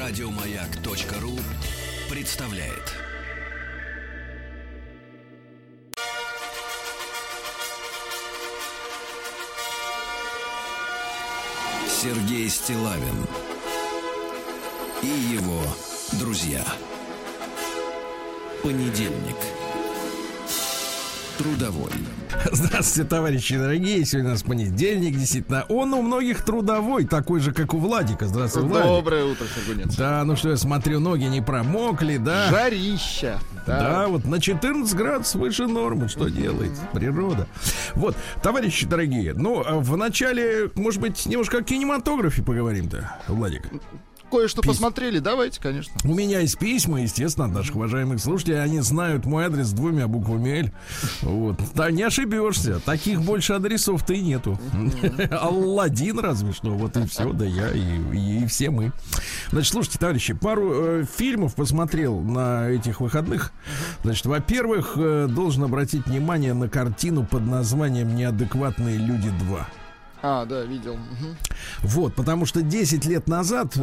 Радиомаяк.ру представляет. Сергей Стиллавин и его друзья. Понедельник. Трудовой. Здравствуйте, товарищи дорогие. Сегодня у нас понедельник, действительно. Он у многих трудовой, такой же, как у Владика. Здравствуй, Владик. Доброе утро, Сергунец. Да, ну что, я смотрю, ноги не промокли, да? Жарища. Да, вот на 14 градусов выше нормы. Что делает природа? Вот, товарищи дорогие, ну, в начале, может быть, немножко о кинематографе поговорим-то, Владик. Кое-что посмотрели, давайте, конечно. У меня есть письма, естественно, от наших уважаемых слушателей. Они знают мой адрес с 2 буквами «Л». Вот. Да, не ошибешься. Таких больше адресов-то и нету. Алладин разве что. Вот и все, да я и все мы. Значит, слушайте, товарищи, пару фильмов посмотрел на этих выходных. Значит, во-первых, должен обратить внимание на картину под названием «Неадекватные люди 2». А, да, видел. Вот, потому что 10 лет назад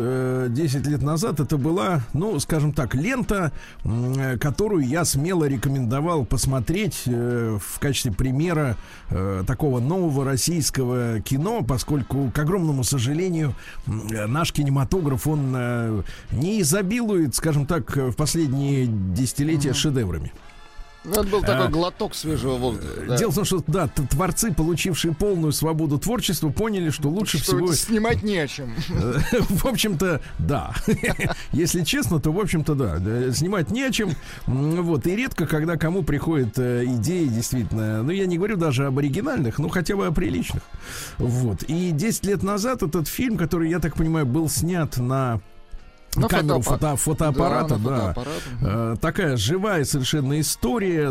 это была, ну, скажем так, лента, которую я смело рекомендовал посмотреть в качестве примера такого нового российского кино, поскольку, к огромному сожалению, наш кинематограф, он не изобилует, скажем так, в последние десятилетия шедеврами. Это был такой глоток свежего воздуха. Да. Дело в том, что да, творцы, получившие полную свободу творчества, поняли, что лучше всего снимать не о чем. В общем-то, да. Если честно, то в общем-то, да. Снимать не о чем. Вот. И редко, когда кому приходят идеи, действительно. Ну, я не говорю даже об оригинальных, но хотя бы о приличных. Вот. И 10 лет назад этот фильм, который, я так понимаю, был снят на камеру фотоаппарата, да. Такая живая совершенно история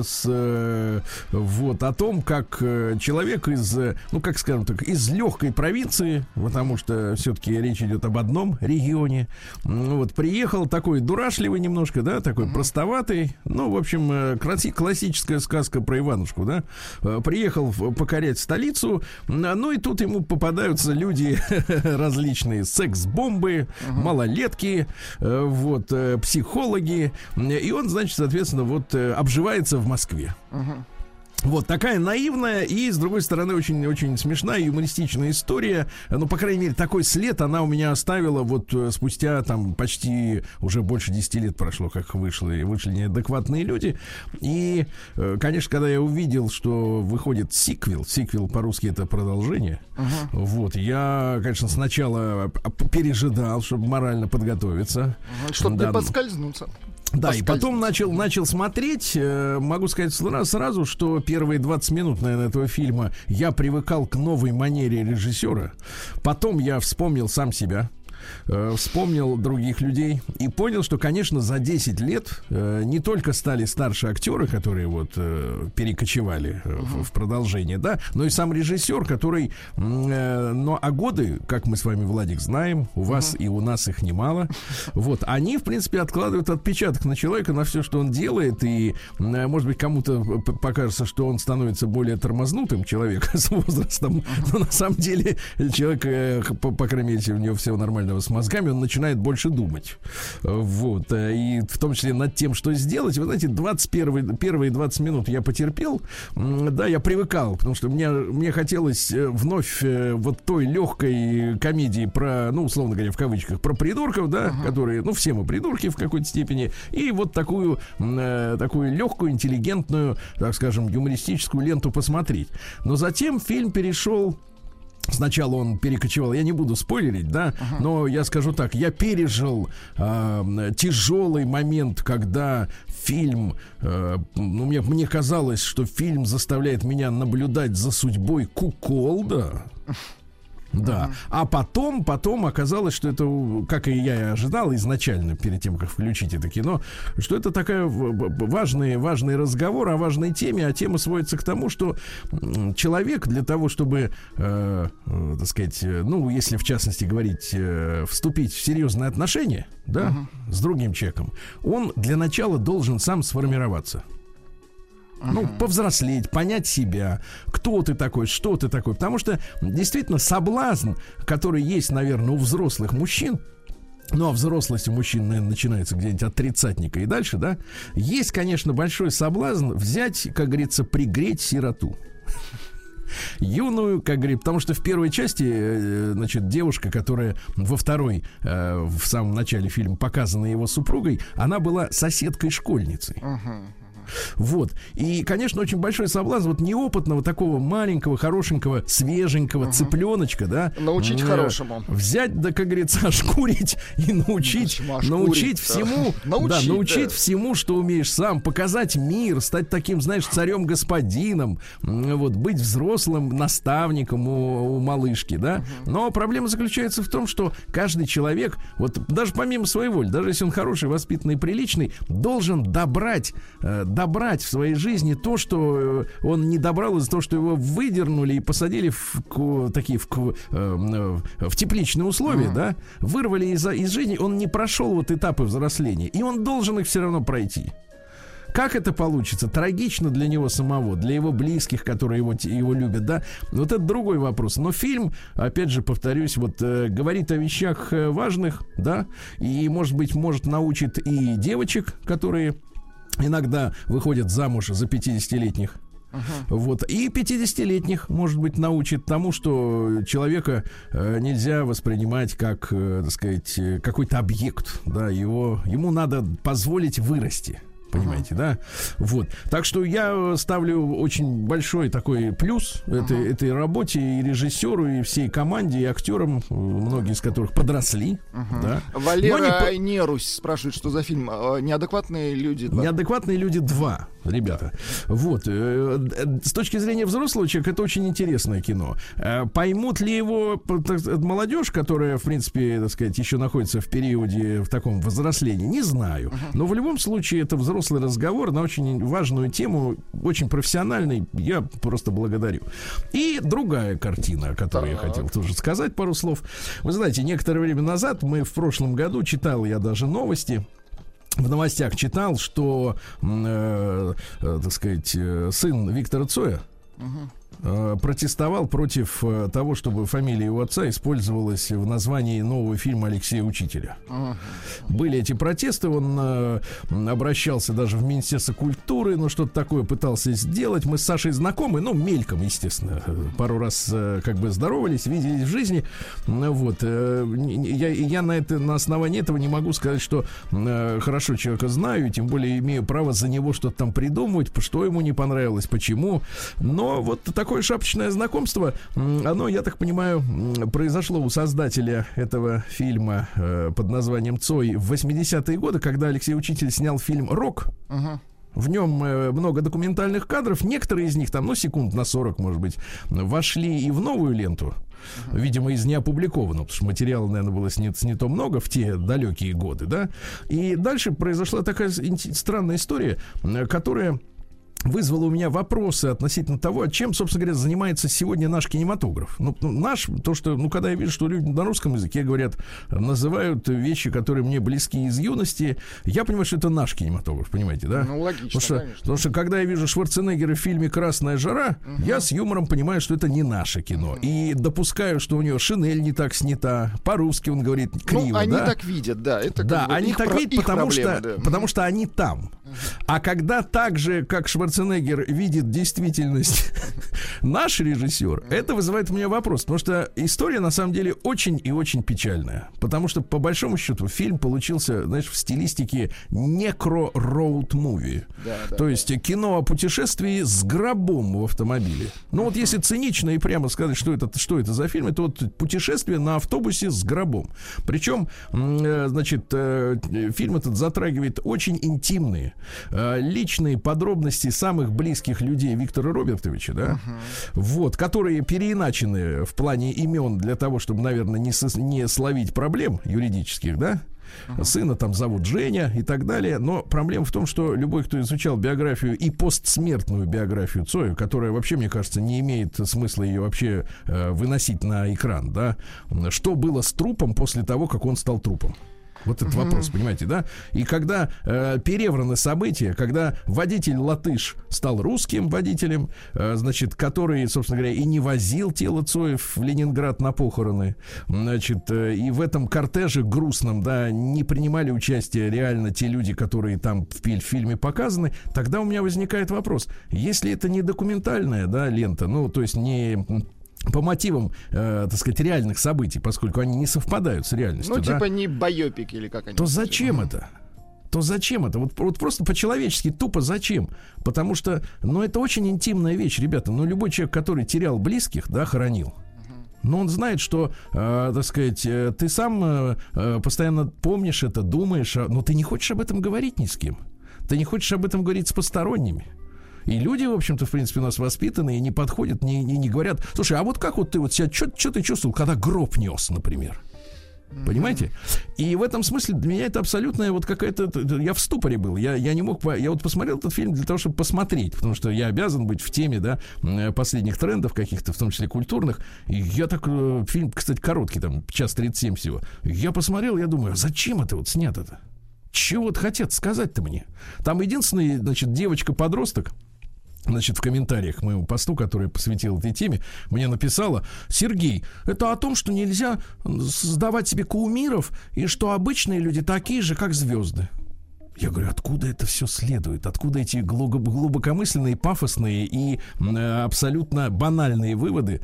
вот о том, как человек из, ну как скажем так, из легкой провинции, потому что все-таки речь идет об одном регионе, вот приехал такой дурашливый немножко, да, такой простоватый, ну в общем классическая сказка про Иванушку, да, приехал покорять столицу, ну и тут ему попадаются люди различные, секс-бомбы, малолетки, вот, психологи, и он, значит, соответственно, вот, обживается в Москве. Вот такая наивная и, с другой стороны, очень-очень смешная, юмористичная история. Ну, по крайней мере, такой след она у меня оставила вот спустя там почти уже больше 10 лет прошло, как вышли «Неадекватные люди». И, конечно, когда я увидел, что выходит сиквел по-русски это продолжение, вот, я, конечно, сначала пережидал, чтобы морально подготовиться. Чтобы не подскользнуться. Да, и потом начал смотреть. Могу сказать сразу, что первые 20 минут, наверное, этого фильма я привыкал к новой манере режиссера. Потом я вспомнил сам себя, вспомнил других людей и понял, что, конечно, за 10 лет не только стали старше актеры, которые вот перекочевали в продолжение, да, но и сам режиссер, который, а годы, как мы с вами, Владик, знаем, у вас и у нас их немало, вот, они, в принципе, откладывают отпечаток на человека, на все, что он делает, и, может быть, кому-то покажется, что он становится более тормознутым человеком с возрастом, но на самом деле человек, по крайней мере, у него все нормально с мозгами, он начинает больше думать. Вот. И в том числе над тем, что сделать. Вы знаете, первые 20 минут я потерпел. Да, я привыкал, потому что мне хотелось вновь вот той легкой комедии про, ну, условно говоря, в кавычках, про придурков, да, которые, ну, все мы придурки в какой-то степени. И вот такую легкую, интеллигентную, так скажем, юмористическую ленту посмотреть. Но затем фильм перешел. Сначала он перекочевал, я не буду спойлерить, да, но я скажу так, я пережил тяжелый момент, когда фильм, мне казалось, что фильм заставляет меня наблюдать за судьбой Куколда. Да, а потом оказалось, что это, как и я и ожидал изначально, перед тем, как включить это кино, что это такая важный разговор о важной теме, а тема сводится к тому, что человек для того, чтобы, так сказать, ну, если в частности говорить, вступить в серьезные отношения, да, с другим человеком, он для начала должен сам сформироваться. Ну, повзрослеть, понять себя, кто ты такой, что ты такой. Потому что действительно соблазн, который есть, наверное, у взрослых мужчин, ну, а взрослость у мужчин, наверное, начинается где-нибудь от 30-ника и дальше, да, есть, конечно, большой соблазн взять, как говорится, пригреть сироту. Юную, как говорит, потому что в первой части, значит, девушка, которая во второй, в самом начале фильма показана его супругой, она была соседкой-школьницей. Вот. И, конечно, очень большой соблазн вот неопытного такого маленького, хорошенького, свеженького цыпленочка, да. Научить хорошему. Взять, да, как говорится, ошкурить и научить всему, научить всему, что умеешь сам, показать мир, стать таким, знаешь, царем-господином, вот, быть взрослым наставником у малышки, да. Но проблема заключается в том, что каждый человек, вот даже помимо своей воли, даже если он хороший, воспитанный, приличный, должен добрать в своей жизни то, что он не добрал из-за того, что его выдернули и посадили в тепличные условия, да, вырвали из жизни, он не прошел вот этапы взросления, и он должен их все равно пройти. Как это получится? Трагично для него самого, для его близких, которые его любят, да? Вот это другой вопрос. Но фильм, опять же, повторюсь, вот говорит о вещах важных, да, и, может научит и девочек, которые иногда выходят замуж за 50-летних. Вот. И 50-летних, может быть, научит тому, что человека нельзя воспринимать как, так сказать, какой-то объект. Да, ему надо позволить вырасти. Понимаете, да? Вот. Так что я ставлю очень большой такой плюс этой работе и режиссеру, и всей команде, и актерам, многие из которых подросли. Да. Валера Нерусь спрашивает, что за фильм. «Неадекватные люди 2». «Неадекватные люди 2», ребята. Вот. С точки зрения взрослого человека это очень интересное кино. Поймут ли его молодежь, которая, в принципе, так сказать, еще находится в периоде в таком взрослении, не знаю. Но в любом случае это взрослый разговор на очень важную тему, очень профессиональный. Я просто благодарю. И другая картина, о которой я хотел тоже сказать пару слов. Вы знаете, некоторое время назад, в прошлом году, читал я даже новости, в новостях читал, что, так сказать, сын Виктора Цоя протестовал против того, чтобы фамилия его отца использовалась в названии нового фильма Алексея Учителя. Были эти протесты, он обращался даже в Министерство культуры, но что-то такое пытался сделать. Мы с Сашей знакомы, мельком, естественно, пару раз как бы здоровались, виделись в жизни. Вот. Я на основании этого не могу сказать, что хорошо человека знаю, тем более имею право за него что-то там придумывать, что ему не понравилось, почему. Но вот такое шапочное знакомство, оно, я так понимаю, произошло у создателя этого фильма под названием «Цой» в 80-е годы, когда Алексей Учитель снял фильм «Рок». В нем много документальных кадров. Некоторые из них, там, секунд на 40, может быть, вошли и в новую ленту. Видимо, из неопубликованного, потому что материала, наверное, было снято много в те далекие годы, да. И дальше произошла такая странная история, которая вызвало у меня вопросы относительно того, чем, собственно говоря, занимается сегодня наш кинематограф. Наш, то, что, когда я вижу, что люди на русском языке говорят, называют вещи, которые мне близки из юности, я понимаю, что это наш кинематограф, понимаете, да? Логично, потому что когда я вижу Шварценеггера в фильме «Красная жара», я с юмором понимаю, что это не наше кино. И допускаю, что у него шинель не так снята, по-русски он говорит криво, они так видят, да. Это они так видят, потому что они там. А когда так же, как Шварценеггер видит действительность наш режиссер, это вызывает у меня вопрос, потому что история на самом деле очень и очень печальная, потому что по большому счету фильм получился, знаешь, в стилистике некро-роуд-муви, то есть кино о путешествии с гробом в автомобиле. Вот если цинично и прямо сказать, что это за фильм, это вот путешествие на автобусе с гробом. Причем, значит, фильм этот затрагивает очень интимные, личные подробности самых близких людей Виктора Робертовича, да, вот, которые переиначены в плане имен для того, чтобы, наверное, не словить проблем юридических, да. Сына там зовут Женя и так далее. Но проблема в том, что любой, кто изучал биографию и постсмертную биографию Цоя, которая вообще, мне кажется, не имеет смысла ее вообще выносить на экран, да, что было с трупом после того, как он стал трупом. Вот этот вопрос, понимаете, да? И когда перевраны события, когда водитель-латыш стал русским водителем, значит, который, собственно говоря, и не возил тело Цоев в Ленинград на похороны, значит, и в этом кортеже грустном, да, не принимали участие реально те люди, которые там в фильме показаны, тогда у меня возникает вопрос, если это не документальная, да, лента, ну, то есть не по мотивам, так сказать, реальных событий, поскольку они не совпадают с реальностью. Ну, типа да, не байопик или как они. То зачем это? То зачем это? Вот просто по-человечески тупо зачем? Потому что, ну, это очень интимная вещь, ребята. Ну, любой человек, который терял близких, да, хоронил, но он знает, что, так сказать, ты сам постоянно помнишь это, думаешь, но ты не хочешь об этом говорить ни с кем. Ты не хочешь об этом говорить с посторонними. И люди, в общем-то, в принципе, у нас воспитанные, не подходят, не говорят: слушай, а вот как вот ты вот себя, что ты чувствовал, когда гроб нес, например? Понимаете? И в этом смысле для меня это абсолютная вот какая-то... Я в ступоре был. Я не мог... Я вот посмотрел этот фильм для того, чтобы посмотреть, потому что я обязан быть в теме, да, последних трендов каких-то, в том числе культурных. И я так... Фильм, кстати, короткий, там, 1:37 всего. Я посмотрел, я думаю, а зачем это вот снято-то? Чего вот хотят сказать-то мне? Там единственная, значит, девочка-подросток, значит, в комментариях к моему посту, который посвятил этой теме, мне написала: Сергей, это о том, что нельзя создавать себе кумиров, и что обычные люди такие же, как звезды. Я говорю, откуда это все следует? Откуда эти глубокомысленные, пафосные и абсолютно банальные выводы?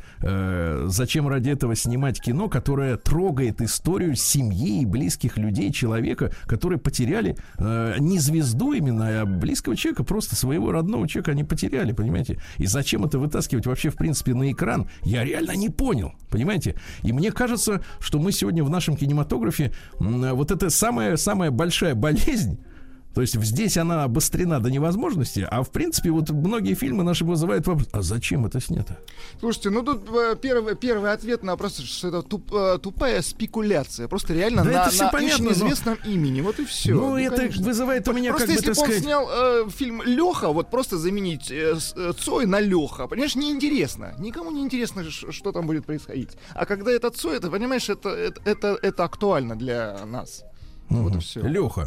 Зачем ради этого снимать кино, которое трогает историю семьи и близких людей, человека, которые потеряли не звезду именно, а близкого человека, просто своего родного человека они потеряли, понимаете? И зачем это вытаскивать вообще, в принципе, на экран? Я реально не понял, понимаете? И мне кажется, что мы сегодня в нашем кинематографе вот это самая большая болезнь. То есть здесь она обострена до невозможности, а в принципе вот многие фильмы наши вызывают вопрос: а зачем это снято? Слушайте, ну тут первый ответ на вопрос, что это тупая спекуляция. Просто реально да на неизвестном имени. Вот и все. Ну, это конечно вызывает у меня, просто как бы, так сказать... Если бы он снял фильм «Леха», вот просто заменить Цой на Леха, понимаешь, неинтересно. Никому не интересно, что там будет происходить. А когда это Цой, это, понимаешь, это актуально для нас. Вот и все. Леха.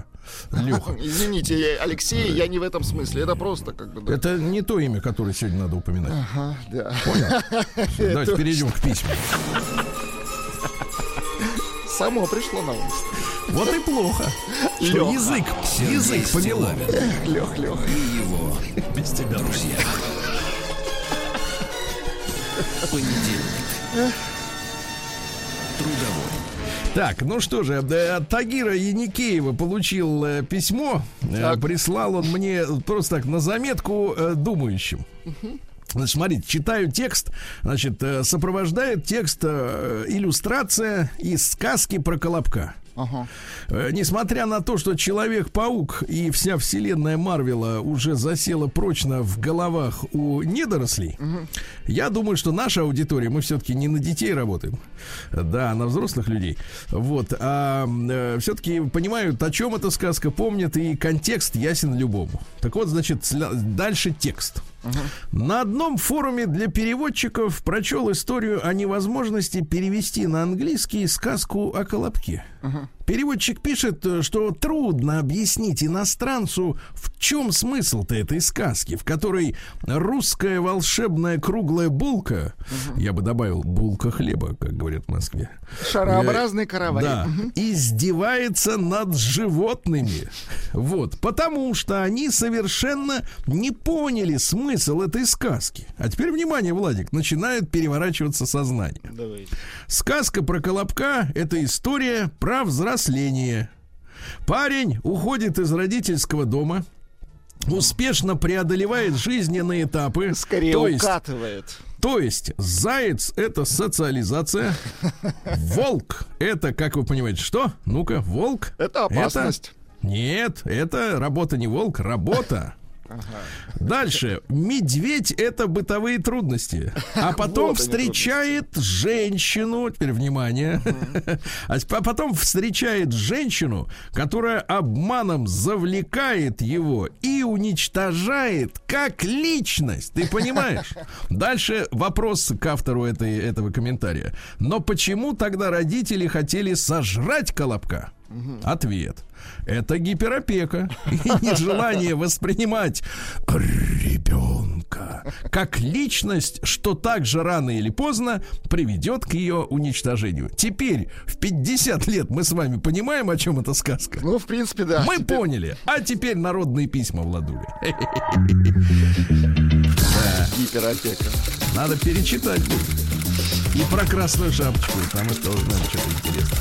Извините, Алексей, я не в этом смысле. Это просто как бы... Да. Это не то имя, которое сегодня надо упоминать. Ага, да. Понял? Давайте перейдем к письмам. Само пришло на ум. Вот и плохо. Что язык повело. Лех. И его без тебя, друзья. Понедельник. Трудовой. Так, ну что же, от Тагира Яникеева получил письмо. Прислал он мне просто так на заметку думающим. Значит, смотрите, читаю текст. Значит, сопровождает текст иллюстрация из сказки про Колобка. Ага. Несмотря на то, что Человек-паук и вся вселенная Марвела уже засела прочно в головах у недорослей, я думаю, что наша аудитория, мы все-таки не на детей работаем, да, на взрослых людей, вот, а все-таки понимают, о чем эта сказка, помнят, и контекст ясен любому. Так вот, значит, дальше текст. На одном форуме для переводчиков прочел историю о невозможности перевести на английский сказку о Колобке. Переводчик пишет, что трудно объяснить иностранцу, в чем смысл-то этой сказки, в которой русская волшебная круглая булка, я бы добавил булка хлеба, как говорят в Москве, шарообразный каравай, да, издевается над животными. Вот, потому что они совершенно не поняли смысл этой сказки. А теперь, внимание, Владик, начинает переворачиваться сознание. Давай. Сказка про Колобка — это история про взросление. Парень уходит из родительского дома, успешно преодолевает жизненные этапы. Скорее укатывает. То есть заяц — это социализация, волк — это, как вы понимаете, что? Ну-ка, волк — это опасность. Нет, это работа не волк, работа. Дальше. Медведь — это бытовые трудности. А потом вот встречает женщину. Теперь внимание. А потом встречает женщину, которая обманом завлекает его и уничтожает как личность. Ты понимаешь? Дальше вопрос к автору этого комментария. Но почему тогда родители хотели сожрать Колобка? Ответ. Это гиперопека и нежелание воспринимать ребенка как личность, что также рано или поздно приведет к ее уничтожению. Теперь, в 50 лет, мы с вами понимаем, о чем эта сказка? Ну, в принципе, да. Мы поняли. А теперь народные письма, Владуля. Гиперопека. Надо перечитать будет. И про красную шапочку, потому что надо что-то интересное.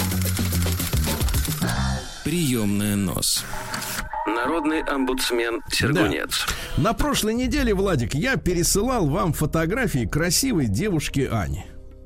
Приемная нос. Народный омбудсмен Сергунец. Да. На прошлой неделе, Владик, я пересылал вам фотографии красивой девушки Ани.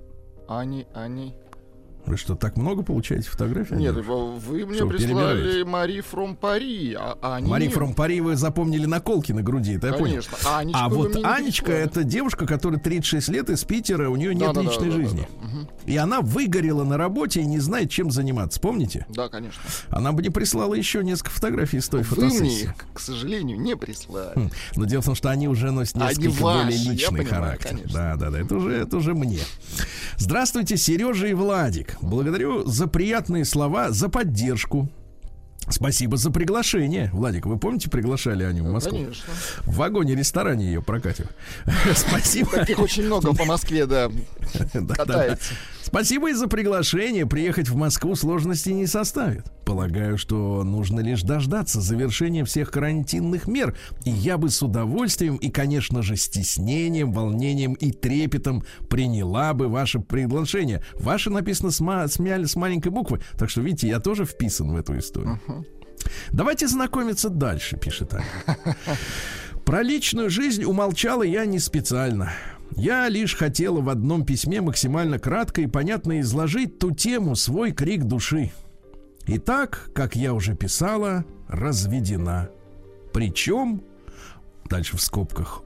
Ани. Вы что, так много получаете фотографий? Нет, вы мне прислали Мари фром Пари. Мари фром Пари вы запомнили наколки на груди, это я понял. А вот Анечка — это девушка, которая 36 лет из Питера, у нее нет личной жизни. И она выгорела на работе и не знает, чем заниматься, помните? Да, конечно. Она бы не прислала еще несколько фотографий с той фотосессии. Вы мне их, к сожалению, не прислали. Но дело в том, что они уже носят несколько более личный характер. Да, это уже мне. Здравствуйте, Сережа и Владик. Благодарю за приятные слова, за поддержку. Спасибо за приглашение. Владик, вы помните, приглашали Аню в Москву? Конечно. В вагоне-ресторане ее прокатил. Спасибо. Таких очень много по Москве, да, катается. Спасибо и за приглашение. Приехать в Москву сложности не составит. Полагаю, что нужно лишь дождаться завершения всех карантинных мер. И я бы с удовольствием и, конечно же, стеснением, волнением и трепетом приняла бы ваше приглашение. Ваше написано с маленькой буквы. Так что, видите, я тоже вписан в эту историю. Давайте знакомиться дальше, пишет Аня. Про личную жизнь умолчала я не специально. Я лишь хотела в одном письме максимально кратко и понятно изложить ту тему, свой крик души. Итак, как я уже писала, разведена. Причем, дальше в скобках,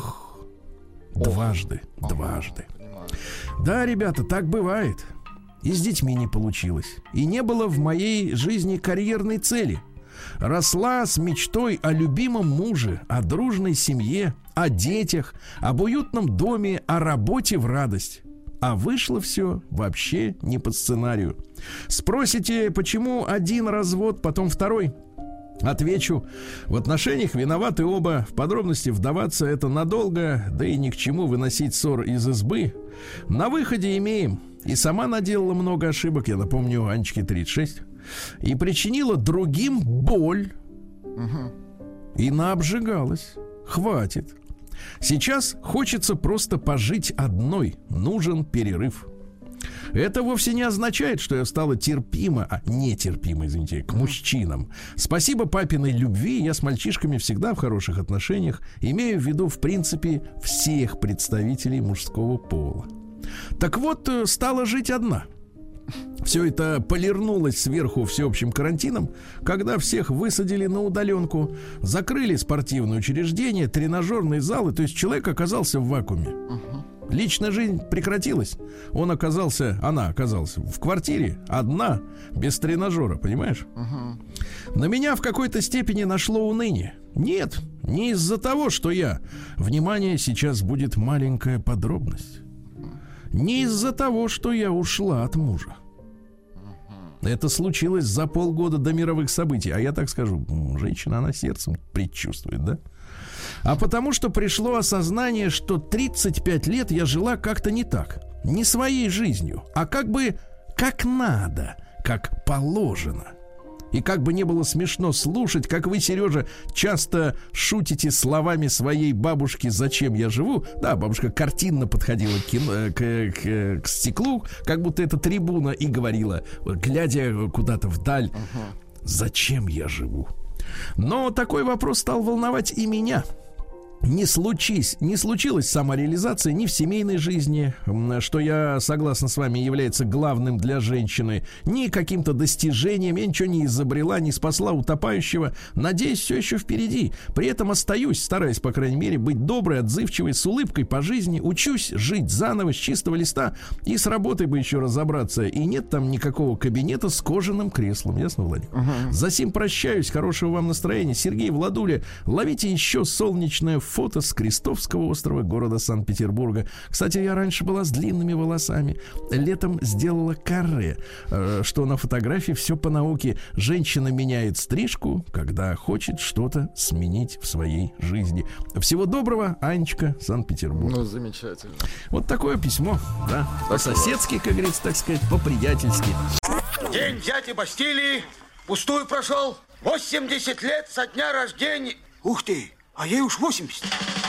дважды. Да, ребята, так бывает. И с детьми не получилось. И не было в моей жизни карьерной цели. Росла с мечтой о любимом муже, о дружной семье, о детях, об уютном доме, о работе в радость. А вышло все вообще не по сценарию. Спросите, почему один развод, потом второй? Отвечу, в отношениях виноваты оба. В подробности вдаваться это надолго, да и ни к чему выносить ссор из избы. На выходе имеем. И сама наделала много ошибок, я напомню, Анечке 36. И причинила другим боль. И наобжигалась. Хватит. Сейчас хочется просто пожить одной. Нужен перерыв. Это вовсе не означает, что я стала нетерпима, извините, к мужчинам. Спасибо папиной любви, я с мальчишками всегда в хороших отношениях. Имею в виду, в принципе, всех представителей мужского пола. Так вот, стала жить одна. Все это полирнулось сверху всеобщим карантином, когда всех высадили на удаленку, закрыли спортивные учреждения, тренажерные залы, то есть человек оказался в вакууме. Личная жизнь прекратилась. Она оказалась в квартире, одна, без тренажера, понимаешь? На меня в какой-то степени нашло уныние. Нет, не из-за того, что внимание, сейчас будет маленькая подробность. Не из-за того, что я ушла от мужа. Это случилось за полгода до мировых событий. А я так скажу, женщина, она сердцем предчувствует, да? А потому что пришло осознание, что 35 лет я жила как-то не так. Не своей жизнью, а как надо, как положено. И как бы не было смешно слушать, как вы, Сережа, часто шутите словами своей бабушки «Зачем я живу?». Да, бабушка картинно подходила к стеклу, как будто это трибуна, и говорила, глядя куда-то вдаль, «Зачем я живу?». Но такой вопрос стал волновать и меня. Не случилась самореализация ни в семейной жизни, что я, согласно с вами, является главным для женщины, ни каким-то достижением. Я ничего не изобрела, не спасла утопающего. Надеюсь, все еще впереди. При этом остаюсь, стараясь, по крайней мере, быть доброй, отзывчивой, с улыбкой по жизни. Учусь жить заново, с чистого листа. И с работой бы еще разобраться. И нет там никакого кабинета с кожаным креслом. Ясно, Владик? За сим прощаюсь. Хорошего вам настроения. Сергей, Владуля, ловите еще солнечное фото с Крестовского острова города Санкт-Петербурга. Кстати, я раньше была с длинными волосами. Летом сделала каре, что на фотографии все по науке. Женщина меняет стрижку, когда хочет что-то сменить в своей жизни. Всего доброго, Анечка, Санкт-Петербург. Ну, замечательно. Вот такое письмо, да, по-соседски, как говорится, так сказать, по-приятельски. День дяди Бастилии пустую прошел. 80 лет со дня рождения. Ух ты, а ей уж 80.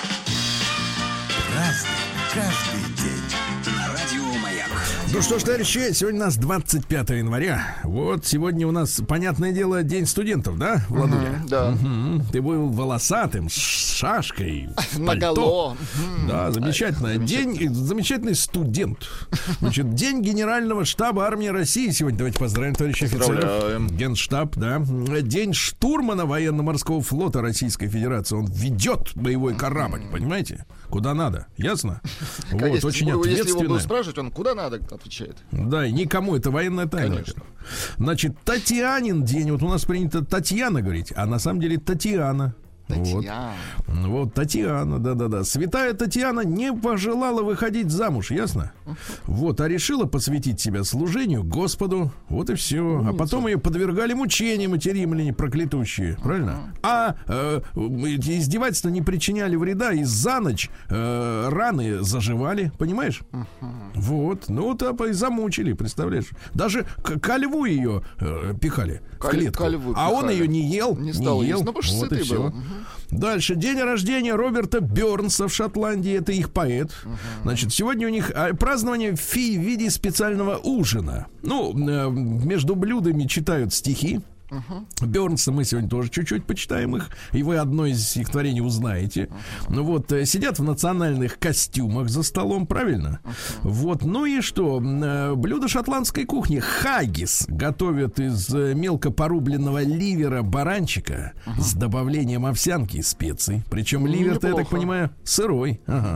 Разный, каждый день. На радио Маяк. Ну что ж, товарищи, сегодня у нас 25 января. Вот сегодня у нас, понятное дело, день студентов, да, Владуля? Да. Ты был волосатым, с шашкой, Наголо. Да, замечательно. Замечательный студент. Значит, день Генерального штаба армии России сегодня. Давайте поздравим, товарищи офицеров. Генштаб, да. День штурмана военно-морского флота Российской Федерации. Он ведет боевой корабль, понимаете? Куда надо, ясно? Вот, очень ответственно. Если его будут спрашивать, он куда надо отвечает. Да, и никому, это военная тайна. Конечно. Значит, Татьянин день. Вот у нас принято Татьяна говорить, а на самом деле Татьяна. Татьяна. Вот Татьяна, да-да-да. Святая Татьяна не пожелала выходить замуж, ясно? Вот, а решила посвятить себя служению Господу. Вот и все. А потом ее подвергали мучениям эти римляне проклятущие, правильно? А издевательства не причиняли вреда, и за ночь раны заживали, понимаешь? Вот, ну то и замучили, представляешь? Даже ко льву ее пихали в клетку. А он ее не ел, не ел. Ну, вот и все. Дальше. День рождения Роберта Бёрнса в Шотландии. Это их поэт. Значит, сегодня у них празднование в виде специального ужина. Ну, между блюдами читают стихи. Бёрнса мы сегодня тоже чуть-чуть почитаем их, и вы одно из стихотворений узнаете. Ну вот, сидят в национальных костюмах за столом, правильно? Вот, ну и что? Блюдо шотландской кухни хаггис готовят из мелко порубленного ливера баранчика с добавлением овсянки и специй. Причем ливер-то, я так понимаю, сырой.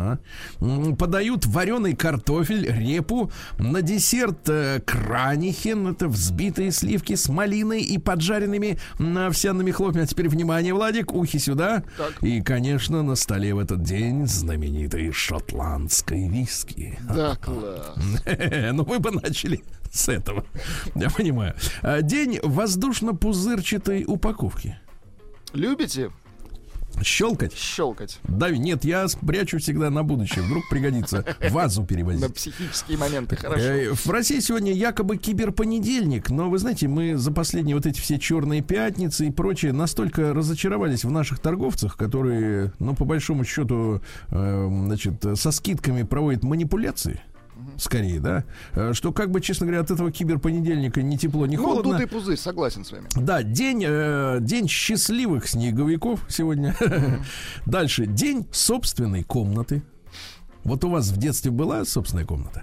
Подают вареный картофель, репу, на десерт кранихен, это взбитые сливки с малиной и поджаренными овсяными хлопьями. А теперь внимание, Владик, ухи сюда. Так. И, конечно, на столе в этот день знаменитые шотландской виски. Да, класс. Ну, вы бы начали с этого. Я понимаю. День воздушно-пузырчатой упаковки. Любите? Щелкать? Щелкать. Да, нет, я прячу всегда на будущее. Вдруг пригодится вазу перевозить. На психические моменты, хорошо. В России сегодня якобы киберпонедельник. Но вы знаете, мы за последние вот эти все черные пятницы и прочее настолько разочаровались в наших торговцах, которые, ну, по большому счету, значит, со скидками проводят манипуляции. Скорее, да, что, как бы, честно говоря, от этого киберпонедельника ни тепло, ни холодно. Ну, дутый пузырь, согласен с вами. Да, день счастливых снеговиков сегодня. Дальше, день собственной комнаты. Вот у вас в детстве была собственная комната?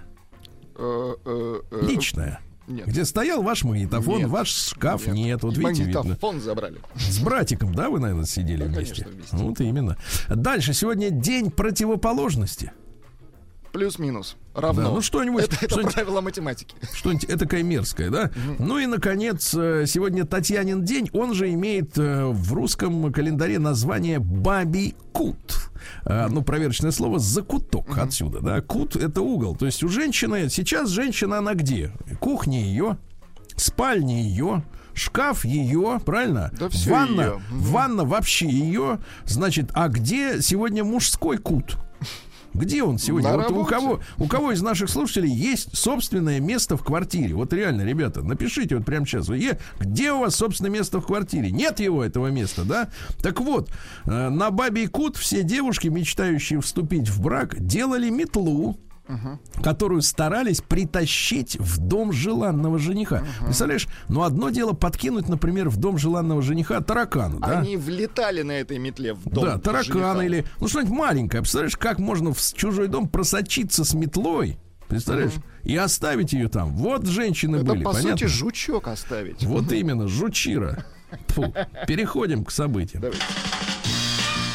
Личная. Нет. Где стоял ваш магнитофон, нет, ваш шкаф, нет. Вот видите, магнитофон забрали. С братиком, да, вы, наверное, сидели вместе? Конечно, вместе. Вот именно. Дальше, сегодня день противоположности. Плюс-минус. Равно. Да, ну что-нибудь. Это правило математики. Что-нибудь этакое мерзкое, да? Ну и, наконец, сегодня Татьянин день. Он же имеет в русском календаре название «Бабий кут». Ну, проверочное слово «закуток» отсюда, да? Кут — это угол. То есть у женщины... Сейчас женщина, она где? Кухня ее, спальня ее, шкаф ее, правильно? Да, все ее. Ванна вообще ее. Значит, а где сегодня мужской кут? Где он сегодня? Вот у кого из наших слушателей есть собственное место в квартире? Вот реально, ребята, напишите вот прямо сейчас. Где у вас собственное место в квартире? Нет его, этого места, да? Так вот, на Бабий кут все девушки, мечтающие вступить в брак, делали метлу, которую старались притащить в дом желанного жениха. Представляешь, ну одно дело подкинуть, например, в дом желанного жениха таракана, да? Они влетали на этой метле в дом. Да, таракана жениха. или, ну, что-нибудь маленькое. Представляешь, как можно в чужой дом просочиться с метлой? Представляешь? И оставить ее там. Вот женщины это, были, по понятно? сути, жучок оставить. Вот именно, жучира. Фу. Переходим к событиям. Давайте.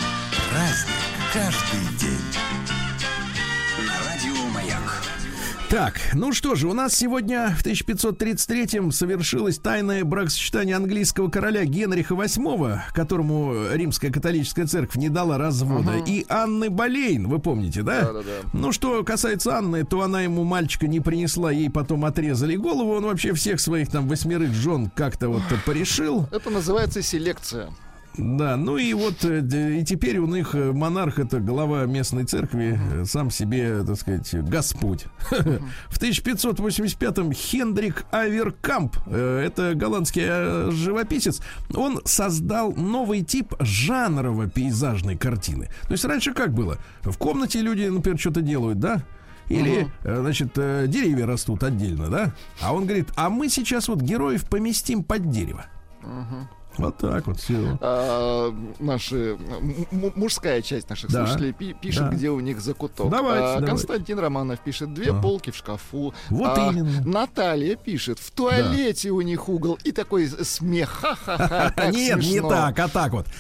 Праздник каждый день. Так, ну что же, у нас сегодня в 1533-м совершилось тайное бракосочетание английского короля Генриха VIII, которому Римская католическая церковь не дала развода, и Анны Болейн, вы помните, да? Да. Ну, что касается Анны, то она ему мальчика не принесла, ей потом отрезали голову, он вообще всех своих там 8 жен как-то вот порешил. Это называется селекция. Да, ну и вот и теперь у них монарх, это глава местной церкви, сам себе, так сказать, Господь. В 1585-м Хендрик Аверкамп, это голландский живописец, он создал новый тип жанрово-пейзажной картины. То есть раньше как было? В комнате люди, например, что-то делают, да? Или, значит, деревья растут отдельно, да? А он говорит, а мы сейчас вот героев поместим под дерево. Вот так вот все. Наши мужская часть наших слушателей пишет, где у них закуток. Давайте. Константин Романов пишет: 2 полки в шкафу. Вот именно. Наталья пишет: в туалете у них угол. И такой смех. Ха-ха-ха. Нет, не так, а так вот.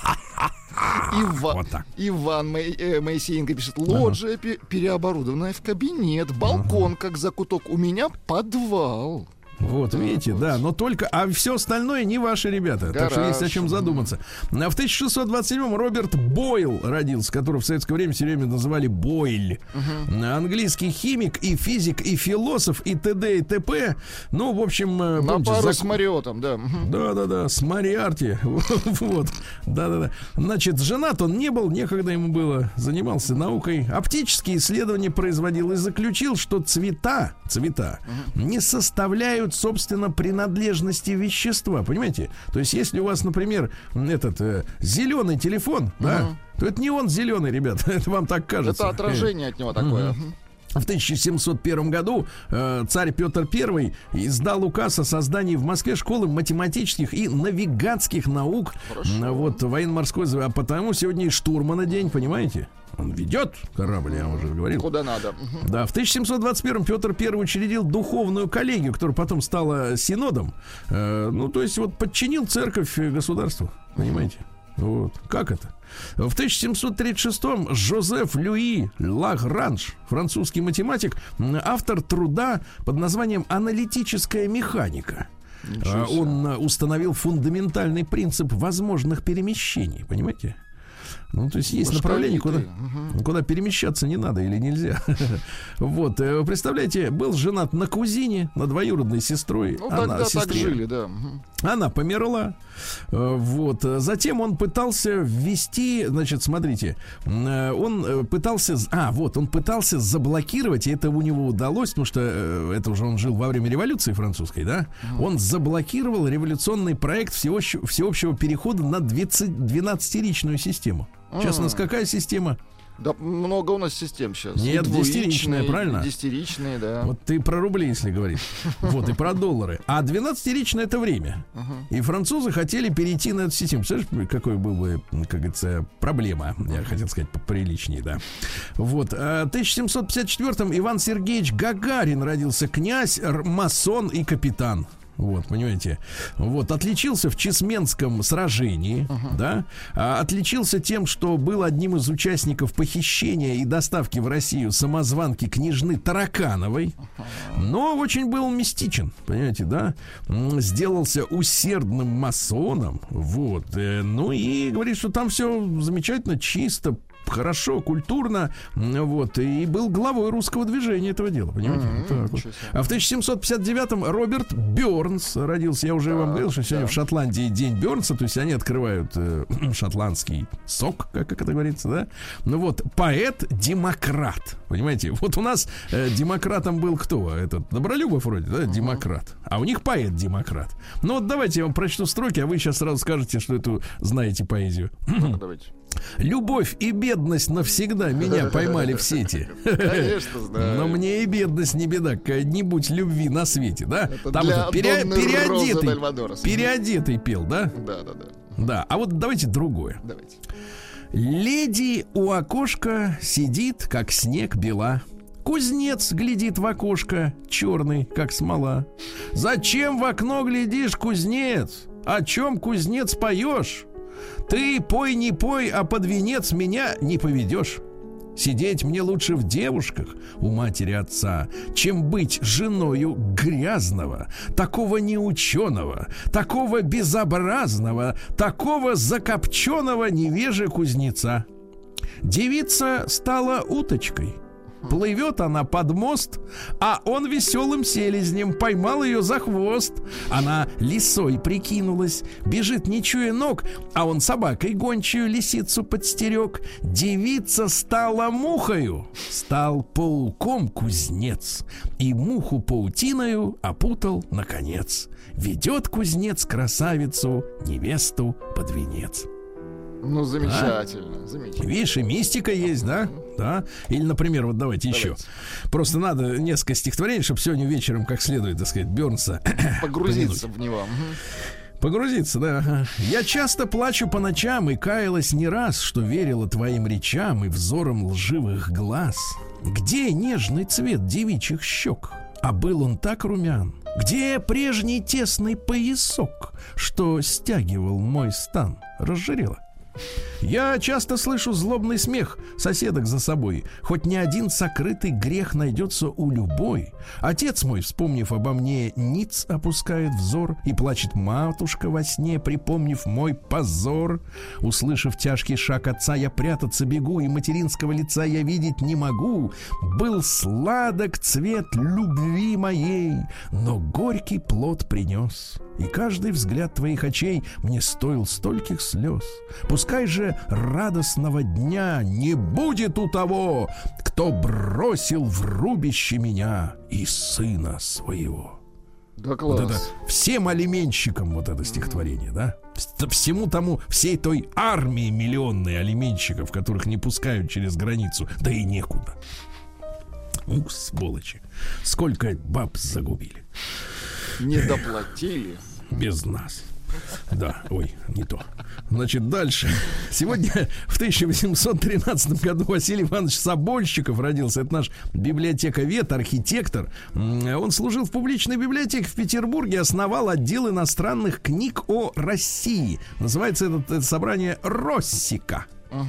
Иван Моисеенко пишет: лоджия переоборудованная в кабинет, балкон как закуток. У меня подвал. Вот, видите, да, но только, а все остальное не ваши ребята. Гараж. Так что есть о чем задуматься. В 1627-м Роберт Бойл родился, которого в советское время все время называли Бойль. Английский химик и физик, и философ, и т.д. и т.п. Ну, в общем, на пару с Мариотом, да. Да, с Мариарти. Вот, да. Значит, женат он не был, некогда ему было, занимался наукой. Оптические исследования производил и заключил, что цвета не составляют, собственно, принадлежности вещества, понимаете? То есть, если у вас, например, этот зеленый телефон, да, то это не он зеленый, ребята, это вам так кажется. Это отражение от него такое. В 1701 году царь Петр I издал указ о создании в Москве школы математических и навигатских наук. Вот, военно-морской, а потому сегодня и штурмана день, понимаете? Он ведет корабль, я уже говорил. Куда надо. Да, в 1721-м Петр I учредил духовную коллегию, которая потом стала синодом. Ну, то есть вот подчинил церковь государству, понимаете? Вот. Как это? В 1736-м Жозеф Люи Лагранж, французский математик, автор труда под названием «Аналитическая механика». Он установил фундаментальный принцип возможных перемещений, понимаете? Ну, то есть есть направление, куда перемещаться не надо или нельзя. Вот, представляете, был женат на кузине, на двоюродной сестрой. Ну, тогда так жили, да. Она померла. Вот, затем он пытался ввести, значит, смотрите, он пытался заблокировать, и это у него удалось, потому что это уже он жил во время революции французской, да? Он заблокировал революционный проект всеобщего перехода на 12-ричную систему. Сейчас у нас какая система? Да много у нас систем сейчас. Нет, 10-ричная, правильно? 10-ричные, да. Вот ты про рубли, если говоришь. Вот, и про доллары. А 12-ричное — это время. И французы хотели перейти на эту систему. Представляешь, какой был бы, как говорится, проблема, я хотел сказать, поприличнее, да. Вот. В 1754-м Иван Сергеевич Гагарин родился, князь, масон и капитан. Вот, понимаете, вот, отличился в Чесменском сражении, да, отличился тем, что был одним из участников похищения и доставки в Россию самозванки княжны Таракановой, но очень был мистичен, понимаете, да, сделался усердным масоном, вот, ну и говорит, что там все замечательно, чисто, хорошо, культурно, вот, и был главой русского движения этого дела, понимаете? Вот. А в 1759-м Роберт Бёрнс родился. Я уже вам говорил, что сегодня в Шотландии день Бёрнса, то есть они открывают шотландский сок, как это говорится, да? Ну вот, поэт-демократ, понимаете? Вот у нас демократом был кто? Этот Добролюбов вроде, да, демократ. А у них поэт-демократ. Ну вот давайте я вам прочту строки, а вы сейчас сразу скажете, что эту знаете поэзию. Давайте. Любовь и бедность навсегда меня поймали в сети. Конечно, знаю. Но мне и бедность не беда, какая-нибудь любви на свете, да? Это там для переодетый пел, да? Да. Да, а вот давайте другое. Давайте. Леди у окошка сидит, как снег бела. Кузнец глядит в окошко, черный, как смола. Зачем в окно глядишь, кузнец? О чем, кузнец, поешь? Ты пой, не пой, а под венец меня не поведешь. Сидеть мне лучше в девушках у матери отца, чем быть женою грязного, такого неученого, такого безобразного, такого закопченого невежи кузнеца. Девица стала уточкой. Плывет она под мост, а он веселым селезнем поймал ее за хвост. Она лисой прикинулась, бежит не чуя ног, а он собакой гончую лисицу подстерег. Девица стала мухою, стал пауком кузнец, и муху паутиною опутал наконец. Ведет кузнец красавицу, невесту под венец. Ну, замечательно, замечательно. Видишь, и мистика есть, да? Да. Или, например, вот давайте еще. Просто надо несколько стихотворений, чтобы сегодня вечером как следует, так сказать, Бёрнса погрузиться в него. Погрузиться, да. Я часто плачу по ночам и каялась не раз, что верила твоим речам и взорам лживых глаз. Где нежный цвет девичьих щек? А был он так румян. Где прежний тесный поясок, что стягивал мой стан? Разжирела. Я часто слышу злобный смех соседок за собой. Хоть ни один сокрытый грех найдется у любой. Отец мой, вспомнив обо мне, ниц опускает взор, и плачет матушка во сне, припомнив мой позор. Услышав тяжкий шаг отца, я прятаться бегу, и материнского лица я видеть не могу. Был сладок цвет любви моей, но горький плод принес. И каждый взгляд твоих очей мне стоил стольких слез. Пускай же радостного дня не будет у того, кто бросил в рубище меня и сына своего. Да, класс. Вот это всем алименщикам вот это стихотворение, да? Всему тому, всей той армии миллионной алименщиков, которых не пускают через границу, да и некуда. Ух, сволочи. Сколько баб загубили. Не доплатили. Без нас. Да, ой, не то. Значит, дальше. Сегодня в 1813 году Василий Иванович Собольщиков родился. Это наш библиотековед, архитектор. Он служил в публичной библиотеке в Петербурге, основал отдел иностранных книг о России. Называется это собрание «Россика».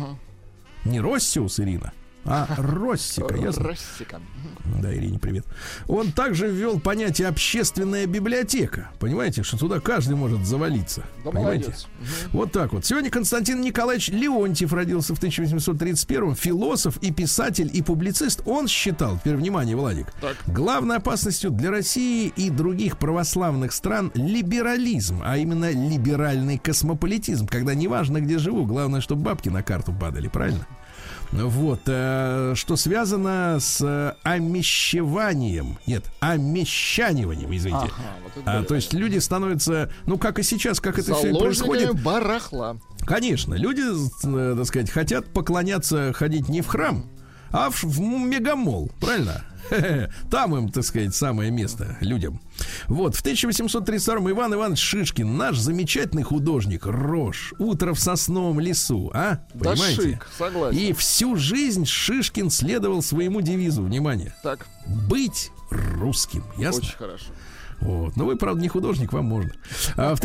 Не «Россиус», Ирина, а «Россика». Россика. Да, Ирине привет. Он также ввел понятие «общественная библиотека». Понимаете, что туда каждый может завалиться. Да, понимаете? молодец. Вот так вот. Сегодня Константин Николаевич Леонтьев родился в 1831-м. Философ и писатель и публицист. Он считал, теперь внимание, Владик, так, главной опасностью для России и других православных стран либерализм, а именно либеральный космополитизм, когда неважно, где живу, главное, чтобы бабки на карту падали, правильно? Вот, что связано с омещеванием. Нет, омещаниванием, извините. Ага, вот то есть люди становятся, ну, как и сейчас, как это все и происходит. Барахла. Конечно, люди, так сказать, хотят поклоняться, ходить не в храм, а в мегамолл, правильно? Там им, так сказать, самое место людям. Вот, в 1832-м Иван Иванович Шишкин, наш замечательный художник, рожь, утро в сосновом лесу, а? Да, понимаете? шик, согласен. И всю жизнь Шишкин следовал своему девизу, внимание, так, быть русским, ясно? Очень хорошо. Вот. Но вы, правда, не художник, вам можно. А в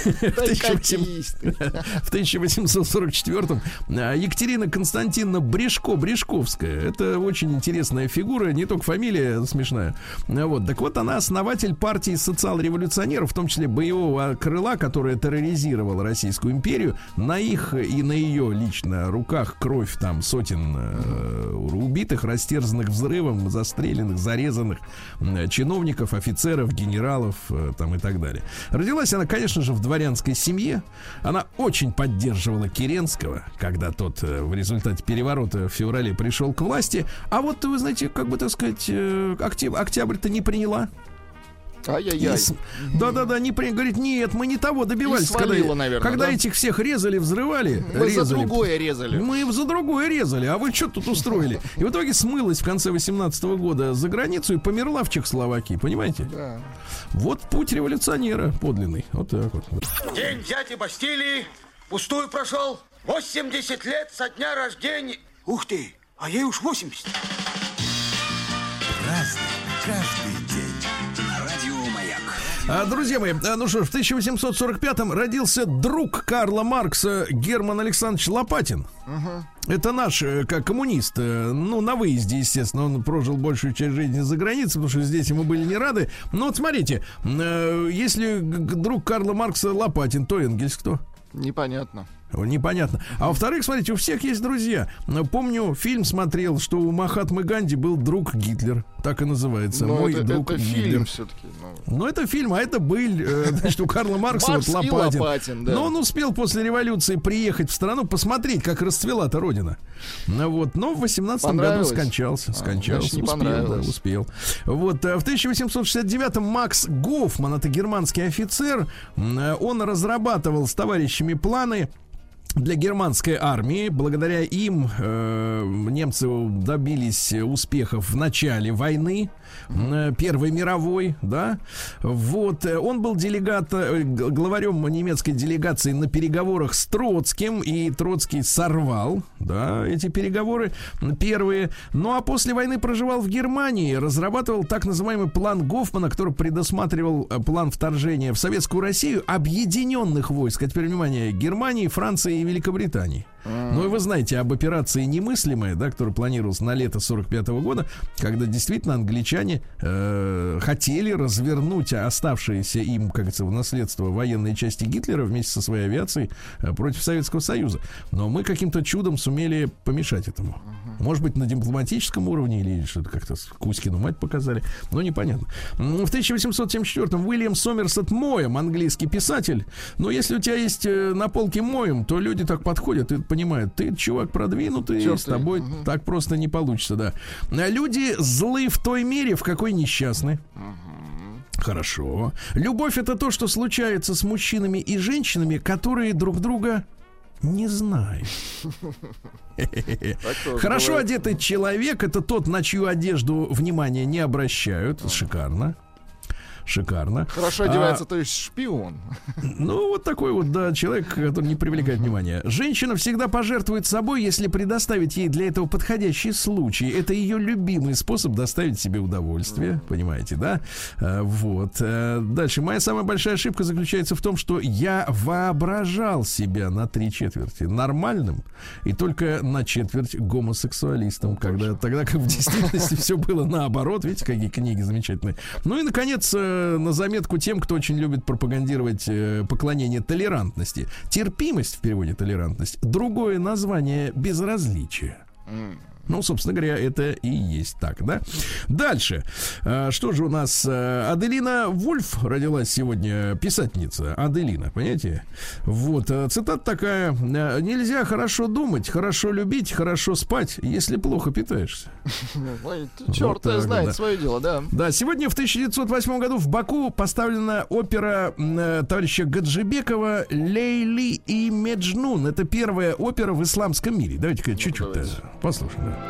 1844-м Екатерина Константиновна Брешко-Брешковская. Это очень интересная фигура, не только фамилия смешная. Вот. Так вот, она основатель партии социал-революционеров, в том числе боевого крыла, которая терроризировала Российскую империю. На их и на ее лично руках кровь там сотен убитых, растерзанных взрывом, застреленных, зарезанных чиновников, офицеров, генералов там и так далее. Родилась она, конечно же, в дворянской семье. Она очень поддерживала Керенского, когда тот в результате переворота в феврале пришел к власти. А вот, вы знаете, как бы, так сказать, октябрь-то не приняла. Ай-яй-яй. Да-да-да, не приняла. Говорит, нет, мы не того добивались. Свалила, когда да? Этих всех резали, взрывали. Мы за другое резали. Мы за другое резали, а вы что тут устроили? И в итоге смылась в конце 18-го года за границу и померла в Чехословакии, понимаете? Да. Вот путь революционера подлинный. Вот так вот. День взятия Бастилии пустую прошел. 80 лет со дня рождения. Ух ты, а ей уж 80. Разный, каждый день. Друзья мои, ну что ж, в 1845-м родился друг Карла Маркса Герман Александрович Лопатин. Это наш, как коммунист, ну, на выезде, естественно. Он прожил большую часть жизни за границей, потому что здесь ему были не рады. Но вот смотрите, если друг Карла Маркса Лопатин, то Энгельс кто? Непонятно. Непонятно. А во-вторых, смотрите, у всех есть друзья. Помню, фильм смотрел, что у Махатмы Ганди был друг Гитлер. Так и называется. Но Мой это, друг это Гитлер. фильм все-таки. Ну, это фильм, а это быль. Значит, у Карла Маркса Маркс вот и Лопатин. Лопатин, да. Но он успел после революции приехать в страну, посмотреть, как расцвела-то родина. Вот. Но в 18 году скончался. Значит, не успел. Вот. В 1869-м Макс Гофман, это германский офицер, он разрабатывал с товарищами планы для германской армии. Благодаря им немцы добились успехов в начале войны, Первой мировой, да. Вот. Он был главарем немецкой делегации на переговорах с Троцким, и Троцкий сорвал, да, эти переговоры первые. Ну, а после войны проживал в Германии, разрабатывал так называемый план Гофмана, который предусматривал план вторжения в Советскую Россию объединенных войск, а теперь, внимание, Германии, Франции и Великобритании. Ну и вы знаете об операции «Немыслимая», да, которая планировалась на лето 45-го года, когда действительно англичане хотели развернуть оставшиеся им, как говорится, в наследство военные части Гитлера вместе со своей авиацией против Советского Союза. Но мы каким-то чудом сумели помешать этому. Может быть, на дипломатическом уровне или что-то как-то Кузькину мать показали, но непонятно. В 1874-м Уильям Сомерсет Моэм, английский писатель. Но если у тебя есть на полке Моэм, то люди так подходят и понимают, ты чувак продвинутый, с тобой так просто не получится, да. Люди злы в той мере, в какой несчастны. Хорошо. Любовь — это то, что случается с мужчинами и женщинами, которые друг друга не знают. Хорошо одетый человек — это тот, на чью одежду внимания не обращают. Шикарно. Шикарно. Хорошо одевается, то есть шпион. Ну, вот такой вот, да, человек, который не привлекает внимания. Женщина всегда пожертвует собой, если предоставить ей для этого подходящий случай. Это ее любимый способ доставить себе удовольствие. Понимаете, да? Вот. Дальше. Моя самая большая ошибка заключается в том, что я воображал себя на 3/4 нормальным и только на 1/4 гомосексуалистом, тогда как в действительности все было наоборот. Видите, какие книги замечательные. Ну и, наконец, на заметку тем, кто очень любит пропагандировать поклонение толерантности. Терпимость, в переводе толерантность, другое название безразличия. Ну, собственно говоря, это и есть так, да? Дальше. Что же у нас? Аделина Вульф родилась сегодня, писательница. Аделина, понимаете? Вот, цитата такая: нельзя хорошо думать, хорошо любить, хорошо спать, если плохо питаешься. Черт знает свое дело, да. Да, сегодня в 1908 году в Баку поставлена опера товарища Гаджибекова «Лейли и Меджнун». Это первая опера в исламском мире. Давайте-ка чуть-чуть послушаем. Да.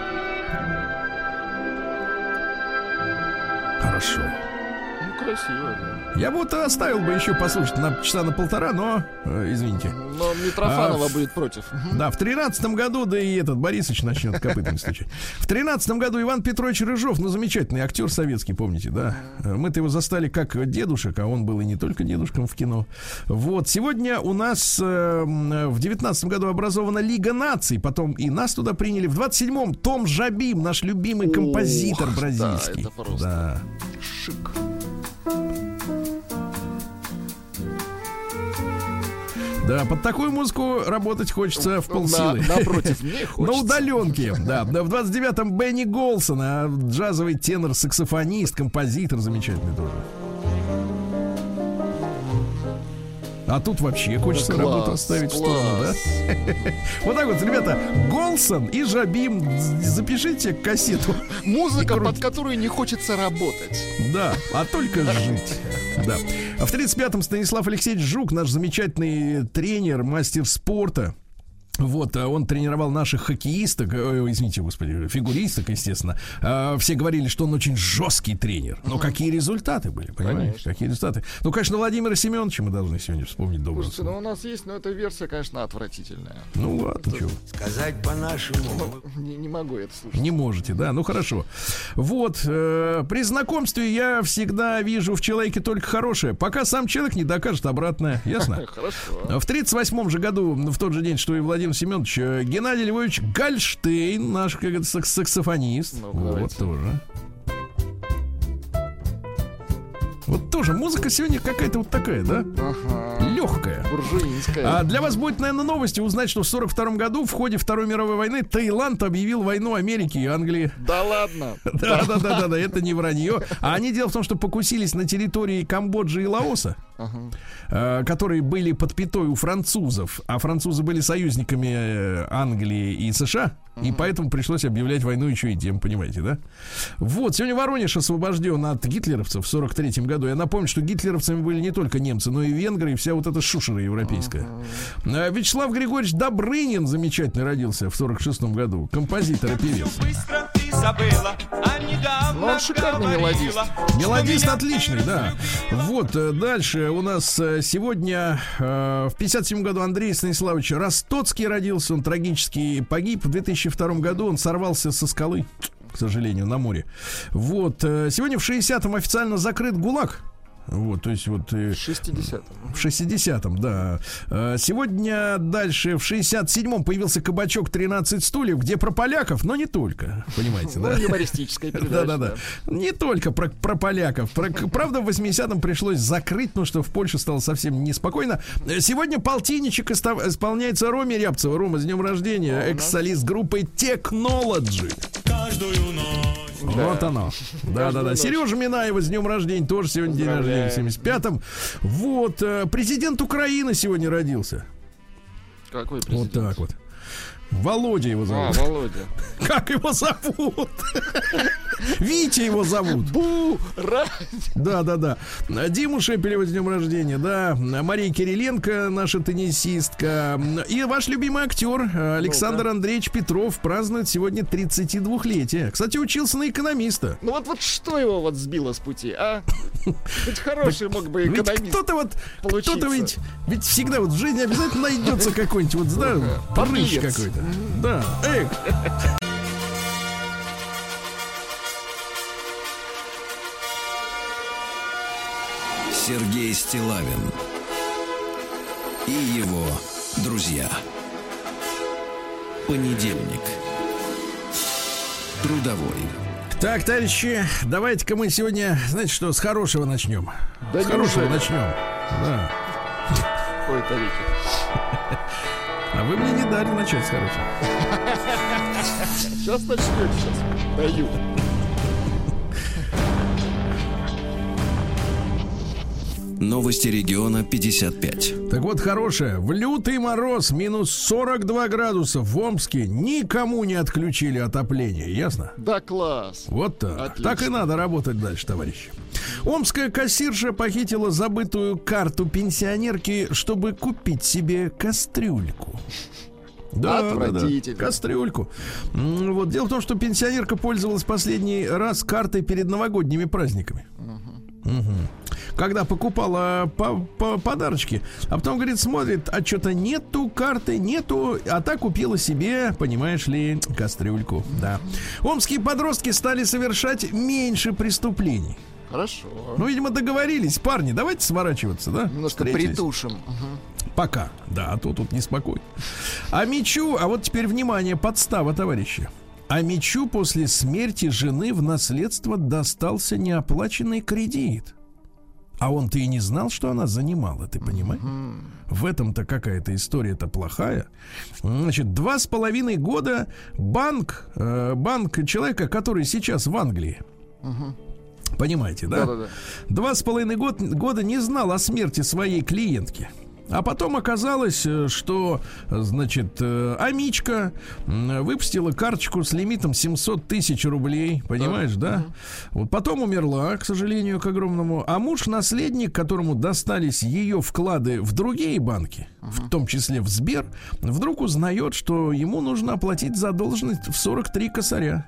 Хорошо. Ну, красиво, да. Я бы вот оставил бы еще послушать на часа на полтора, но, извините. Но Митрофанова будет против. Да, в 13-м году, да и этот Борисович начнет копытами стучать. В 13-м году Иван Петрович Рыжов, ну, замечательный актер советский, помните, да? Мы-то его застали как дедушек, а он был и не только дедушком в кино. Вот, сегодня у нас в 19-м году образована Лига наций, потом и нас туда приняли. В 27-м Том Жабим, наш любимый композитор бразильский. Да, это просто да. Шик. Да, под такую музыку работать хочется в полсилы. Напротив, мне хочется. На удаленке, да. В 29-м Бенни Голсон, джазовый тенор, саксофонист, композитор замечательный тоже. А тут вообще хочется работу оставить в сторону, да? Вот так вот, ребята, Голсон и Жабим, запишите кассету. Музыка, под которую не хочется работать. Да, а только жить. Да. А в 35-м Станислав Алексеевич Жук, наш замечательный тренер, мастер спорта. Вот, он тренировал наших хоккеисток, извините, господи, фигуристок, естественно. Все говорили, что он очень жесткий тренер. Но какие результаты были, понимаете? Конечно. Какие результаты? Ну, конечно, Владимира Семеновича мы должны сегодня вспомнить доброго. Слушайте, ну у нас есть, но эта версия, конечно, отвратительная. Ну ладно, чего. Сказать по-нашему. Не могу это слушать. Не можете, да? Ну, хорошо. Вот, при знакомстве я всегда вижу в человеке только хорошее, пока сам человек не докажет обратное. Ясно? Хорошо. В 1938 же году, в тот же день, что и Владимир Семенович, Геннадий Львович Гольштейн, наш, как это, саксофонист. Ну, вот давайте. тоже. Вот тоже музыка сегодня какая-то вот такая, да? Ага. Легкая. Буржуинская. А для вас будет, наверное, новостью узнать, что в 1942 году в ходе Второй мировой войны Таиланд объявил войну Америке и Англии. Да ладно. Да, это не вранье. А они, дело в том, что покусились на территории Камбоджи и Лаоса, которые были под пятой у французов, а французы были союзниками Англии и США, и поэтому пришлось объявлять войну еще и тем, понимаете, да? Вот, сегодня Воронеж освобожден от гитлеровцев в 1943 году. Я напомню, что гитлеровцами были не только немцы, но и венгры, и вся вот эта шушера европейская. Вячеслав Григорьевич Добрынин замечательно родился в 1946 году, композитор и певец. Ну, он шикарный мелодист. Мелодист отличный, да. Вот, дальше у нас сегодня в 57 году Андрей Станиславович Ростоцкий родился. Он трагически погиб. В 2002 году он сорвался со скалы, к сожалению, на море. Вот, сегодня в 60-м официально закрыт ГУЛАГ. Вот, то есть вот... В 60-м. В 60-м, да. Сегодня дальше в 67-м появился кабачок «13 стульев», где про поляков, но не только, понимаете, да? Юмористическая передача. Да. Не только про поляков. Правда, в 80-м пришлось закрыть, потому что в Польше стало совсем неспокойно. Сегодня полтинничек исполняется Роме Рябцева. Рома, с днем рождения. Экс-солист группы Technology. Каждую ночь. Вот оно. Да. Сережа Минаева с днем рождения. Тоже сегодня день рождения, в 75-м. Вот. Президент Украины сегодня родился. Какой президент? Вот так вот. Володя его зовут. Володя. Как его зовут? Витя его зовут. Да. Диму Шепелева с днем рождения, да. Мария Кириленко, наша теннисистка. И ваш любимый актер Александр Андреевич Петров празднует сегодня 32-летие. Кстати, учился на экономиста. Ну вот что его вот сбило с пути, а? Ведь хороший мог бы экономист получиться. Кто-то ведь всегда вот в жизни обязательно найдется какой-нибудь вот, да, прыщ какой-то. Да, Сергей Стиллавин и его друзья. Понедельник. Трудовой. Так, товарищи, давайте-ка мы сегодня, знаете что, с хорошего начнем. Да с хорошего начнем. Да. Ой, тарики. А вы мне не дали начать с хорошего. Сейчас начнете, сейчас. Даю. Новости региона 55. Так вот, хорошее. В лютый мороз минус 42 градуса в Омске никому не отключили отопление. Ясно? Да, класс. Вот так. Отлично. Так и надо работать дальше, товарищи. Омская кассирша похитила забытую карту пенсионерки, чтобы купить себе кастрюльку. Да, отвратительно. Кастрюльку. Вот. Дело в том, что пенсионерка пользовалась последний раз картой перед новогодними праздниками. Когда покупала подарочки, а потом, говорит, смотрит, а что-то нету карты, а так купила себе, понимаешь ли, кастрюльку. Да. Омские подростки стали совершать меньше преступлений. Хорошо. Ну, видимо, договорились. Парни, давайте сворачиваться, да? Немножко Встретились. притушим. Пока. Да, а то тут неспокойно. А Мичу, а вот теперь внимание, подстава, товарищи. А Мичу после смерти жены в наследство достался неоплаченный кредит. А он-то и не знал, что она занимала, ты понимаешь? В этом-то какая-то история-то плохая. Значит, 2,5 года банк человека, который сейчас в Англии. Понимаете, да? Да. 2,5 года не знал о смерти своей клиентки. А потом оказалось, что, значит, Амичка выпустила карточку с лимитом 700 тысяч рублей, понимаешь, да? Вот потом умерла, к сожалению, к огромному. А муж-наследник, которому достались ее вклады в другие банки, в том числе в Сбер, вдруг узнает, что ему нужно оплатить задолженность в 43 косаря.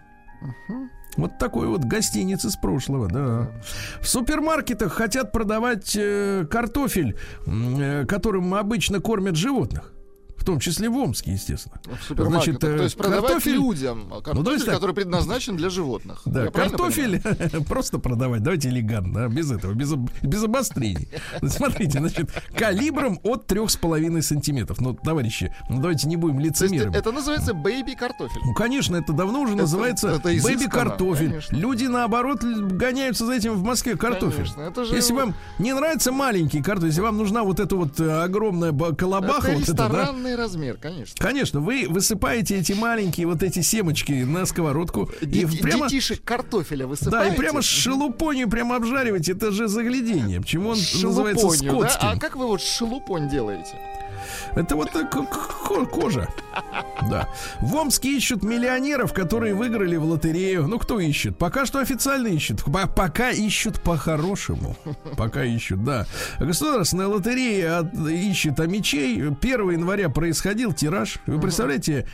Вот такой вот гостиница из прошлого, да. В супермаркетах хотят продавать картофель, которым обычно кормят животных. В том числе в Омске, естественно. В супермаркетах. То есть продавать картофель, людям картофель, который предназначен для животных. Да, картофель просто продавать. Давайте элегантно, да, без этого, без обострений. Смотрите, значит, калибром от 3,5 сантиметров. Ну, товарищи, давайте не будем лицемерами. Это называется бэйби-картофель. Ну, конечно, это давно уже называется бэйби-картофель. Люди, наоборот, гоняются за этим в Москве картофель. Если вам не нравится маленький картофель, если вам нужна вот эта вот огромная колобаха, это ресторанный размер, конечно. Конечно, вы высыпаете эти маленькие вот эти семечки на сковородку и прямо детишек картофеля высыпаете. Да, и прямо шелупонью прямо обжариваете. Это же заглядение. Почему он называется скотским? Да? А как вы вот шелупонь делаете? Это вот кожа. Да. В Омске ищут миллионеров, которые выиграли в лотерею. Ну, кто ищет? Пока что официально ищут. Пока ищут по-хорошему. Пока ищут, да. Государственная лотерея ищет амичей. 1 января происходил тираж. Вы представляете,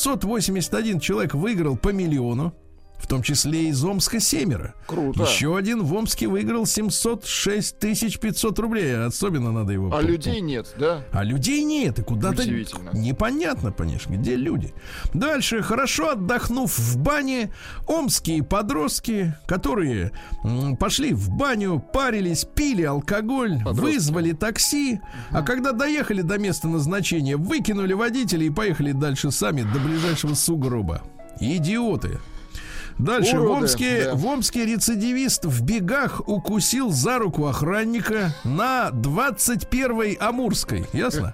581 человек выиграл по миллиону. В том числе из Омска 7. Круто. Еще один в Омске выиграл 706 500 рублей. Особенно надо его... А людей нет, да? А людей нет. И куда-то непонятно, конечно, где люди. Дальше. Хорошо отдохнув в бане, омские подростки, которые пошли в баню, парились, пили алкоголь, вызвали такси, а когда доехали до места назначения, выкинули водителя и поехали дальше сами до ближайшего сугроба. Идиоты. Дальше. Уроды, в Омске рецидивист в бегах укусил за руку охранника на 21-й Амурской. Ясно?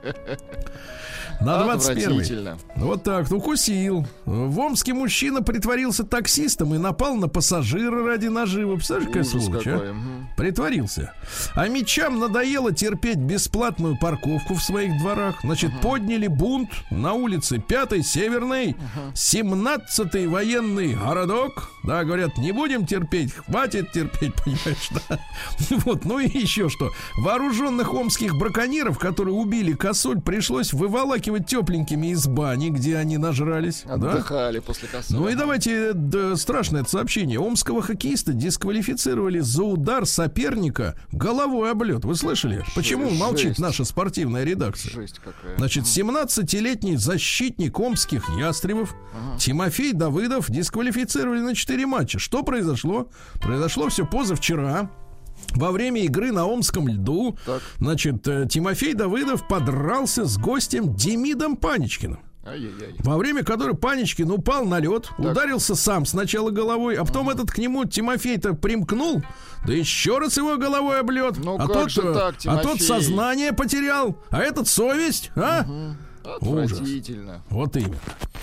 На 21-й. Вот так, укусил. В Омске мужчина притворился таксистом и напал на пассажира ради наживы. Представляешь, какая сволочь, а? Притворился. А мечам надоело терпеть бесплатную парковку в своих дворах. Значит, подняли бунт на улице 5-й Северной, 17-й военный городок. Да, говорят, не будем терпеть, хватит терпеть, понимаешь, да? Вот, ну и еще что. Вооруженных омских браконьеров, которые убили косуль, пришлось выволакивать тепленькими из бани, где они нажрались. Отдыхали после косули. Ну и давайте, страшное это сообщение. Омского хоккеиста дисквалифицировали за удар соперника головой об лед. Вы слышали? Почему молчит наша спортивная редакция? Жесть какая. Значит, 17-летний защитник омских ястребов Тимофей Давыдов дисквалифицировали на 4 матча. Что произошло? Произошло все позавчера. Во время игры на омском льду, значит, Тимофей Давыдов подрался с гостем Демидом Паничкиным. Во время которой Паничкин упал на лед, ударился сам сначала головой, а потом этот к нему Тимофей-то примкнул, да еще раз его головой об лед. Ну, а тот сознание потерял, а этот совесть, а? Отвратительно. Ужас. Вот именно.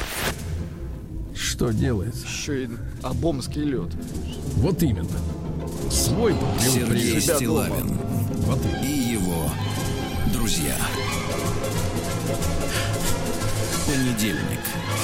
Что делается? Еще и обомский лед. Вот именно. Свой Сергей Стиллавин и его друзья. Понедельник.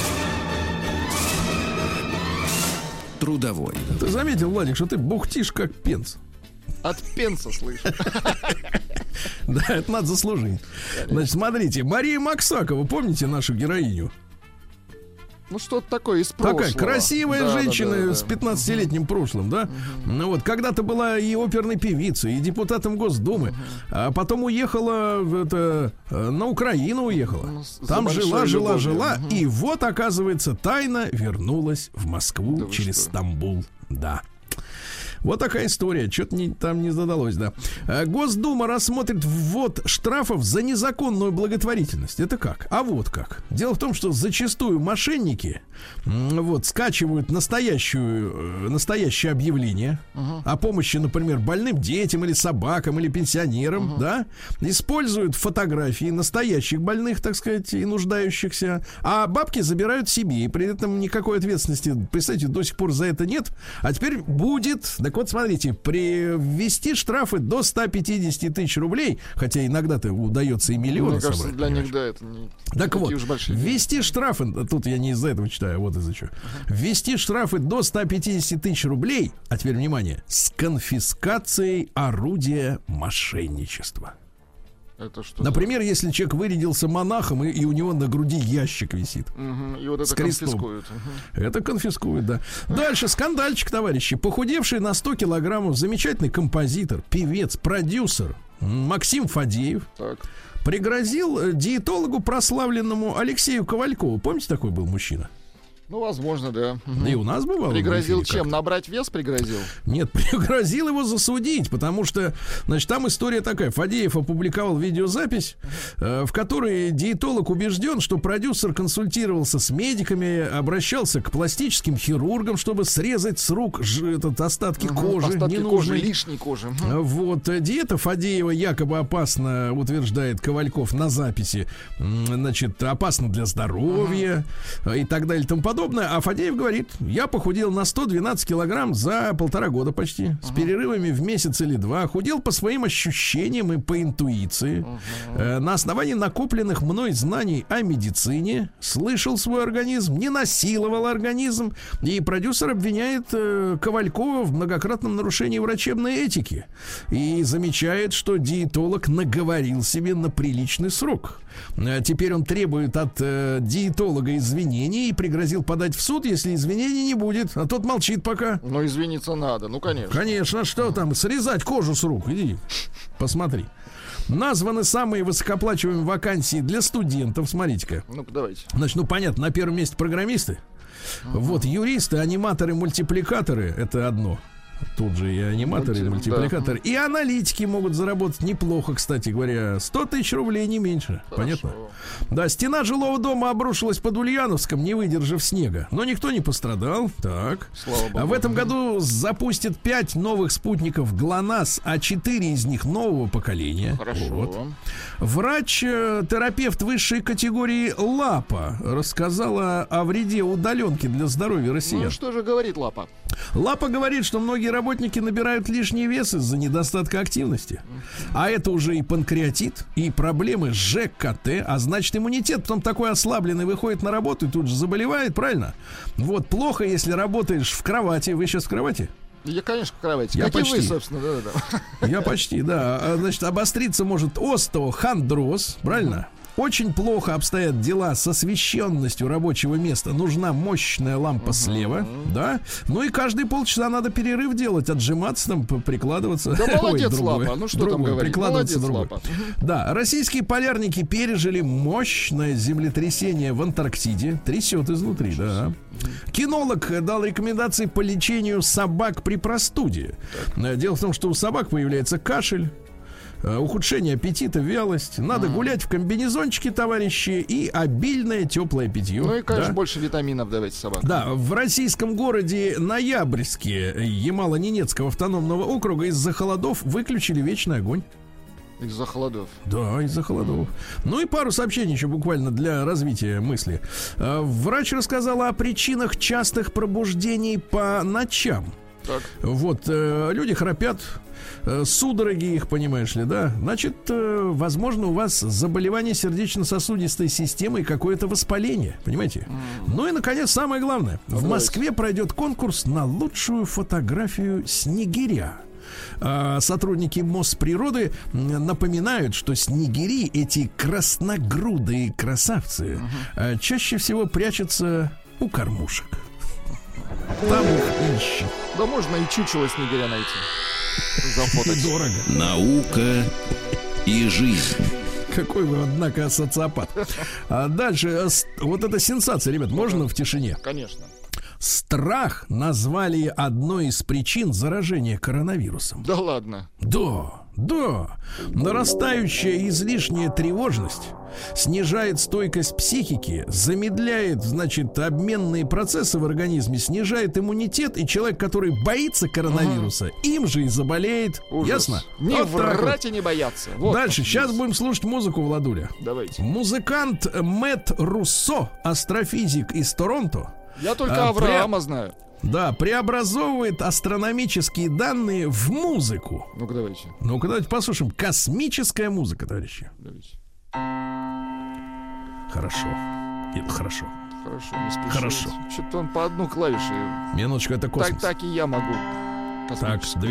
Трудовой. Ты заметил, Владик, что ты бухтишь как пенс? От пенса слышу. Да, это надо заслужить. Значит, смотрите, Мария Максакова, помните нашу героиню? Ну, что-то такое из прошлого. Такая красивая женщина с 15-летним прошлым, да? Ну вот, когда-то была и оперной певицей, и депутатом Госдумы, а потом уехала на Украину уехала. Там жила, и вот, оказывается, тайно вернулась в Москву через Стамбул. Да. Вот такая история. Что-то там не задалось, да. Госдума рассмотрит ввод штрафов за незаконную благотворительность. Это как? А вот как. Дело в том, что зачастую мошенники скачивают настоящее объявление о помощи, например, больным детям или собакам или пенсионерам, да, используют фотографии настоящих больных, так сказать, и нуждающихся, а бабки забирают себе, и при этом никакой ответственности, представьте, до сих пор за это нет, а теперь будет, Так вот, смотрите, ввести штрафы до 150 тысяч рублей, хотя иногда-то удается и миллионы Мне кажется, собрать. для них, да, это не Так вот, уж большие ввести штрафы, тут я не из-за этого читаю, вот из-за чего. Ввести штрафы до 150 тысяч рублей, а теперь, внимание, с конфискацией орудия мошенничества. Это что? Например, если человек вырядился монахом, и у него на груди ящик висит. И вот это конфискуют. Это конфискуют, да. Дальше скандальчик, товарищи. Похудевший на 100 килограммов замечательный композитор, певец, продюсер Максим Фадеев пригрозил диетологу прославленному Алексею Ковалькову. Помните, такой был мужчина? Ну, возможно, да. Да и у нас бывало. Пригрозил чем? Набрать вес пригрозил? Нет, пригрозил его засудить, потому что, значит, там история такая. Фадеев опубликовал видеозапись, в которой диетолог убежден, что продюсер консультировался с медиками, обращался к пластическим хирургам, чтобы срезать с рук остатки кожи. Остатки кожи, лишней кожи. Вот. Диета Фадеева якобы опасна, утверждает Ковальков на записи. Значит, опасна для здоровья и так далее и тому подобное. А Фадеев говорит: я похудел на 112 килограмм за 1,5 года почти, с перерывами в месяц или два. Худел по своим ощущениям и по интуиции, на основании накопленных мной знаний о медицине, слышал свой организм, не насиловал организм. И продюсер обвиняет Ковалькова в многократном нарушении врачебной этики и замечает, что диетолог наговорил себе на приличный срок. Теперь он требует от диетолога извинений и пригрозил подать в суд, если извинений не будет. А тот молчит пока. Но извиниться надо, ну конечно. Конечно, что там, срезать кожу с рук, иди, посмотри. Названы самые высокооплачиваемые вакансии для студентов. Смотрите-ка. Ну-ка, давайте. Значит, ну понятно, на первом месте программисты. Вот, юристы, аниматоры, мультипликаторы — это одно. Тут же и аниматоры, и мультипликаторы. И аналитики могут заработать неплохо, кстати говоря. 100 тысяч рублей, не меньше. Хорошо. Понятно? Да, стена жилого дома обрушилась под Ульяновском, не выдержав снега. Но никто не пострадал. Так. Слава богу. А в этом году запустят 5 новых спутников ГЛОНАСС, а 4 из них нового поколения. Хорошо. Вот. Врач-терапевт высшей категории Лапа рассказала о вреде удаленки для здоровья россиян. Ну, что же говорит Лапа? Лапа говорит, что многие работники набирают лишний вес из-за недостатка активности. А это уже и панкреатит, и проблемы с ЖКТ, а значит иммунитет потом такой ослабленный выходит на работу и тут же заболевает, правильно? Вот плохо, если работаешь в кровати. Вы сейчас в кровати? Я, конечно, в кровати. Я как почти. И вы, собственно, да. Я почти, да. Значит, обостриться может остеохондроз, правильно? Очень плохо обстоят дела с освещенностью рабочего места. Нужна мощная лампа слева, да? Ну и каждые полчаса надо перерыв делать, отжиматься там, прикладываться. Да молодец, Лапа. Ну что там говорить? Прикладываться молодец, Лапа. Да, российские полярники пережили мощное землетрясение в Антарктиде. Трясет изнутри, да. Кинолог дал рекомендации по лечению собак при простуде. Дело в том, что у собак появляется кашель, ухудшение аппетита, вялость. Надо гулять в комбинезончике, товарищи, и обильное теплое питье. Ну и, конечно, да? больше витаминов давайте собакам. Да, в российском городе Ноябрьске Ямало-Ненецкого автономного округа из-за холодов выключили вечный огонь. Из-за холодов. Да, из-за холодов. Ну и пару сообщений еще буквально для развития мысли. Врач рассказала о причинах частых пробуждений по ночам. Так. Вот, люди храпят, судороги их, понимаешь ли, да? Значит, возможно, у вас заболевание сердечно-сосудистой системы и какое-то воспаление, понимаете? Ну и, наконец, самое главное. В Москве пройдет конкурс на лучшую фотографию снегиря. Сотрудники Мосприроды напоминают, что снегири, эти красногрудые красавцы, чаще всего прячутся у кормушек. Там их ищут. Да можно и чучело снегиря найти. Зафотать. Дорого. Наука и жизнь. Какой вы, однако, социопат. А дальше, вот это сенсация, ребят, можно в тишине? Конечно. Страх назвали одной из причин заражения коронавирусом. Да ладно. Да. Нарастающая излишняя тревожность снижает стойкость психики, замедляет, значит, обменные процессы в организме, снижает иммунитет, и человек, который боится коронавируса, им же и заболеет. Ужас. Ясно? Не Вот врать и не бояться. Вот. Дальше, сейчас будем слушать музыку, Владуля. Давайте. Музыкант Мэтт Руссо, астрофизик из Торонто. Я только Авраама знаю. Да, преобразовывает астрономические данные в музыку. Ну-ка, давайте. Ну-ка, давайте послушаем. Космическая музыка, товарищи. Давайте. Хорошо. Это хорошо. Хорошо, не спешите. Хорошо. Что-то он по одну клавише. Минуточку, это космос. Так и я могу. Так, 2.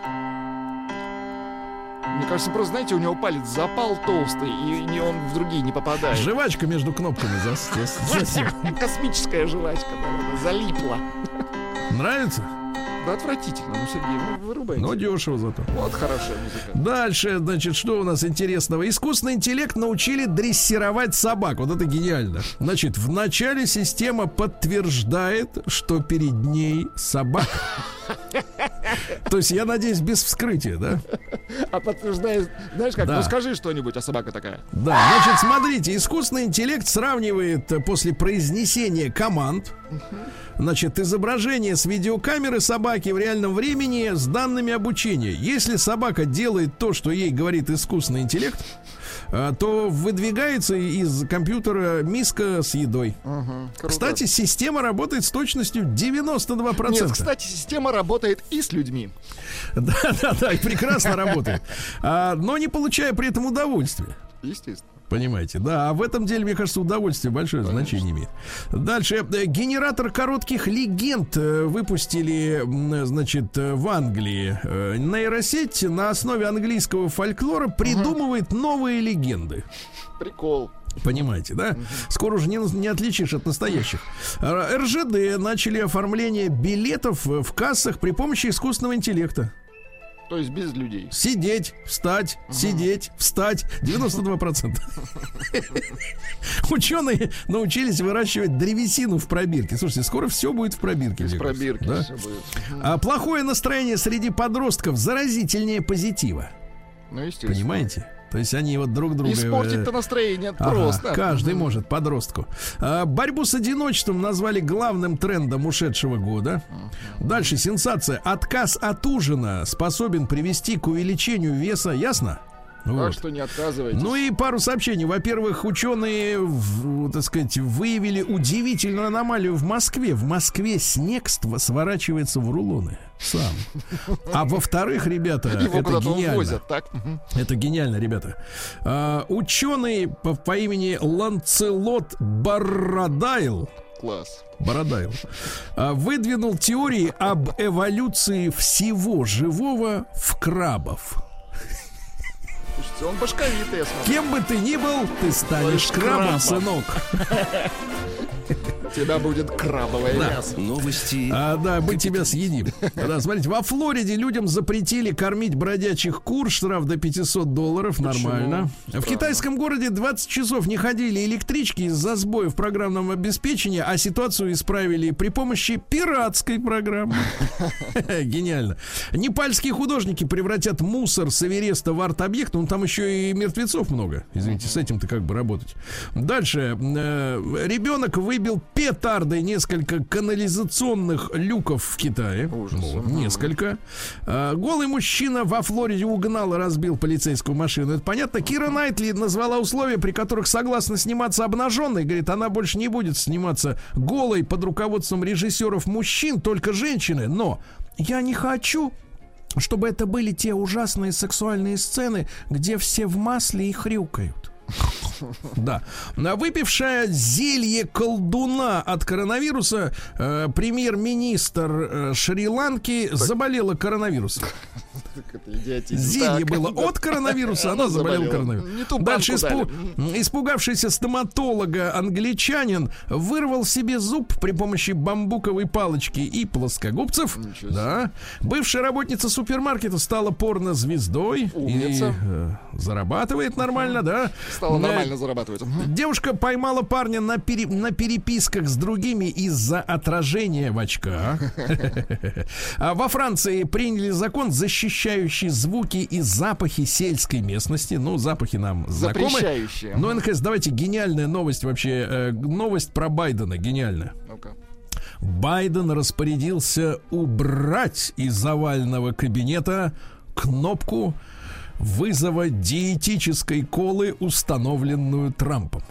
Мне кажется, просто, знаете, у него палец запал толстый, и он в другие не попадает. Жвачка между кнопками засела. Космическая жвачка, наверное, залипла. Нравится? Да отвратительно, ну, Сергей, вы вырубаете. Но дешево зато. Вот хорошая музыка. Дальше, значит, что у нас интересного? Искусственный интеллект научили дрессировать собак. Вот это гениально. Значит, вначале система подтверждает, что перед ней собака. То есть, я надеюсь, без вскрытия, да? А подтверждает, знаешь как, Да. ну скажи что-нибудь, а собака такая. Да, значит, смотрите, искусственный интеллект сравнивает после произнесения команд, значит, изображение с видеокамеры собаки в реальном времени с данными обучения. Если собака делает то, что ей говорит искусственный интеллект, то выдвигается из компьютера миска с едой. Кстати, система работает с точностью 92%. Нет, кстати, система работает и с людьми. Да, и прекрасно работает. Но не получая при этом удовольствия. Естественно. Понимаете, да, а в этом деле, мне кажется, удовольствие большое значение имеет. Дальше, генератор коротких легенд выпустили, значит, в Англии. Нейросеть на основе английского фольклора придумывает новые легенды. Прикол. Понимаете, да? Скоро уже не отличишь от настоящих. РЖД начали оформление билетов в кассах при помощи искусственного интеллекта. То есть без людей. Сидеть, встать, сидеть, встать. 92%. Ученые научились выращивать древесину в пробирке. Слушайте, скоро все будет в пробирке. Без пробирки да? все будет. А плохое настроение среди подростков заразительнее позитива. Ну, естественно. Понимаете? То есть они вот друг друга... Испортить-то настроение просто. Каждый может, подростку. Борьбу с одиночеством назвали главным трендом ушедшего года. Дальше сенсация. Отказ от ужина способен привести к увеличению веса. Ясно? Так Вот. что не отказывайтесь. Ну и пару сообщений. Во-первых, ученые, так сказать, выявили удивительную аномалию в Москве. В Москве снег сворачивается в рулоны сам. А во-вторых, ребята, Его это куда-то гениально. увозят, так? Это гениально, ребята. Ученый по имени Ланцелот Бородайл Класс. выдвинул теории об эволюции всего живого в крабов. Слушайте, он башковитый, я смотрю. Кем бы ты ни был, ты станешь крабом, сынок. У тебя будет крабовое мясо. Новости. Да, мы тебя съедим. Да, смотрите, во Флориде людям запретили кормить бродячих кур, штраф до $500, нормально. В китайском городе 20 часов не ходили электрички из-за сбоя в программном обеспечении, а ситуацию исправили при помощи пиратской программы. Гениально. Непальские художники превратят мусор с Эвереста в арт-объект, но там еще и мертвецов много. Извините, с этим-то как бы работать. Дальше. Ребенок выбил петардой несколько канализационных люков в Китае. Вот, несколько. Голый мужчина во Флориде угнал и разбил полицейскую машину. Это понятно. Кира Найтли назвала условия, при которых согласна сниматься обнаженной. Говорит, она больше не будет сниматься голой под руководством режиссеров мужчин, только женщины. Но я не хочу, чтобы это были те ужасные сексуальные сцены, где все в масле и хрюкают. Да. Выпившая зелье колдуна от коронавируса, премьер-министр Шри-Ланки заболела коронавирусом. Зелье было от коронавируса, она заболела коронавирусом. Дальше испугавшийся стоматолога англичанин вырвал себе зуб при помощи бамбуковой палочки и плоскогубцев. Да. Бывшая работница супермаркета стала порнозвездой. Умница. И зарабатывает нормально, да. Стала нормально зарабатывать. Девушка поймала парня на переписках с другими из-за отражения в очках. А во Франции приняли закон, защищающий звуки и запахи сельской местности. Ну, запахи нам знакомы. Запрещающие. Ну, НХС, давайте гениальная новость вообще. Новость про Байдена. Гениальная. Ну-ка. Байден распорядился убрать из овального кабинета кнопку вызова диетической колы, установленную Трампом.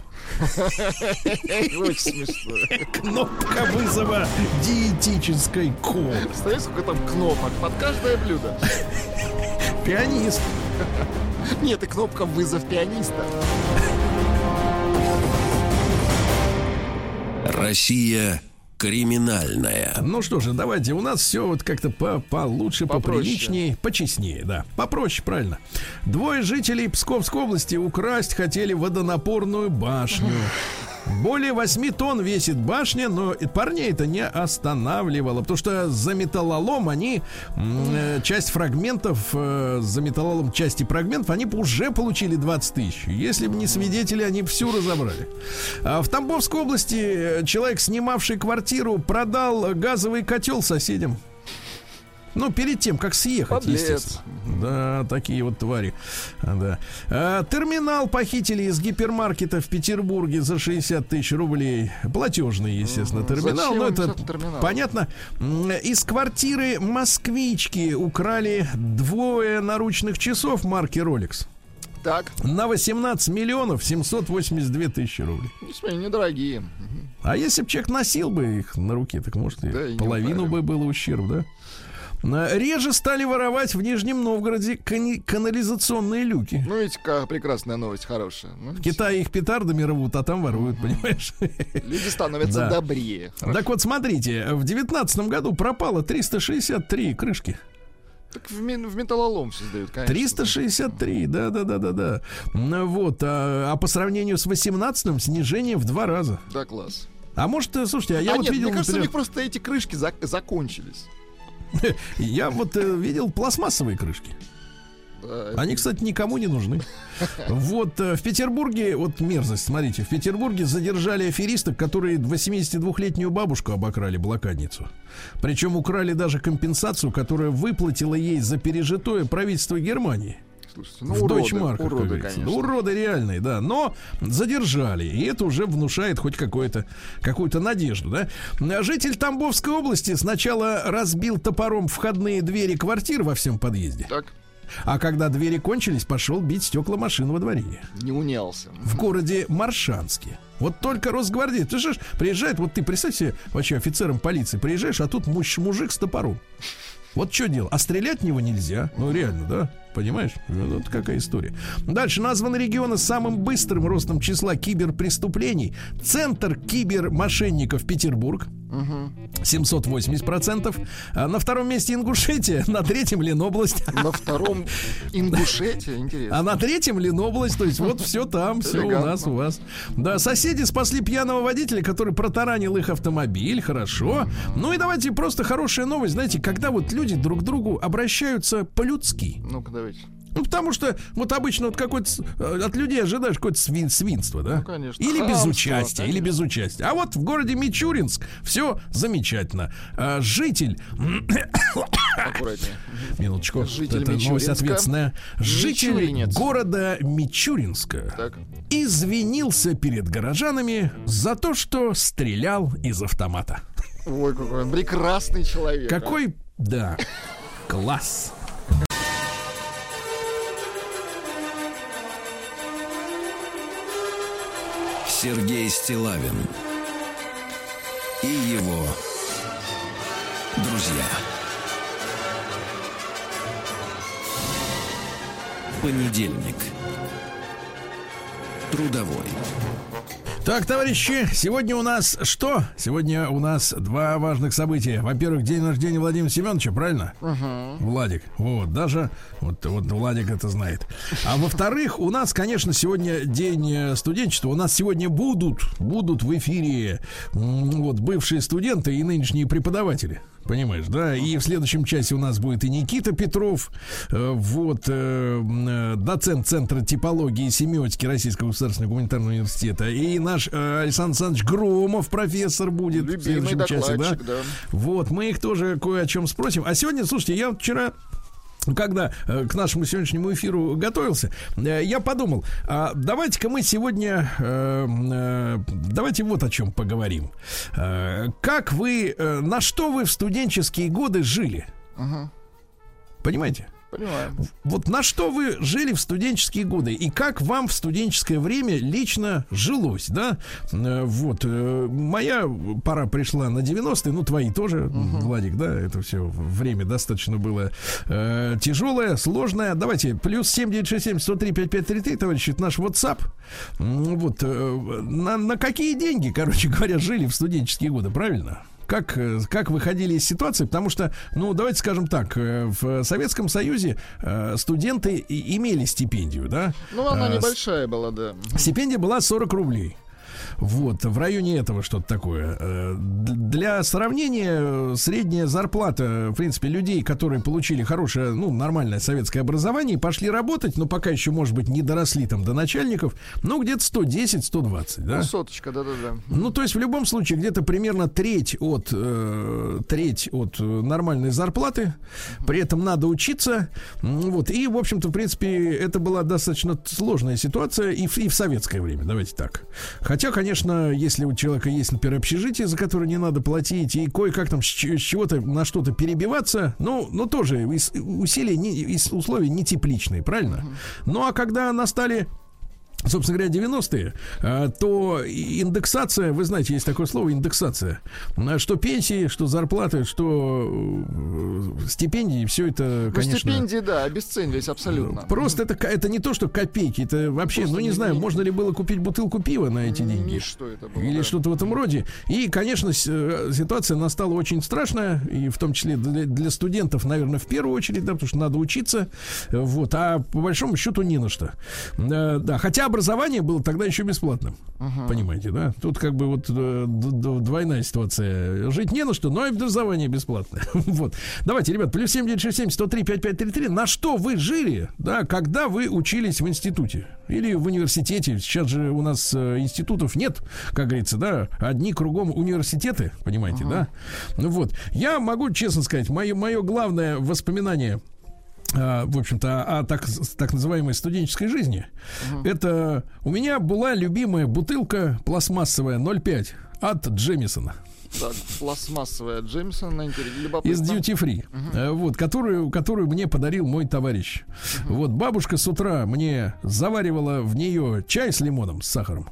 Очень смешно. Кнопка вызова диетической колы. Представляешь, сколько там кнопок под каждое блюдо? Пианист. Нет, и кнопка «Вызов пианиста». Россия криминальная. Ну что же, давайте, у нас все вот как-то получше, поприличнее, почестнее, да. Попроще, правильно. Двое жителей Псковской области украсть хотели водонапорную башню. Более 8 тонн весит башня, но парней это не останавливало, потому что за металлолом они часть фрагментов, за металлолом части фрагментов они уже получили 20 тысяч. Если бы не свидетели, они всю разобрали. А в Тамбовской области человек, снимавший квартиру, продал газовый котел соседям. Ну, перед тем, как съехать, Подлец. естественно. Да, такие вот твари. Да. Терминал похитили из гипермаркета в Петербурге за 60 тысяч рублей. Платежный, естественно, терминал. Зачем Но им это этот терминал? понятно. Из квартиры москвички украли 2 наручных часов марки Rolex Так, на 18 миллионов 782 тысячи рублей. ну, смотри, недорогие. А если бы человек носил бы их на руке, так может и Да, и не половину ударил. бы было ущерб, да? Реже стали воровать в Нижнем Новгороде канализационные люки. Ну, ведь какая прекрасная новость, хорошая. Ну, В Китае их петардами рвут, а там воруют, понимаешь? люди становятся Да. добрее. Так вот, смотрите, в 2019 году пропало 363 крышки. Так в металлолом все сдают, конечно. 363, да. Ну вот, а по сравнению с 18-м снижение в 2 раза. Да, класс. А может, слушайте, а я вот нет, видел, мне кажется, у например, них просто эти крышки закончились. я вот видел пластмассовые крышки. Да, Они, кстати, никому не нужны. Вот в Петербурге, вот мерзость, смотрите, в Петербурге задержали аферисток, которые 82-летнюю бабушку обокрали, блокадницу. Причем украли даже компенсацию, которая выплатила ей за пережитое правительство Германии. слушайте, ну, В уроды, дойчмарках, как уроды, говорится. конечно. Уроды реальные, да. Но задержали. И это уже внушает хоть какую-то надежду, да. Житель Тамбовской области сначала разбил топором входные двери квартир во всем подъезде. Так, А когда двери кончились, пошел бить стекла машин во дворе. не унялся. В городе Маршанске. Вот только Росгвардия. Ты же приезжает, вот ты представь себе, вообще офицером полиции приезжаешь, а тут мужик с топором. Вот что делать? А стрелять в него нельзя. Ну, реально, да? Понимаешь? Вот какая история. Дальше названы регионы с самым быстрым ростом числа киберпреступлений. Центр кибермошенников Петербург. 780%. А на втором месте Ингушетия, на третьем Ленобласть. На втором Ингушетии, интересно. А на третьем Ленобласть, то есть вот все там, все у нас, у вас. Да, соседи спасли пьяного водителя, который протаранил их автомобиль, хорошо. Ну и давайте просто хорошая новость, знаете, когда вот люди друг к другу обращаются по-людски. Ну-ка, давайте. Ну, потому что вот обычно вот какой-то от людей ожидаешь какое-то свинство, да? Ну, конечно. Или Хамство, безучастие, или конечно. безучастие. А вот в городе Мичуринск все замечательно. Житель... Аккуратнее. Минуточку. Житель Это новость Мичуринска. ответственная. Житель Мичуринец. города Мичуринска Так. извинился перед горожанами за то, что стрелял из автомата. Ой, какой он прекрасный человек. Какой, да, класс. Сергей Стиллавин и его друзья. Понедельник. Трудовой. Так, товарищи, сегодня у нас что? Сегодня у нас 2 важных события. Во-первых, день рождения Владимира Семеновича, правильно? Владик. Вот, даже вот Владик это знает. А во-вторых, у нас, конечно, сегодня день студенчества. У нас сегодня будут в эфире вот бывшие студенты и нынешние преподаватели. Понимаешь, да? И в следующем часе у нас будет и Никита Петров, доцент Центра типологии и семиотики Российского государственного гуманитарного университета, и наш Александр Александрович Громов, профессор, будет в Любимый следующем часе, да? докладчик, да. Вот, мы их тоже кое о чем спросим. А сегодня, слушайте, я вчера, когда к нашему сегодняшнему эфиру готовился, я подумал, давайте-ка мы сегодня, давайте вот о чем поговорим. Как вы, на что вы в студенческие годы жили? Ага. Понимаете? Понимаю. Вот на что вы жили в студенческие годы и как вам в студенческое время лично жилось, да? Вот. Моя пора пришла на 90-е, ну, твои тоже, Владик, да? Это все время достаточно было тяжелое, сложное. Давайте, плюс 7967-103-5533, товарищи, это наш WhatsApp. Вот. На какие деньги, короче говоря, жили в студенческие годы, правильно? Как выходили из ситуации? Потому что, ну, давайте скажем так, в Советском Союзе студенты имели стипендию, да? Ну, она небольшая была, да. Стипендия была 40 рублей. Вот, в районе этого что-то такое. Для сравнения, средняя зарплата, в принципе, людей, которые получили хорошее, ну, нормальное советское образование, пошли работать, но пока еще, может быть, не доросли там до начальников, ну, где-то 110-120, да? Ну, соточка, да-да-да. Ну, то есть, в любом случае, где-то примерно треть от нормальной зарплаты, при этом надо учиться, вот, и, в общем-то, в принципе, это была достаточно сложная ситуация и в советское время, давайте так. Хотя, конечно, если у человека есть, например, общежитие, за которое не надо платить, и кое-как там с чего-то на что-то перебиваться, ну тоже усилия, условия не тепличные, правильно? Ну, а когда настали, собственно говоря, 90-е, то индексация, вы знаете, есть такое слово индексация, что пенсии, что зарплаты, что стипендии, все это, конечно... Стипендии, да, обесценились абсолютно. Просто это не то, что копейки, это вообще, просто, ну не знаю, можно ли было купить бутылку пива на эти деньги? Что это было, или да. что-то в этом роде. И, конечно, ситуация настала очень страшная, и в том числе для студентов, наверное, в первую очередь, да, потому что надо учиться, вот, а по большому счету не на что. Да, хотя образование было тогда еще бесплатным. Понимаете, да? Тут как бы вот двойная ситуация. Жить не на что, но и образование бесплатное. Вот. Давайте, ребят, плюс 7967-103-5533. На что вы жили, да, когда вы учились в институте? Или в университете? Сейчас же у нас институтов нет, как говорится, да? Одни кругом университеты, понимаете, да? Ну вот. Я могу честно сказать, мое главное воспоминание, в общем-то, о так называемой студенческой жизни. Это у меня была любимая бутылка пластмассовая 0,5 от Джемисона. Так, пластмассовая Джемисон, любопытно. Из Duty Free, вот, которую мне подарил мой товарищ. Вот, бабушка с утра мне заваривала в нее чай с лимоном, с сахаром.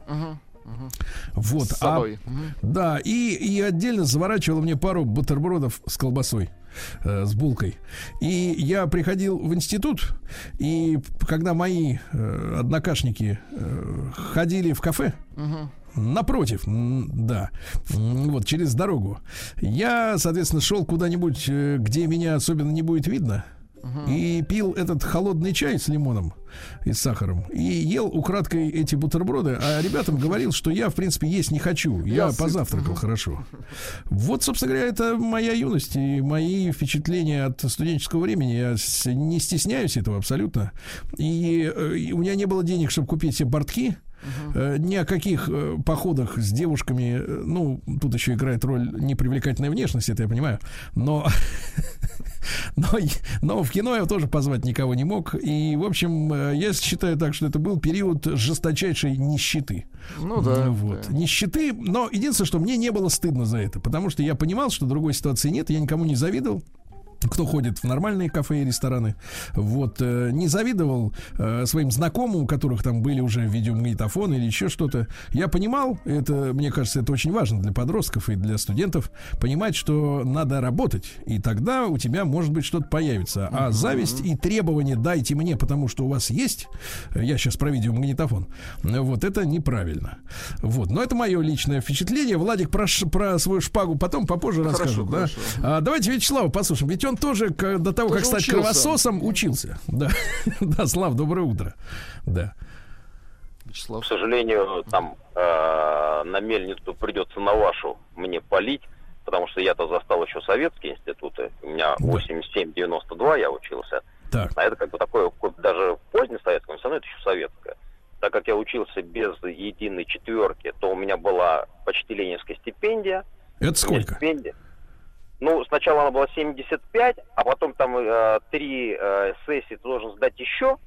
Вот, с собой. Да, и отдельно заворачивала мне пару бутербродов с колбасой, с булкой. И я приходил в институт, и когда мои однокашники ходили в кафе, напротив, да, вот через дорогу, я, соответственно, шел куда-нибудь, где меня особенно не будет видно, и пил этот холодный чай с лимоном и с сахаром, и ел украдкой эти бутерброды, а ребятам говорил, что я, в принципе, есть не хочу. Я позавтракал хорошо. Вот, собственно говоря, это моя юность и мои впечатления от студенческого времени. Я не стесняюсь этого абсолютно. И у меня не было денег, чтобы купить себе портки. Ни о каких походах с девушками. Ну, тут еще играет роль непривлекательная внешность, это я понимаю. Но в кино я тоже позвать никого не мог. И, в общем, я считаю так, что это был период жесточайшей нищеты. Ну да. Вот. Да. Нищеты, но единственное, что мне не было стыдно за это, потому что я понимал, что другой ситуации нет, я никому не завидовал. Кто ходит в нормальные кафе и рестораны. Вот, не завидовал своим знакомым, у которых там были уже видеомагнитофоны или еще что-то. Я понимал, это, мне кажется, это очень важно для подростков и для студентов, понимать, что надо работать, и тогда у тебя, может быть, что-то появится. А зависть и требование «дайте мне, потому что у вас есть», я сейчас про видеомагнитофон, вот, это неправильно. Вот, но это мое личное впечатление. Владик про свою шпагу потом попозже расскажу. Да? Давайте Вячеслава послушаем. Ведь он тоже до того, как стать кровососом, учился. Да. Да, Слав, доброе утро. Да. К сожалению, там на мельницу придется на вашу мне палить, потому что я-то застал еще советские институты. У меня 87-92 я учился. Так. А это как бы такое, даже в позднем советском, все равно это еще советское. Так как я учился без единой четверки, то у меня была почти ленинская стипендия. Это сколько? Стипендия. Ну, сначала она была 75, а потом там 3 сессии ты должен сдать еще,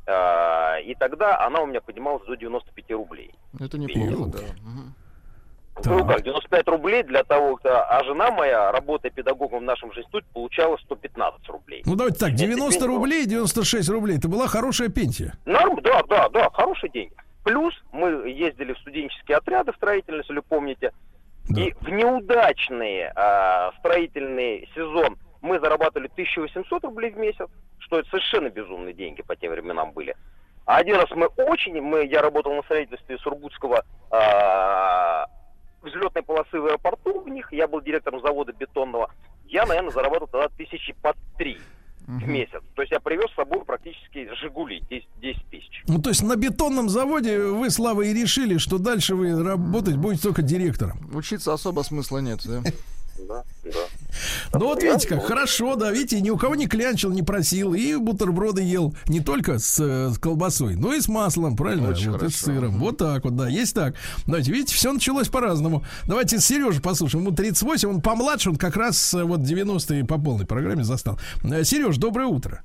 и тогда она у меня поднималась до 95 рублей. Это неплохо, да. Ну как, 95 рублей для того, а жена моя, работая педагогом в нашем же институте, получала 115 рублей. Ну давайте так, 90 рублей, 96 рублей, это была хорошая пенсия. Да, хорошие деньги. Плюс мы ездили в студенческие отряды в строительность, если помните, да. И в неудачный строительный сезон мы зарабатывали 1800 рублей в месяц, что это совершенно безумные деньги по тем временам были. А один раз я работал на строительстве Сургутского взлетной полосы в аэропорту в них, я был директором завода бетонного, я, наверное, зарабатывал тогда 3 в месяц. То есть я привез с собой практически «Жигули» 10 тысяч. Ну, то есть на бетонном заводе вы, Слава, и решили, что дальше вы работать будете только директором. Учиться особо смысла нет, да? Да. Ну вот видите как, хорошо, да, видите, ни у кого не клянчил, не просил, и бутерброды ел не только с колбасой, но и с маслом, правильно? Очень вот хорошо. И с сыром. Вот так вот, да, есть так. Давайте, видите, все началось по-разному. Давайте Сережу послушаем, ему 38, он помладше, он как раз вот 90-е по полной программе застал. Сереж, доброе утро.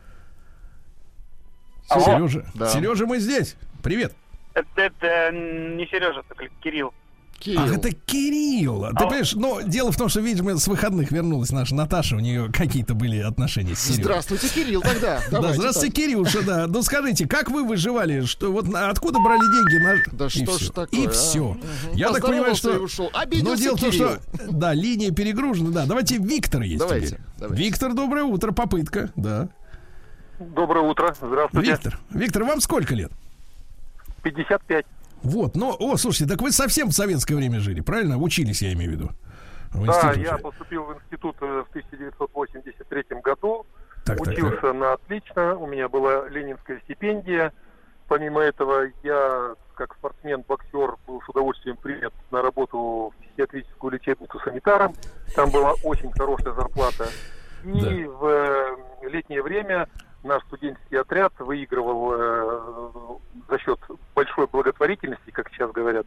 Сережа, да. Сережа, мы здесь. Привет. Это не Сережа, только Кирилл. Ах, это Кирилл. Ты понимаешь, но дело в том, что, видимо, с выходных вернулась наша Наташа, у нее какие-то были отношения с Сережей. Здравствуйте, Кирилл, тогда. Да, здравствуйте, Кирюша, да. Ну скажите, как вы выживали? Что вот откуда брали деньги на... Да что ж такое? И все. Я так понимаю, что... Но дело в том, что да, линия перегружена. Да, давайте Виктор есть. Давайте. Виктор, доброе утро, попытка, да. Доброе утро, здравствуйте. Виктор, вам сколько лет? 55. Вот, слушайте, так вы совсем в советское время жили, правильно? Учились, я имею в виду. Да, я поступил в институт в 1983 году. Учился на отлично, у меня была ленинская стипендия. Помимо этого, я, как спортсмен-боксер, был с удовольствием принят на работу в психиатрическую лечебницу санитаром. Там была очень хорошая зарплата. И в летнее время наш студенческий отряд выигрывал за счет большой благотворительности, как сейчас говорят,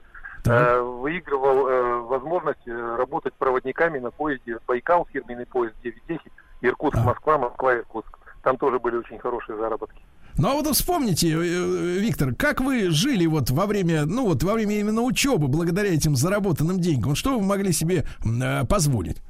выигрывал возможность работать проводниками на поезде Байкал, фирменный поезд 910, Иркутск-Москва, Москва-Иркутск. Там тоже были очень хорошие заработки. Ну а вот вспомните, Виктор, как вы жили вот во время именно учебы, благодаря этим заработанным деньгам? Что вы могли себе позволить?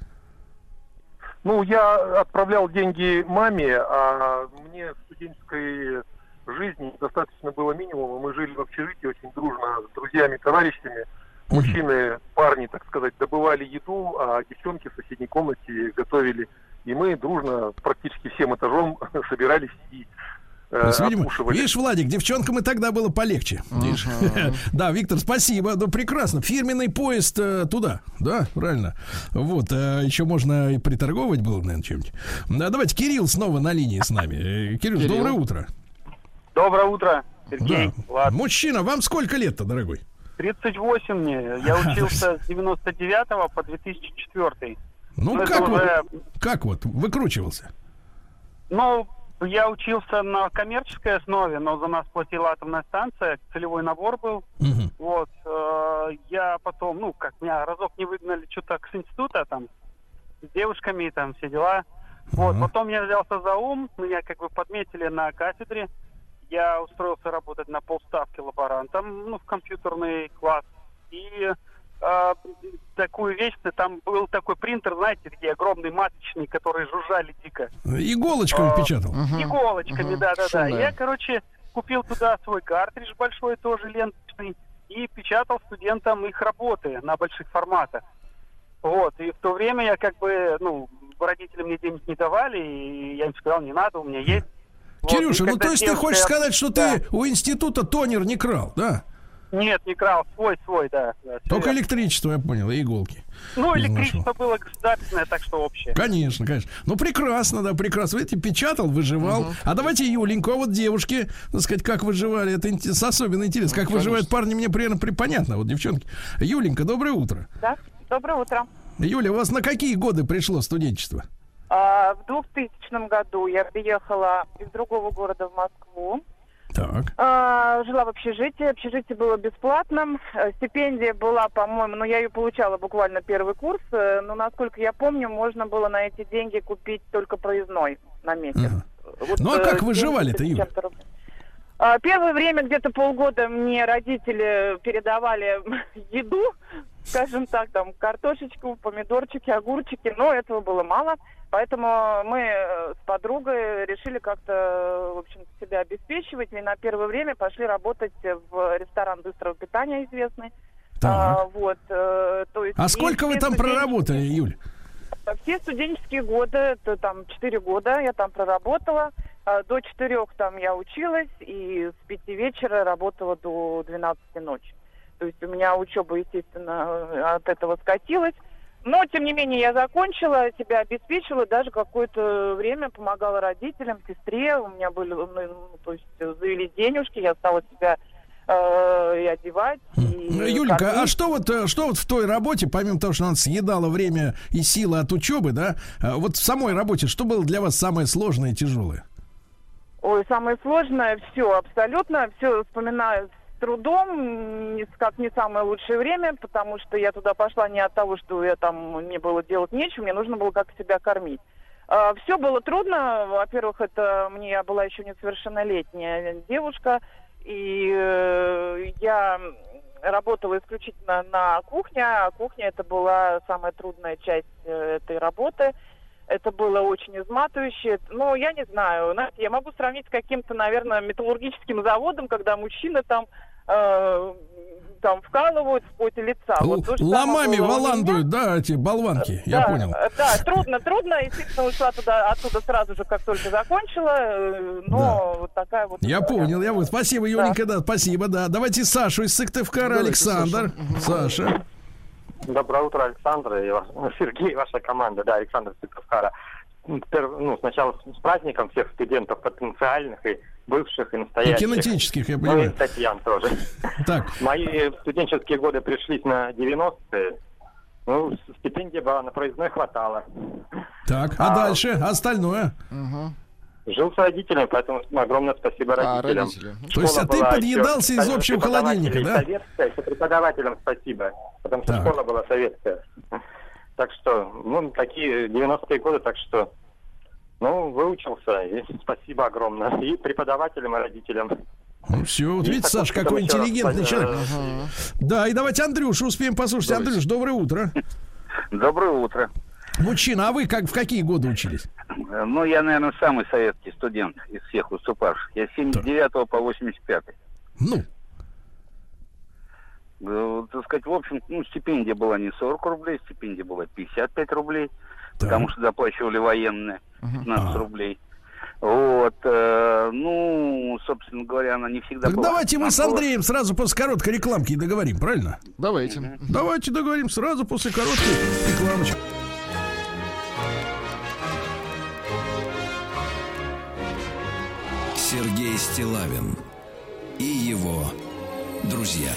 Ну, я отправлял деньги маме, а мне в студенческой жизни достаточно было минимума. Мы жили в общежитии очень дружно с друзьями, товарищами. Мужчины, парни, так сказать, добывали еду, а девчонки в соседней комнате готовили. И мы дружно, практически всем этажом, собирались и откушивали. Видишь, Владик, девчонкам и тогда было полегче. Да, Виктор, спасибо. Ну, прекрасно. Фирменный поезд туда. Да, правильно. Вот. Еще можно и приторговать было, наверное, чем-нибудь. Давайте, Кирилл снова на линии с нами. Кирилл, доброе утро. Доброе утро, Сергей. Да. Мужчина, вам сколько лет-то, дорогой? 38 мне. Я учился с 99 по 2004. Ну, как вот выкручивался? Ну, я учился на коммерческой основе, но за нас платила атомная станция, целевой набор был. Вот. Я потом, меня разок не выгнали что-то с института, там, с девушками, там, все дела. Вот. Потом я взялся за ум, меня как бы подметили на кафедре. Я устроился работать на полставки лаборантом, в компьютерный класс. И такую вещь, там был такой принтер, знаете, такие огромные маточные, которые жужжали дико. Иголочками печатал. Иголочками, да. Я, купил туда свой картридж большой, тоже ленточный, и печатал студентам их работы на больших форматах. Вот, и в то время я родители мне денег не давали, и я им сказал, не надо, у меня есть. Кирюша, то есть ты хочешь сказать, что ты у института тонер не крал, да? Нет, не крал, свой, да. Только электричество, я понял, и иголки. Электричество было государственное, так что общее. Конечно. Ну, прекрасно, да, прекрасно. Видите, печатал, выживал. А давайте Юленьку, а вот девушки, так сказать, как выживали, это особенно интересно. Как выживают парни, мне примерно понятно, вот девчонки. Юленька, доброе утро. Да, доброе утро. Юля, у вас на какие годы пришло студенчество? В 2000 году я приехала из другого города в Москву. Так. Жила в общежитии. Общежитие было бесплатным. Стипендия была, по-моему, я ее получала буквально первый курс. Но, насколько я помню, можно было на эти деньги купить только проездной на месяц. Вот, а как выживали-то, Юля? Первое время, где-то полгода, мне родители передавали еду скажем так, там картошечку, помидорчики, огурчики, но этого было мало. Поэтому мы с подругой решили как-то, в общем, себя обеспечивать. И на первое время пошли работать в ресторан быстрого питания известный. То есть, сколько вы там проработали, Юль? Все студенческие годы, это там 4 года я там проработала. До 4 там я училась, и с 5 вечера работала до 12 ночи. То есть у меня учеба, естественно, от этого скатилась. Но, тем не менее, я закончила, себя обеспечила, даже какое-то время помогала родителям, сестре. У меня были, то есть завелись денежки, я стала себя и одевать. И Юлька, кормить. а что вот в той работе, помимо того, что она съедала время и силы от учебы, да, вот в самой работе, что было для вас самое сложное и тяжелое? Ой, самое сложное, все, абсолютно, все вспоминаю с трудом, как не самое лучшее время, потому что я туда пошла не от того, что мне было делать нечего, мне нужно было как себя кормить. Все было трудно, во-первых, я была еще несовершеннолетняя девушка, и я работала исключительно на кухне, а кухня это была самая трудная часть этой работы. Это было очень изматывающе. Но я не знаю, знаете, я могу сравнить с каким-то, наверное, металлургическим заводом, когда мужчины там вкалывают в поте лица. Ломами валандуют, да, эти болванки, я понял. Да, трудно, естественно, ушла оттуда сразу же, как только закончила, но вот такая вот... Я понял, спасибо, Юленька, да, спасибо, да. Давайте Сашу из Сыктывкара, Александр. Саша. Доброе утро, Александр, и Сергей, ваша команда, да, Александр Сыктывкара. Сначала с праздником всех студентов потенциальных и бывших, и настоящих. И кинетических, я понимаю. Ну и Татьян тоже. Так. Мои студенческие годы пришлись на 90-е. Ну, стипендия была, на проездной хватало. Так, а дальше? Остальное? Жил с родителями, поэтому огромное спасибо родителям. То есть, ты подъедался из общего холодильника, да? Советская, преподавателям спасибо, потому что школа была советская. Так что, такие 90-е годы, так что, выучился, и спасибо огромное. И преподавателям, и родителям. Ну все, вот видите, Саш, какой интеллигентный человек. Да, и давайте Андрюшу успеем послушать. Андрюш, доброе утро. Доброе утро. Мужчина, а вы в какие годы учились? Я, наверное, самый советский студент из всех выступавших. Я с 79 по 85. Так сказать, в общем, стипендия была не 40 рублей, стипендия была 55 рублей, потому что доплачивали военные 15 рублей. Вот, собственно говоря, она не всегда так была. Давайте мы с Андреем сразу после короткой рекламки договорим, правильно? Давайте. Давайте договорим сразу после короткой рекламочки. Сергей Стиллавин и его друзья.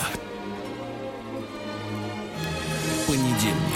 Понедельник.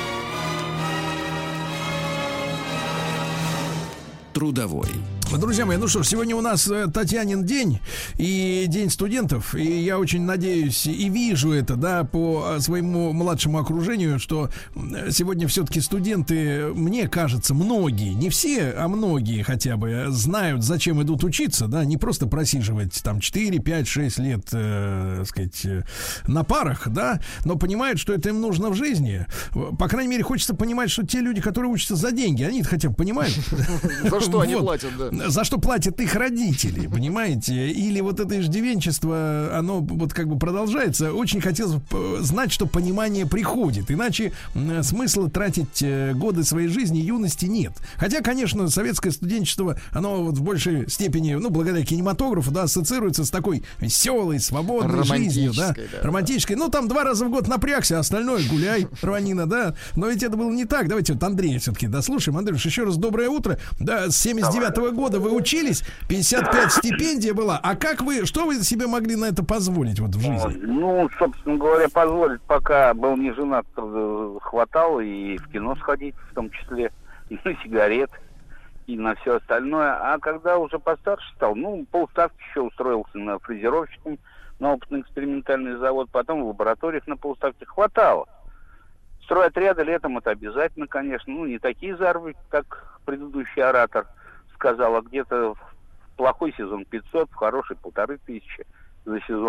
Трудовой. Друзья мои, что ж, сегодня у нас Татьянин день и день студентов, и я очень надеюсь и вижу это, да, по своему младшему окружению, что сегодня все-таки студенты, мне кажется, многие, не все, а многие хотя бы знают, зачем идут учиться, да, не просто просиживать там 4, 5, 6 лет, сказать, на парах, да, но понимают, что это им нужно в жизни. По крайней мере, хочется понимать, что те люди, которые учатся за деньги, они хотя бы понимают. За что они платят, да. За что платят их родители, понимаете? Или вот это иждивенчество, оно вот как бы продолжается. Очень хотелось бы знать, что понимание приходит. Иначе смысла тратить годы своей жизни, юности нет. Хотя, конечно, советское студенчество, оно вот в большей степени, благодаря кинематографу, да, ассоциируется с такой веселой, свободной жизнью, да, романтической. Там 2 раза в год напрягся, а остальное гуляй, рванина, да. Но ведь это было не так. Давайте вот Андрея все-таки дослушаем. Андрюш, еще раз доброе утро. Да, с 79-го года вы учились, 55 стипендия была. А что вы себе могли на это позволить вот в жизни? Собственно говоря, позволить, пока был не женат, хватало и в кино сходить, в том числе, и на сигарет, и на все остальное. А когда уже постарше стал, полставки еще устроился на фрезеровщиком, на опытно-экспериментальный завод, потом в лабораториях на полставки хватало. Стройотряды летом это обязательно, конечно, не такие заработки, как предыдущий оратор сказала, где-то в плохой сезон 500, в хороший 1500 за сезон.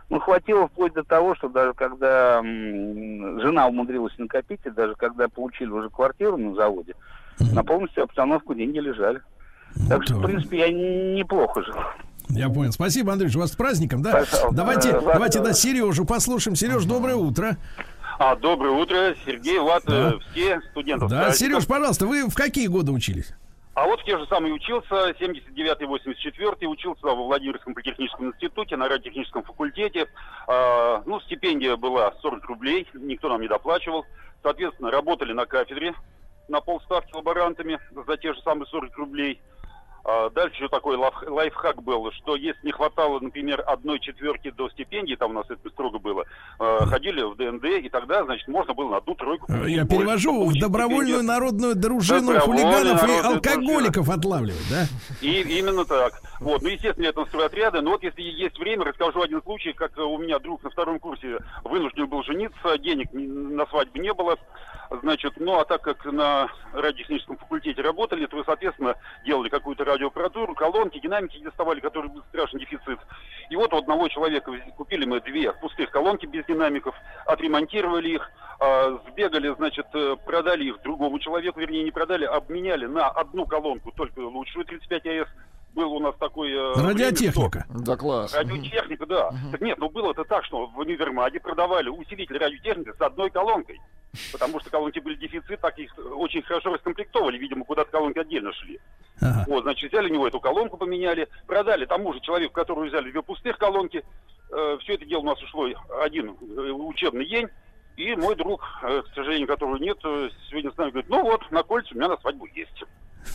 Ну, хватило вплоть до того, что даже когда жена умудрилась накопить, и даже когда получили уже квартиру на заводе, на полностью обстановку деньги лежали. Так что, в принципе, я неплохо жил. Я понял. Спасибо, Андрюш, вас с праздником, да? Пожалуйста. Давайте, да, Сережу послушаем. Сереж, доброе утро. Доброе утро, Сергей, Влад, все студенты. Да, Сереж, пожалуйста, вы в какие годы учились? А вот в те же самые учился, 79-й, 84-й, учился во Владимирском политехническом институте, на радиотехническом факультете. Ну, стипендия была 40 рублей, никто нам не доплачивал. Соответственно, работали на кафедре на полставки лаборантами за те же самые 40 рублей. Дальше еще такой лайфхак был, что если не хватало, например, 1/4 до стипендии, там у нас это строго было, ходили в ДНД, и тогда, значит, можно было на 1-3. Я перевожу в добровольную стипендию. Народную дружину хулиганов и алкоголиков отлавливать, да? И именно так. Вот, ну, естественно, это стройотряды, но вот если есть время, расскажу один случай, как у меня друг на 2-м курсе вынужден был жениться, денег на свадьбу не было, значит, ну, а так как на радиотехническом факультете работали, то, соответственно, делали какую-то радиоаппаратуру, колонки, динамики доставали, которые был страшный дефицит. И вот у одного человека купили мы 2 пустых колонки без динамиков, отремонтировали их, сбегали, значит, продали их другому человеку, вернее, не продали, а обменяли на одну колонку, только лучшую 35 АС. Был у нас такой... радиотехника. Время, да, класс. Радиотехника, да. Так нет, ну было-то так, что в универмаге продавали усилитель радиотехники с одной колонкой. Потому что колонки были дефицит, так их очень хорошо раскомплектовали, видимо, куда-то колонки отдельно шли. Ага. Вот, значит, взяли у него эту колонку, поменяли, продали тому же человеку, которого взяли 2 пустых колонки. Все это дело у нас ушло 1 учебный день. И мой друг, к сожалению, которого нет, сегодня с нами говорит, ну вот, на кольце у меня на свадьбу есть.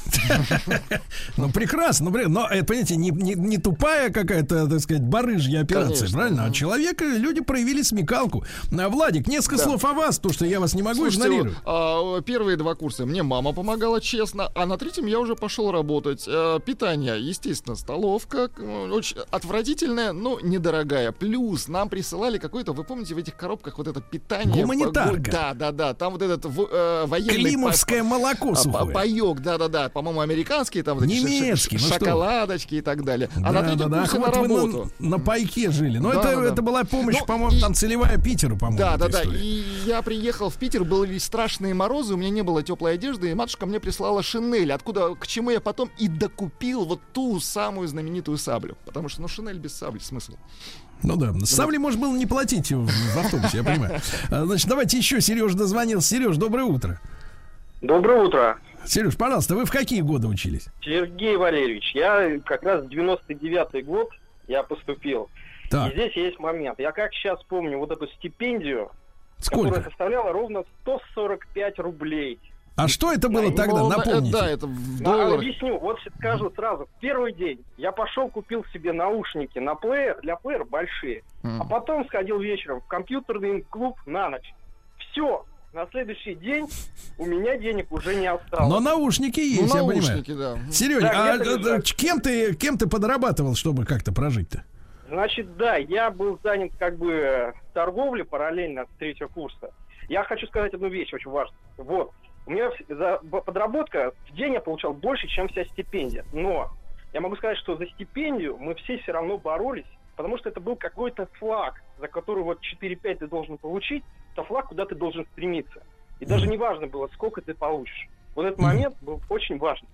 Ну, прекрасно, но это, понимаете, не тупая какая-то, так сказать, барыжья операция, конечно, правильно? А человека, люди проявили смекалку. Владик, несколько слов о вас, потому что я вас не могу игнорировать. Первые 2 курса мне мама помогала, честно, а на 3-м я уже пошел работать. Питание, естественно, столовка, очень отвратительная, но недорогая. Плюс нам присылали какое-то, вы помните, в этих коробках вот это питание. Гуманитарка. Да, там вот этот военный... Климовское молоко сухое. Паёк, да. По-моему, американские, там вот немецкие, шоколадочки и так далее. А на 3-м курсе на работу. На пайке жили. Но это была помощь, по-моему, там целевая Питеру, по-моему. Да. И я приехал в Питер, были страшные морозы, у меня не было теплой одежды, и матушка мне прислала шинель, откуда, к чему я потом и докупил вот ту самую знаменитую саблю. Потому что, шинель без сабли, смысл? Ну да, с саблей можно было не платить в автобусе, я понимаю. Значит, давайте еще Сереж дозвонился. Сереж, доброе утро. Доброе утро. Сереж, пожалуйста, вы в какие годы учились? Сергей Валерьевич, я как раз в 99-й год я поступил. Так. И здесь есть момент. Я как сейчас помню вот эту стипендию, которая составляла ровно 145 рублей. А что это было тогда? Напомните. Да, это в долларах. Объясню. Вот скажу сразу. В первый день я пошел, купил себе наушники на плеер, для плеера большие. А потом сходил вечером в компьютерный клуб на ночь. Все. На следующий день у меня денег уже не осталось. Но наушники есть, я понимаю. Да. Серёнь, кем ты подрабатывал, чтобы как-то прожить-то? Значит, да, я был занят как бы торговлей параллельно с 3-го курса. Я хочу сказать одну вещь очень важную. Вот, у меня подработка в день я получал больше, чем вся стипендия. Но я могу сказать, что за стипендию мы все равно боролись, потому что это был какой-то флаг, за который вот 4-5 ты должен получить. Это флаг, куда ты должен стремиться. И даже не важно было, сколько ты получишь. Вот этот момент был очень важный.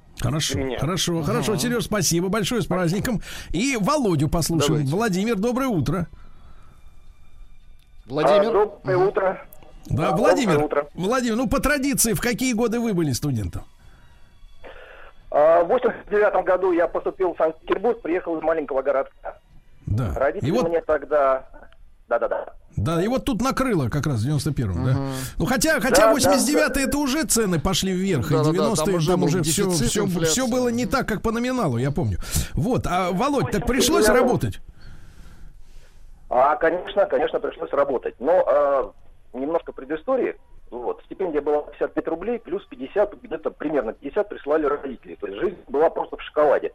Хорошо, Сереж, спасибо большое, с праздником. И Володю послушаем. Давайте. Владимир, доброе утро. Владимир. Доброе утро. Да, Владимир, ну по традиции, в какие годы вы были студентом? В 89 году я поступил в Санкт-Петербург, приехал из маленького городка. Да. Родители мне тогда... Да, и вот тут накрыло как раз в 91-м, да? Ну, хотя 89-й это уже цены пошли вверх, и 90-е там уже все было не так, как по номиналу, я помню. Вот, а, Володь, так пришлось работать? Конечно, пришлось работать. Но немножко предыстории. Вот, стипендия была 55 рублей, плюс 50, где-то примерно 50 прислали родители. То есть жизнь была просто в шоколаде.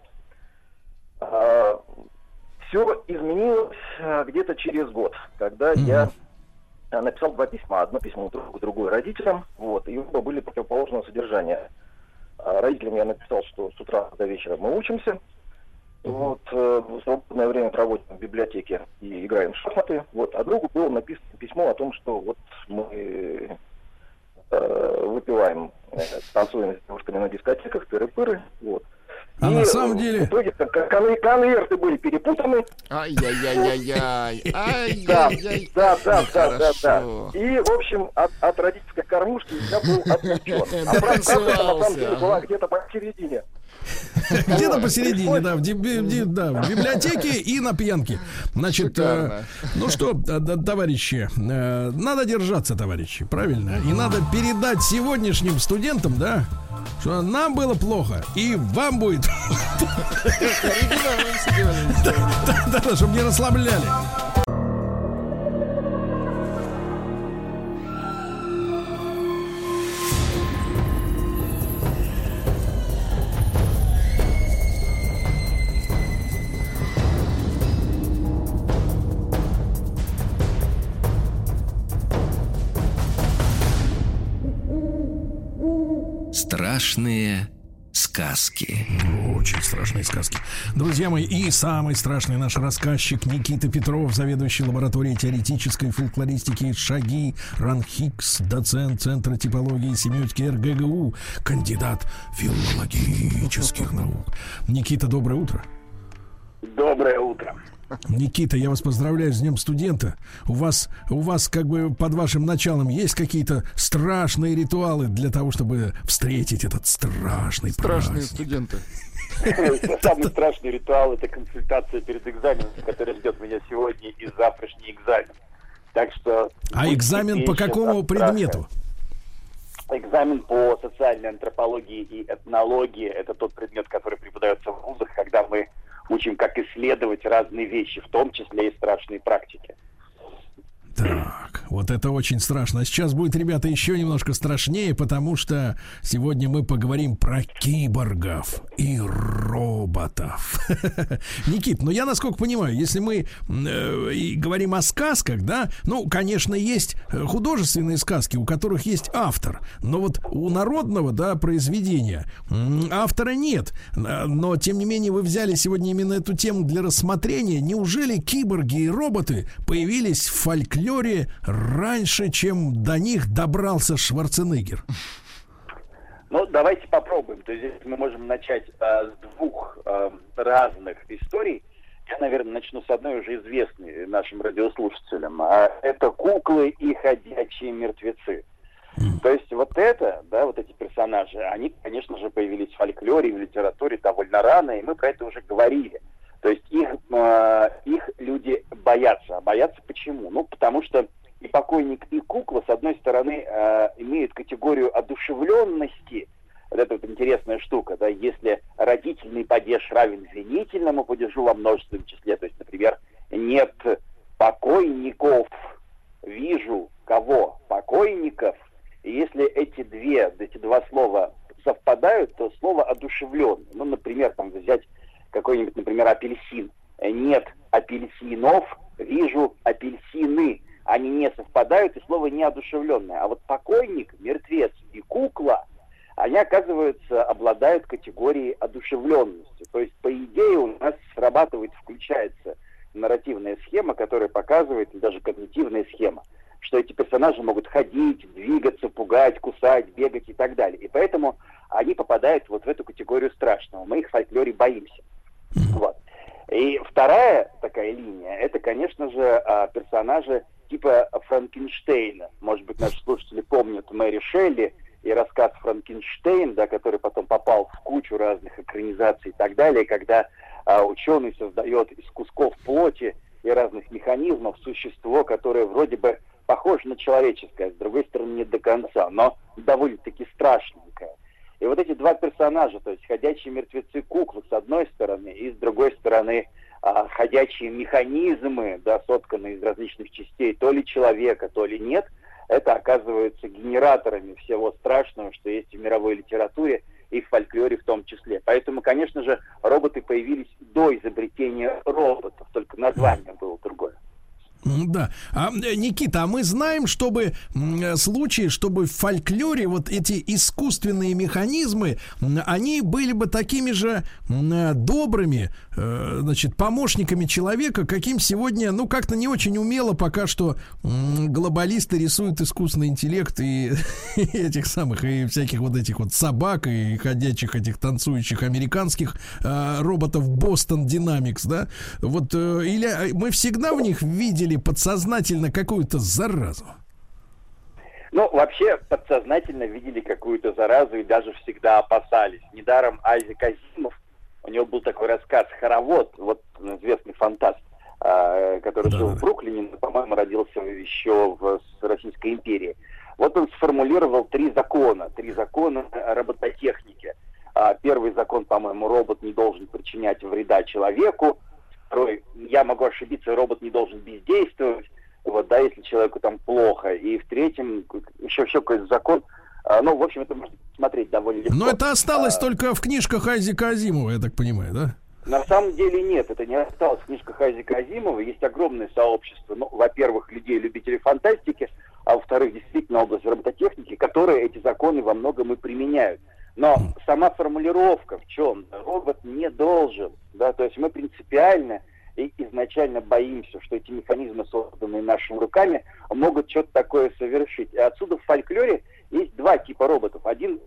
Все изменилось где-то через год, когда я написал 2 письма. Одно письмо другу, другое родителям, вот, и оба были противоположного содержания. Родителям я написал, что с утра до вечера мы учимся, Вот, в свободное время проводим в библиотеке и играем в шахматы. Вот, а другу было написано письмо о том, что вот мы выпиваем, танцуем с девушками на дискотеках, тыры-пыры, вот. А на самом деле... В итоге конверты были перепутаны. Ай-яй-яй-яй-яй. Да. И, в общем, от родительской кормушки я был отключен. А правда, на самом деле, была где-то посередине. Где-то посередине, да, в библиотеке и на пьянке. Значит, ну что, товарищи, надо держаться, товарищи, правильно? И надо передать сегодняшним студентам, да, что нам было плохо, и вам будет. Да, чтобы не расслабляли. Страшные сказки. Очень страшные сказки. Друзья мои, и самый страшный наш рассказчик Никита Петров, заведующий лабораторией теоретической фольклористики «Шаги», РАНХИКС, доцент Центра типологии и семиотики РГГУ, кандидат филологических наук. Никита, доброе утро. Доброе утро. Никита, я вас поздравляю с Днем студента. У вас как бы под вашим началом есть какие-то страшные ритуалы для того, чтобы встретить этот страшный Страшные праздник? студенты. Самый страшный ритуал — это консультация перед экзаменом, который ждет меня сегодня и завтрашний экзамен. Так что... А экзамен по какому предмету? Экзамен по социальной антропологии и этнологии — это тот предмет, который преподается в вузах, когда мы учим, как исследовать разные вещи, в том числе и страшные практики. Так, вот это очень страшно. А сейчас будет, ребята, еще немножко страшнее, потому что сегодня мы поговорим про киборгов и роботов. Никит, ну я насколько понимаю, если мы говорим о сказках, да, ну, конечно, есть художественные сказки, у которых есть автор, но вот у народного, да, произведения автора нет. Но, тем не менее, вы взяли сегодня именно эту тему для рассмотрения. Неужели киборги и роботы появились в фольклоре раньше, чем до них добрался Шварценеггер? Ну, давайте попробуем. То есть здесь мы можем начать с двух разных историй. Я, наверное, начну с одной уже известной нашим радиослушателям. Это куклы и ходячие мертвецы. То есть вот это, да, вот эти персонажи, они, конечно же, появились в фольклоре и в литературе довольно рано, и мы про это уже говорили. То есть их люди боятся. А боятся почему? Ну, потому что и покойник, и кукла, с одной стороны, имеют категорию одушевленности. Вот это вот интересная штука, да, если родительный падеж равен винительному падежу во множественном числе, то есть, например, нет покойников, вижу кого? Покойников. И если эти два слова совпадают, то слово одушевленный. Ну, например, там взять какой-нибудь, например, апельсин. Нет апельсинов, вижу апельсины. Они не совпадают, и слово неодушевленное. А вот покойник, мертвец и кукла, они, оказывается, обладают категорией одушевленности. То есть, по идее, у нас срабатывает, включается нарративная схема, которая показывает, и даже когнитивная схема, что эти персонажи могут ходить, двигаться, пугать, кусать, бегать и так далее. И поэтому они попадают вот в эту категорию страшного. Мы их в фольклоре боимся. Вот. И вторая такая линия, это, конечно же, персонажи типа Франкенштейна. Может быть, наши слушатели помнят Мэри Шелли и рассказ «Франкенштейн», да, который потом попал в кучу разных экранизаций и так далее, когда ученый создает из кусков плоти и разных механизмов существо, которое вроде бы похоже на человеческое, с другой стороны не до конца, но довольно-таки страшненькое. И вот эти два персонажа, то есть ходячие мертвецы куклы с одной стороны, и с другой стороны ходячие механизмы, да, сотканные из различных частей то ли человека, то ли нет, это оказывается генераторами всего страшного, что есть в мировой литературе и в фольклоре в том числе. Поэтому, конечно же, роботы появились до изобретения роботов, только название было другое. Да. Никита, а мы знаем, чтобы случаи, чтобы в фольклоре вот эти искусственные механизмы, они были бы такими же добрыми, значит, помощниками человека, каким сегодня, ну, как-то не очень умело пока что глобалисты рисуют искусственный интеллект и этих самых, и всяких вот этих вот собак, и ходячих этих танцующих американских роботов Boston Dynamics, да? Вот, или мы всегда в них видели подсознательно какую-то заразу? Ну, вообще, подсознательно видели какую-то заразу и даже всегда опасались. Недаром Айзек Азимов, у него был такой рассказ «Хоровод», вот известный фантаст, который жил в Бруклине, по-моему, родился еще в Российской империи. Вот он сформулировал три закона робототехники. Первый закон, по-моему, робот не должен причинять вреда человеку. Второй, я могу ошибиться, робот не должен бездействовать, вот, да, если человеку там плохо. И в третьем, еще какой-то закон, ну, в общем, это можно посмотреть довольно легко. Но это осталось только в книжках Айзека Азимова, я так понимаю, да? На самом деле нет, это не осталось в книжках Айзека Азимова. Есть огромное сообщество, ну, во-первых, людей-любителей фантастики, а во-вторых, действительно, область робототехники, которые эти законы во многом и применяют. Но сама формулировка в чем? Робот не должен, да, то есть мы принципиально и изначально боимся, что эти механизмы, созданные нашими руками, могут что-то такое совершить. И отсюда в фольклоре есть два типа роботов. 1%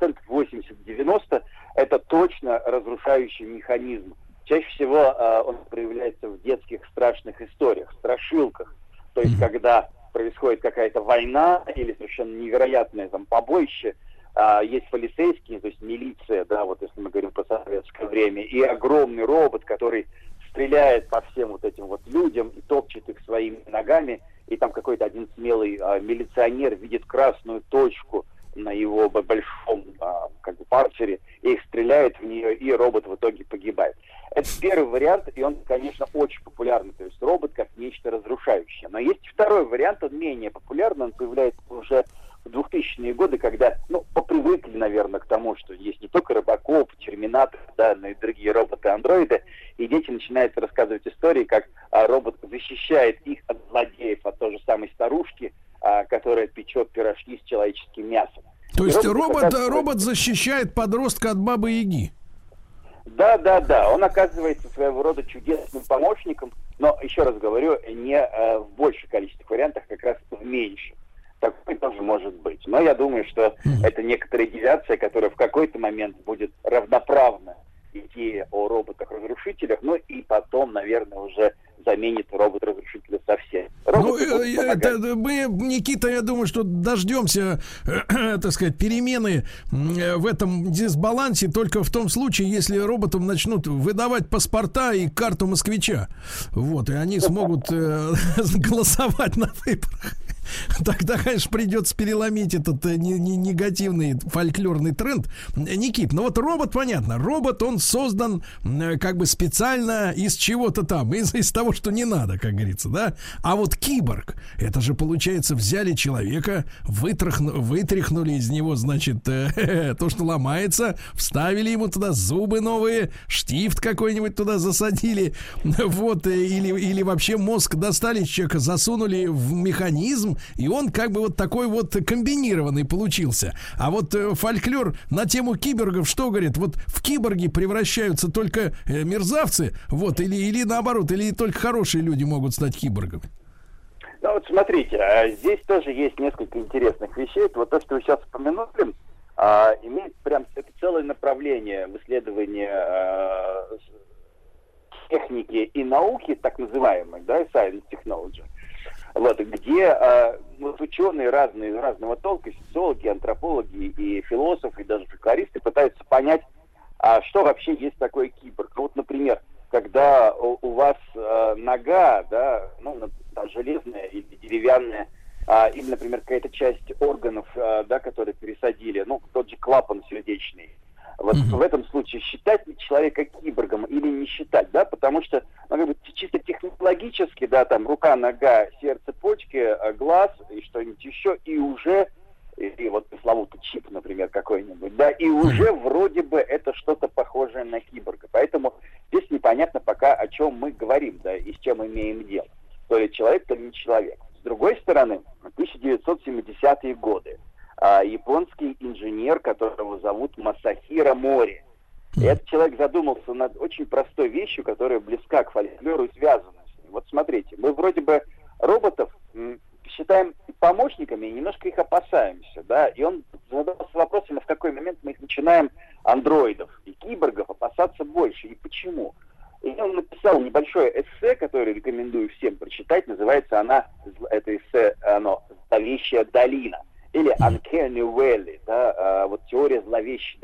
80-90 это точно разрушающий механизм. Чаще всего он проявляется в детских страшных историях, страшилках. То есть когда происходит какая-то война или совершенно невероятное там побоище, есть полицейские, то есть милиция, да, вот если мы говорим про советское время, и огромный робот, который стреляет по всем вот этим вот людям и топчет их своими ногами, и там какой-то один смелый милиционер видит красную точку на его большом как бы панцире, и их стреляет в нее, и робот в итоге погибает. Это первый вариант, и он, конечно, очень популярный, то есть робот как нечто разрушающее. Но есть второй вариант, он менее популярный, он появляется уже в 2000-е годы, когда, ну, попривыкли, наверное, к тому, что есть не только Робокоп, Терминатор, да, но и другие роботы-андроиды, и дети начинают рассказывать истории, как робот защищает их от злодеев, от той же самой старушки, которая печет пирожки с человеческим мясом. То есть робот защищает подростка от Бабы-Яги? Да, он оказывается своего рода чудесным помощником, но, еще раз говорю, не в больших количествах вариантах, как раз в меньших. Такой тоже может быть. Но я думаю, что это некоторая девиация, которая в какой-то момент будет равноправна идее о роботах-разрушителях, ну и потом, наверное, уже заменит робот-разрушителя совсем. Мы, Никита, я думаю, что дождемся, так сказать, перемены в этом дисбалансе только в том случае, если роботам начнут выдавать паспорта и карту москвича. Вот, и они смогут голосовать на выборах. Тогда, конечно, придется переломить этот негативный фольклорный тренд. Никит, ну вот робот, понятно, робот, он создан как бы специально из чего-то там, из того, что не надо, как говорится, да? А вот киборг, это же, получается, взяли человека, вытряхнули из него, значит, то, что ломается, вставили ему туда зубы новые, штифт какой-нибудь туда засадили, вот, или вообще мозг достали из человека, засунули в механизм, и он как бы вот такой вот комбинированный получился. А вот фольклор на тему киборгов что говорит? Вот в киборги превращаются только мерзавцы, вот, или наоборот, или только хорошие люди могут стать киборгами? Ну вот смотрите, здесь тоже есть несколько интересных вещей. Вот то, что вы сейчас упомянули, имеет прям это целое направление в исследовании техники и науки, так называемой, да, science technology. Вот, где вот ученые разного толка, социологи, антропологи и философы, и даже фольклористы пытаются понять, что вообще есть такое киборг. Вот, например, когда у вас нога, да, ну, там, железная или деревянная, или, например, какая-то часть органов, да, которые пересадили, ну, тот же клапан сердечный. Вот в этом случае считать ли человека киборгом или не считать, да, потому что, ну, как бы, чисто технологически, да, там, рука, нога, сердце, почки, глаз и что-нибудь еще, и уже, и вот пресловутый чип, например, какой-нибудь, да, и уже вроде бы это что-то похожее на киборга. Поэтому здесь непонятно пока, о чем мы говорим, да, и с чем имеем дело. То то ли человек, то ли не человек. С другой стороны, 1970-е годы. Японский инженер, которого зовут Масахиро Мори. И этот человек задумался над очень простой вещью, которая близка к фольклору и связана с ним. Вот смотрите, мы вроде бы роботов считаем помощниками и немножко их опасаемся, да, и он задался вопросом, в какой момент мы их начинаем, андроидов и киборгов, опасаться больше, и почему. И он написал небольшое эссе, которое рекомендую всем прочитать, называется это эссе, оно «Зловещая долина», или Uncanny Valley, да, вот теория зловещей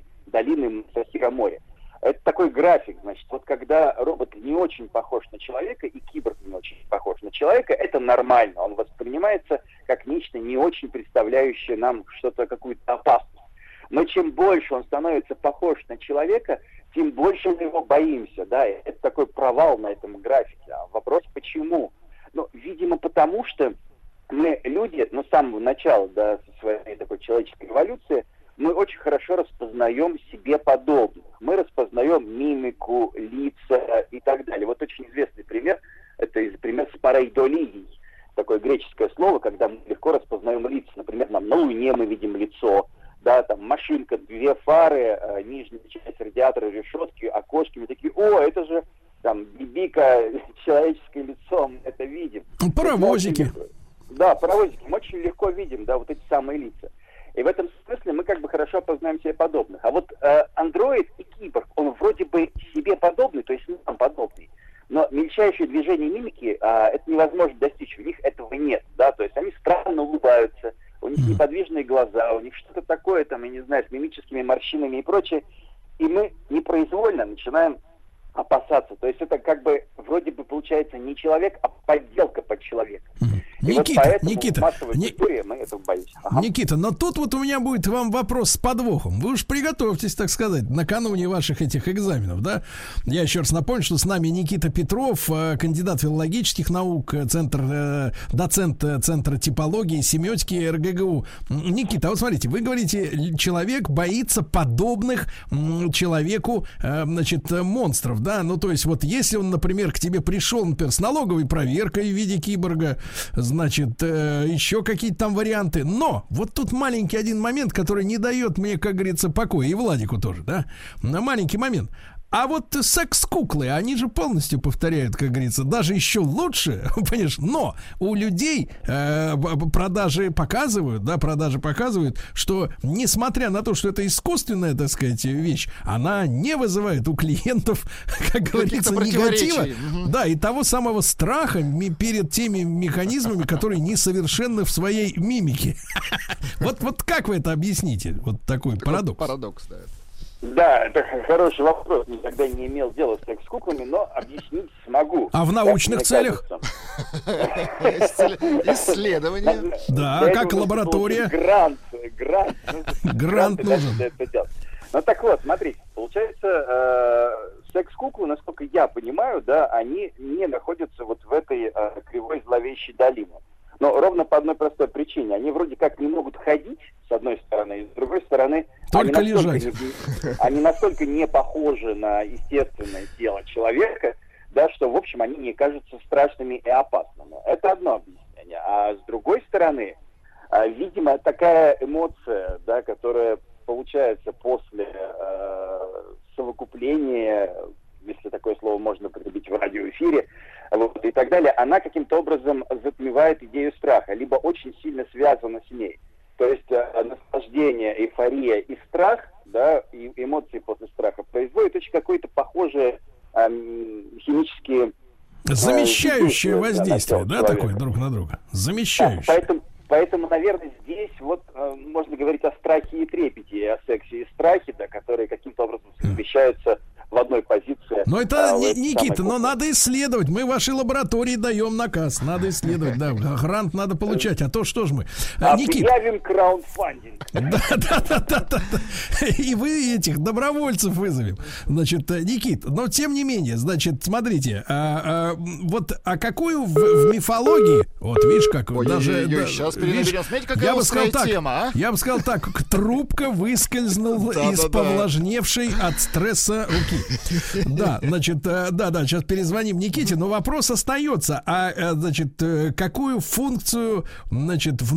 долины Масахиро Мори. Это такой график, значит, вот когда робот не очень похож на человека и киборг не очень похож на человека, это нормально, он воспринимается как нечто не очень представляющее нам что-то, какую-то опасность. Но чем больше он становится похож на человека, тем больше мы его боимся, да, это такой провал на этом графике. А вопрос почему? Ну, видимо, потому что мы, люди, с самого начала, да, со своей такой человеческой эволюции, мы очень хорошо распознаем себе подобных. Мы распознаем мимику, лица и так далее. Вот очень известный пример, это пример с парейдолией. Такое греческое слово, когда мы легко распознаем лица. Например, на Луне мы видим лицо, да, там машинка, 2 фары, нижняя часть радиатора, решетки, окошки. Мы такие, это же там бибика, человеческое лицо, мы это видим. Паровозики. Да, паровозики. Мы очень легко видим, да, вот эти самые лица. И в этом смысле мы как бы хорошо познаем себе подобных. А вот андроид и киборг, он вроде бы себе подобный, то есть нам подобный, но мельчайшие движения мимики, это невозможно достичь, у них этого нет, да, то есть они странно улыбаются, у них неподвижные глаза, у них что-то такое, там, я не знаю, с мимическими морщинами и прочее, и мы непроизвольно начинаем опасаться. То есть это как бы вроде бы получается не человек, а подделка под человека. Никита, в массовой культуре мы этого боимся. Никита, но тут вот у меня будет вам вопрос с подвохом. Вы уж приготовьтесь, так сказать, накануне ваших этих экзаменов, да? Я еще раз напомню, что с нами Никита Петров, кандидат филологических наук, доцент Центра типологии и семиотики РГГУ. Никита, вот смотрите, вы говорите, человек боится подобных человеку, значит, монстров, да? Ну, то есть вот если он, например, к тебе пришел, например, с налоговой проверкой в виде киборга, значит, еще какие-то там варианты. Но вот тут маленький один момент, который не дает мне, как говорится, покоя. И Владику тоже, да? Маленький момент. А вот секс-куклы, они же полностью повторяют, как говорится, даже еще лучше, понимаешь? Но у людей продажи показывают, что несмотря на то, что это искусственная, так сказать, вещь, она не вызывает у клиентов, как говорится, негатива, да, и того самого страха перед теми механизмами, которые несовершенны в своей мимике. Вот как вы это объясните? Вот такой парадокс. Парадокс, да. Да, это хороший вопрос. Никогда не имел дела с секс-куклами, но объяснить смогу. А в научных целях? Исследование. Да, как лаборатория. Грант нужен. Ну так вот, смотрите, получается, секс-куклы, насколько я понимаю, да, они не находятся вот в этой кривой зловещей долине. Но ровно по одной простой причине. Они вроде как не могут ходить, с одной стороны, и с другой стороны, только лежать. Они настолько не похожи на естественное тело человека, да, что, в общем, они не кажутся страшными и опасными. Это одно объяснение. А с другой стороны, видимо, такая эмоция, да, которая получается после совокупления, если такое слово можно употребить в радиоэфире, вот, и так далее, она каким-то образом затмевает идею страха, либо очень сильно связана с ней. То есть наслаждение, эйфория и страх, да, и эмоции после страха производят очень какое-то похожее химические... Замещающее воздействие, да, такое друг на друга? Замещающее. Да, поэтому, наверное, здесь вот можно говорить о страхе и трепете, о сексе и страхе, да, которые каким-то образом совмещаются в одной позиции. Но это, Никита, но надо исследовать. Мы вашей лаборатории даем наказ. Надо исследовать, да. Грант надо получать. А то что ж мы? Объявим краундфандинг. Да. И вы этих добровольцев вызовем. Значит, Никит, но тем не менее, значит, смотрите, вот какую в мифологии, вот видишь, как даже... Сейчас перенаберем. Смотрите, какая острая тема, а? Я бы сказал так, трубка выскользнула из повлажневшей от стресса руки. Да, значит, да, сейчас перезвоним Никите, но вопрос остается. Значит, какую функцию, значит, в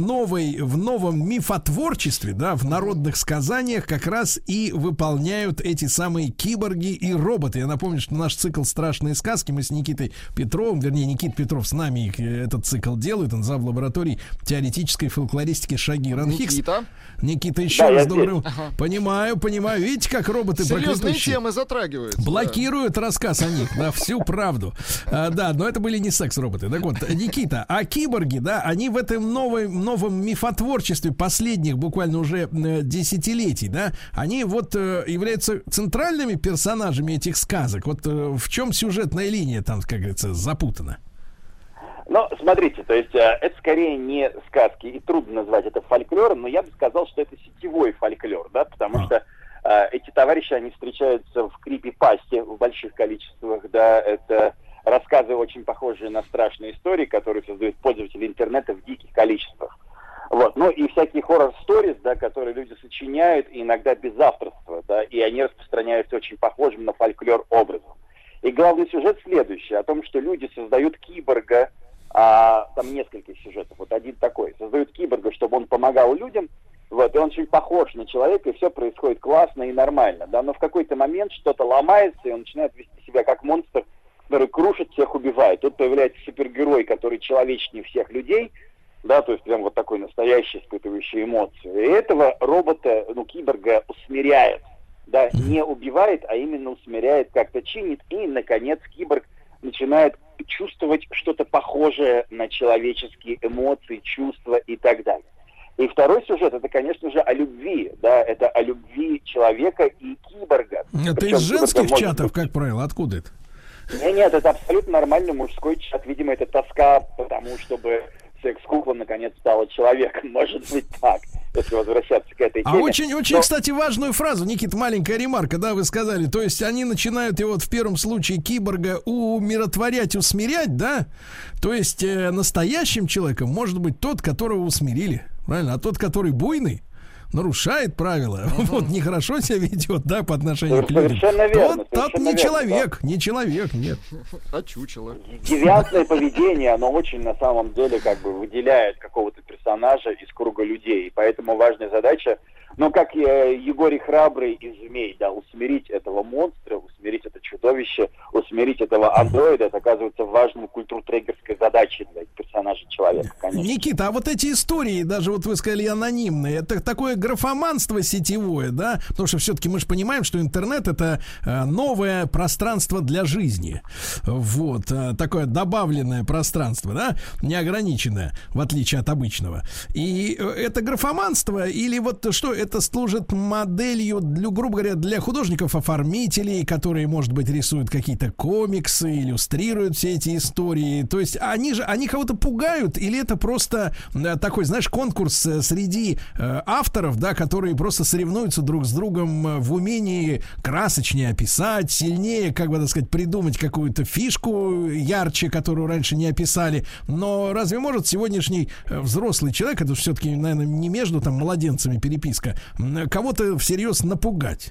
новом мифотворчестве, да, в народных сказаниях как раз и выполняют эти самые киборги и роботы? Я напомню, что наш цикл «Страшные сказки» мы с Никитой Петровым, вернее, Никита Петров с нами этот цикл делает, он зав. Лаборатории теоретической фольклористики Шагир Анхикс. Никита, еще раз добрый. Понимаю. Видите, как роботы серьезные темы затрагивают. Блокируют рассказ о них, да, всю правду. Да, но это были не секс-роботы. Так вот, Никита, а киборги, да, они в этом новом мифотворчестве последних буквально уже десятилетий, да, они вот являются центральными персонажами этих сказок. Вот в чем сюжетная линия там, как говорится, запутана? Ну, смотрите, то есть это скорее не сказки, и трудно назвать это фольклором, но я бы сказал, что это сетевой фольклор, да, потому что эти товарищи, они встречаются в крипипасте в больших количествах, да, это рассказы очень похожие на страшные истории, которые создают пользователи интернета в диких количествах. Вот, ну и всякие хоррор-сторис, да, которые люди сочиняют, иногда без авторства, да, и они распространяются очень похожим на фольклор образом. И главный сюжет следующий, о том, что люди создают киборга, там несколько сюжетов, вот один такой, создают киборга, чтобы он помогал людям, вот, и он очень похож на человека, и все происходит классно и нормально, да, но в какой-то момент что-то ломается, и он начинает вести себя как монстр, который крушит всех, убивает. Тут появляется супергерой, который человечнее всех людей, да, то есть прям вот такой настоящий, испытывающий эмоции. И этого робота, киборга усмиряет, да, не убивает, а именно усмиряет, как-то чинит, и, наконец, киборг начинает чувствовать что-то похожее на человеческие эмоции, чувства и так далее. И второй сюжет, это, конечно же, о любви, да, это о любви человека и киборга. Это из женских чатов, как правило, откуда это? Нет, это абсолютно нормальный мужской чат, видимо, это тоска потому, чтобы секс-кукла наконец стала человеком, может быть так, если возвращаться к этой теме. А очень, кстати, важную фразу, Никита, маленькая ремарка, да, вы сказали, то есть они начинают его вот в первом случае киборга умиротворять, усмирять, да, то есть настоящим человеком может быть тот, которого усмирили, правильно, а тот, который буйный, нарушает правила, вот нехорошо себя ведет, да, по отношению к людям. Тот не человек, да. Не человек, нет. А чучело. Девиантное поведение, оно очень на самом деле как бы выделяет какого-то персонажа из круга людей, и поэтому важная задача, как Егорий Храбрый из «Змей», да, усмирить этого монстра, усмирить это чудовище, усмирить этого андроида, это оказывается важной культуртрегерской задачей для персонажа человека, конечно. Никита, а вот эти истории, даже вот вы сказали анонимные, это такое графоманство сетевое, да? Потому что все-таки мы же понимаем, что интернет — это новое пространство для жизни. Вот, такое добавленное пространство, да? Неограниченное, в отличие от обычного. И это графоманство или вот что, это служит моделью, грубо говоря, для художников-оформителей, которые, может быть, рисуют какие-то комиксы, иллюстрируют все эти истории. То есть они кого-то пугают, или это просто такой, знаешь, конкурс среди авторов, да, которые просто соревнуются друг с другом в умении красочнее описать, сильнее, как бы, так сказать, придумать какую-то фишку ярче, которую раньше не описали. Но разве может сегодняшний взрослый человек, это все-таки, наверное, не между там младенцами переписка, кого-то всерьез напугать?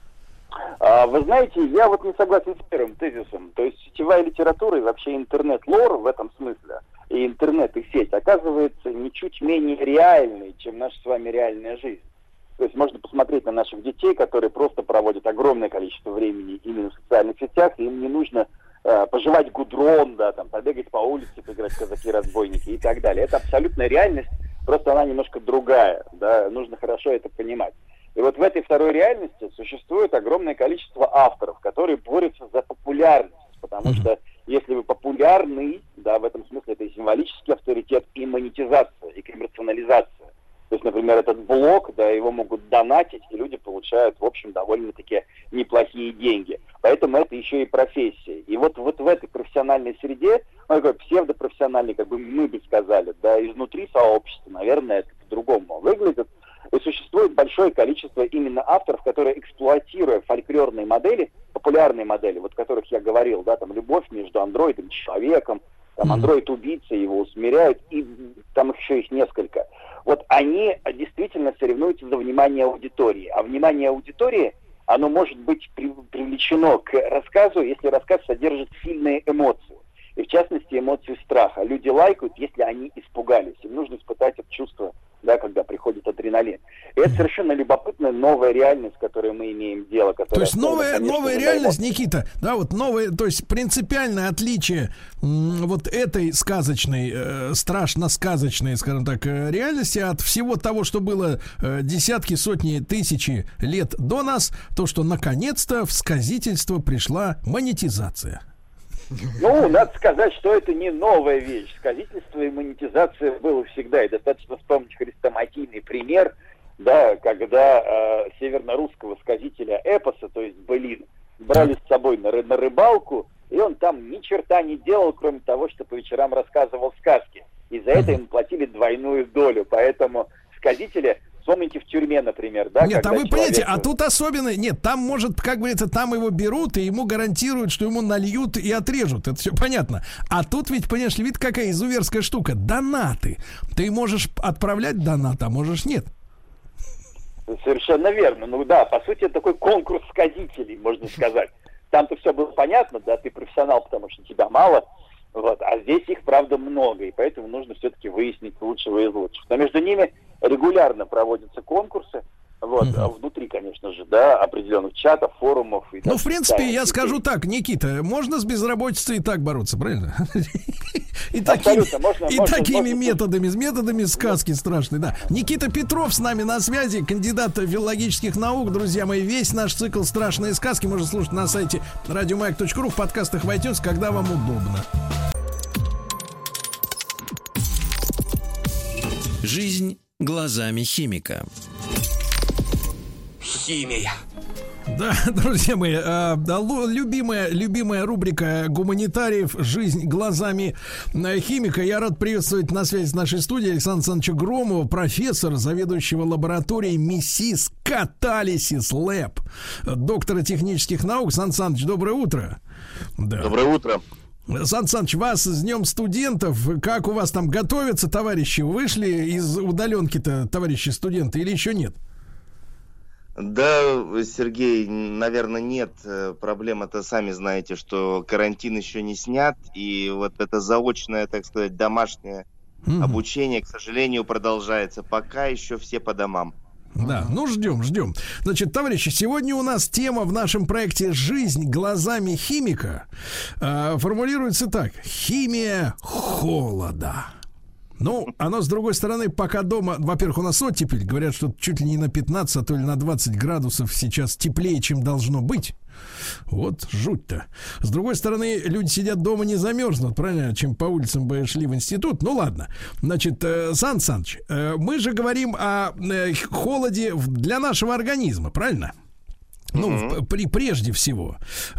Вы знаете, я вот не согласен с первым тезисом. То есть сетевая литература и вообще интернет-лор в этом смысле, и интернет, и сеть, оказывается ничуть менее реальной, чем наша с вами реальная жизнь. То есть можно посмотреть на наших детей, которые просто проводят огромное количество времени именно в социальных сетях, и им не нужно пожевать гудрон, да, там, побегать по улице, поиграть в казаки-разбойники и так далее. Это абсолютная реальность, просто она немножко другая, да, нужно хорошо это понимать. И вот в этой второй реальности существует огромное количество авторов, которые борются за популярность, потому что если вы популярный, да, в этом смысле это и символический авторитет, и монетизация, и коммерциализация. То есть, например, этот блог, да, его могут донатить, и люди получают, в общем, довольно-таки неплохие деньги. Поэтому это еще и профессия. И вот в этой профессиональной среде, такой псевдопрофессиональной, как бы мы бы сказали, да, изнутри сообщества, наверное, это по-другому выглядит. И существует большое количество именно авторов, которые, эксплуатируя фольклорные модели, популярные модели, вот о которых я говорил, да, там любовь между андроидом и человеком, там андроид-убийца, его усмиряют, и там еще их несколько. Вот они действительно соревнуются за внимание аудитории. А внимание аудитории, оно может быть привлечено к рассказу, если рассказ содержит сильные эмоции. И в частности, эмоции страха. Люди лайкают, если они испугались. Им нужно испытать это чувство, да, когда приходит адреналин. И это совершенно любопытная новая реальность, с которой мы имеем дело. То есть новая реальность, Никита, да, вот новая, то есть принципиальное отличие вот этой сказочной, страшно сказочной, скажем так, реальности от всего того, что было десятки, сотни, тысячи лет до нас, то, что наконец-то в сказительство пришла монетизация. Ну, надо сказать, что это не новая вещь. Сказительство и монетизация было всегда. И достаточно вспомнить хрестоматийный пример, да, когда северно-русского сказителя эпоса, то есть былин, брали с собой на рыбалку, и он там ни черта не делал, кроме того, что по вечерам рассказывал сказки. И за это ему платили двойную долю. Поэтому сказители... Вспомните в тюрьме, например, да? Нет, а вы понимаете, а тут особенно... Нет, там может, как говорится, там его берут, и ему гарантируют, что ему нальют и отрежут. Это все понятно. А тут ведь, понимаешь, вид какая изуверская штука. Донаты. Ты можешь отправлять донат, а можешь нет. Совершенно верно. Ну да, по сути, это такой конкурс сказителей, можно сказать. Там-то все было понятно, да, ты профессионал, потому что тебя мало. Вот, а здесь их, правда, много, и поэтому нужно все-таки выяснить лучшего из лучших. Но между ними регулярно проводятся конкурсы, вот, внутри, конечно же, да, определенных чатов, форумов. И ну, в принципе, я скажу так, Никита, можно с безработицей и так бороться, правильно? И такими методами сказки страшные, да. Никита Петров с нами на связи, кандидат филологических наук. Друзья мои, весь наш цикл «Страшные сказки» можно слушать на сайте radiomayak.ru, в подкастах в iTunes, когда вам удобно. Жизнь глазами химика. Химия. Да, друзья мои, любимая рубрика гуманитариев «Жизнь глазами химика». Я рад приветствовать на связи с нашей студией Александра Александровича Громова, профессора, заведующего лабораторией МИСИС Каталисис Лэб, доктора технических наук. Сан Саныч, доброе утро. Да. Доброе утро. Сан Саныч, вас с Днем студентов. Как у вас там готовятся товарищи? Вышли из удаленки-то товарищи студенты или еще нет? Да, Сергей, наверное, нет. Проблема-то, сами знаете, что карантин еще не снят. И вот это заочное, так сказать, домашнее обучение, к сожалению, продолжается. Пока еще все по домам. Да, ну ждем. Значит, товарищи, сегодня у нас тема в нашем проекте «Жизнь глазами химика» формулируется так: химия холода. Ну, оно, с другой стороны, пока дома, во-первых, у нас оттепель, говорят, что чуть ли не на 15, а то ли на 20 градусов сейчас теплее, чем должно быть. Вот жуть-то. С другой стороны, люди сидят дома, не замерзнут, правильно, чем по улицам бы шли в институт. Ну ладно. Значит, Сан Саныч, мы же говорим о холоде для нашего организма, правильно? Ну, прежде всего.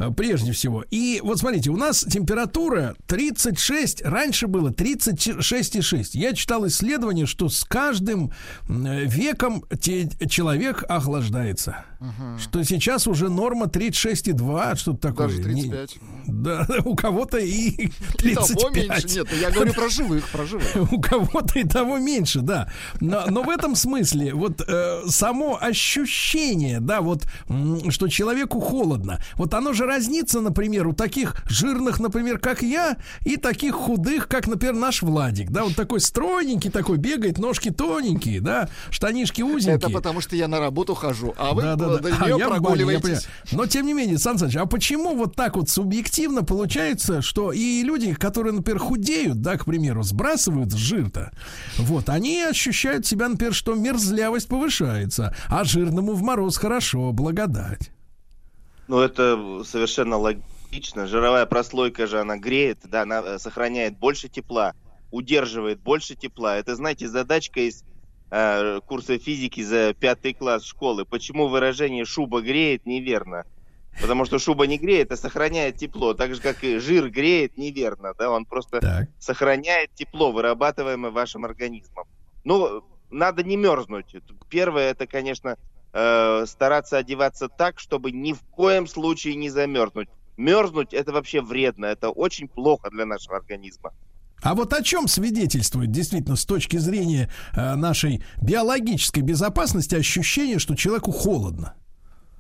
И вот смотрите, у нас температура 36, раньше было 36,6. Я читал исследование, что с каждым веком человек охлаждается. Что сейчас уже норма 36,2, что-то такое. Даже 35. Да, у кого-то и 35. Того меньше, нет, я говорю про живых. У кого-то и того меньше, да. Но в этом смысле вот само ощущение, да, вот что человеку холодно. Вот оно же разнится, например, у таких жирных, например, как я, и таких худых, как, например, наш Владик. Да, вот такой стройненький, такой бегает, ножки тоненькие, да, штанишки узенькие. Это потому что я на работу хожу, а вы до нее прогуливаетесь. Но, тем не менее, Сан Саныч, а почему вот так вот субъективно получается, что и люди, которые, например, худеют, да, к примеру, сбрасывают жир-то, вот, они ощущают себя, например, что мерзлявость повышается, а жирному в мороз хорошо, благодать. Ну, это совершенно логично. Жировая прослойка же, она греет, да, она сохраняет больше тепла, удерживает больше тепла. Это, знаете, задачка из курса физики за 5 класс школы. Почему выражение «шуба греет» неверно? Потому что шуба не греет, а сохраняет тепло. Так же, как и жир греет, неверно. Да? Он просто сохраняет тепло, вырабатываемое вашим организмом. Ну, надо не мерзнуть. Первое, это, конечно, стараться одеваться так, чтобы ни в коем случае не замерзнуть. Мерзнуть — это вообще вредно, это очень плохо для нашего организма. А вот о чем свидетельствует действительно с точки зрения нашей биологической безопасности ощущение, что человеку холодно?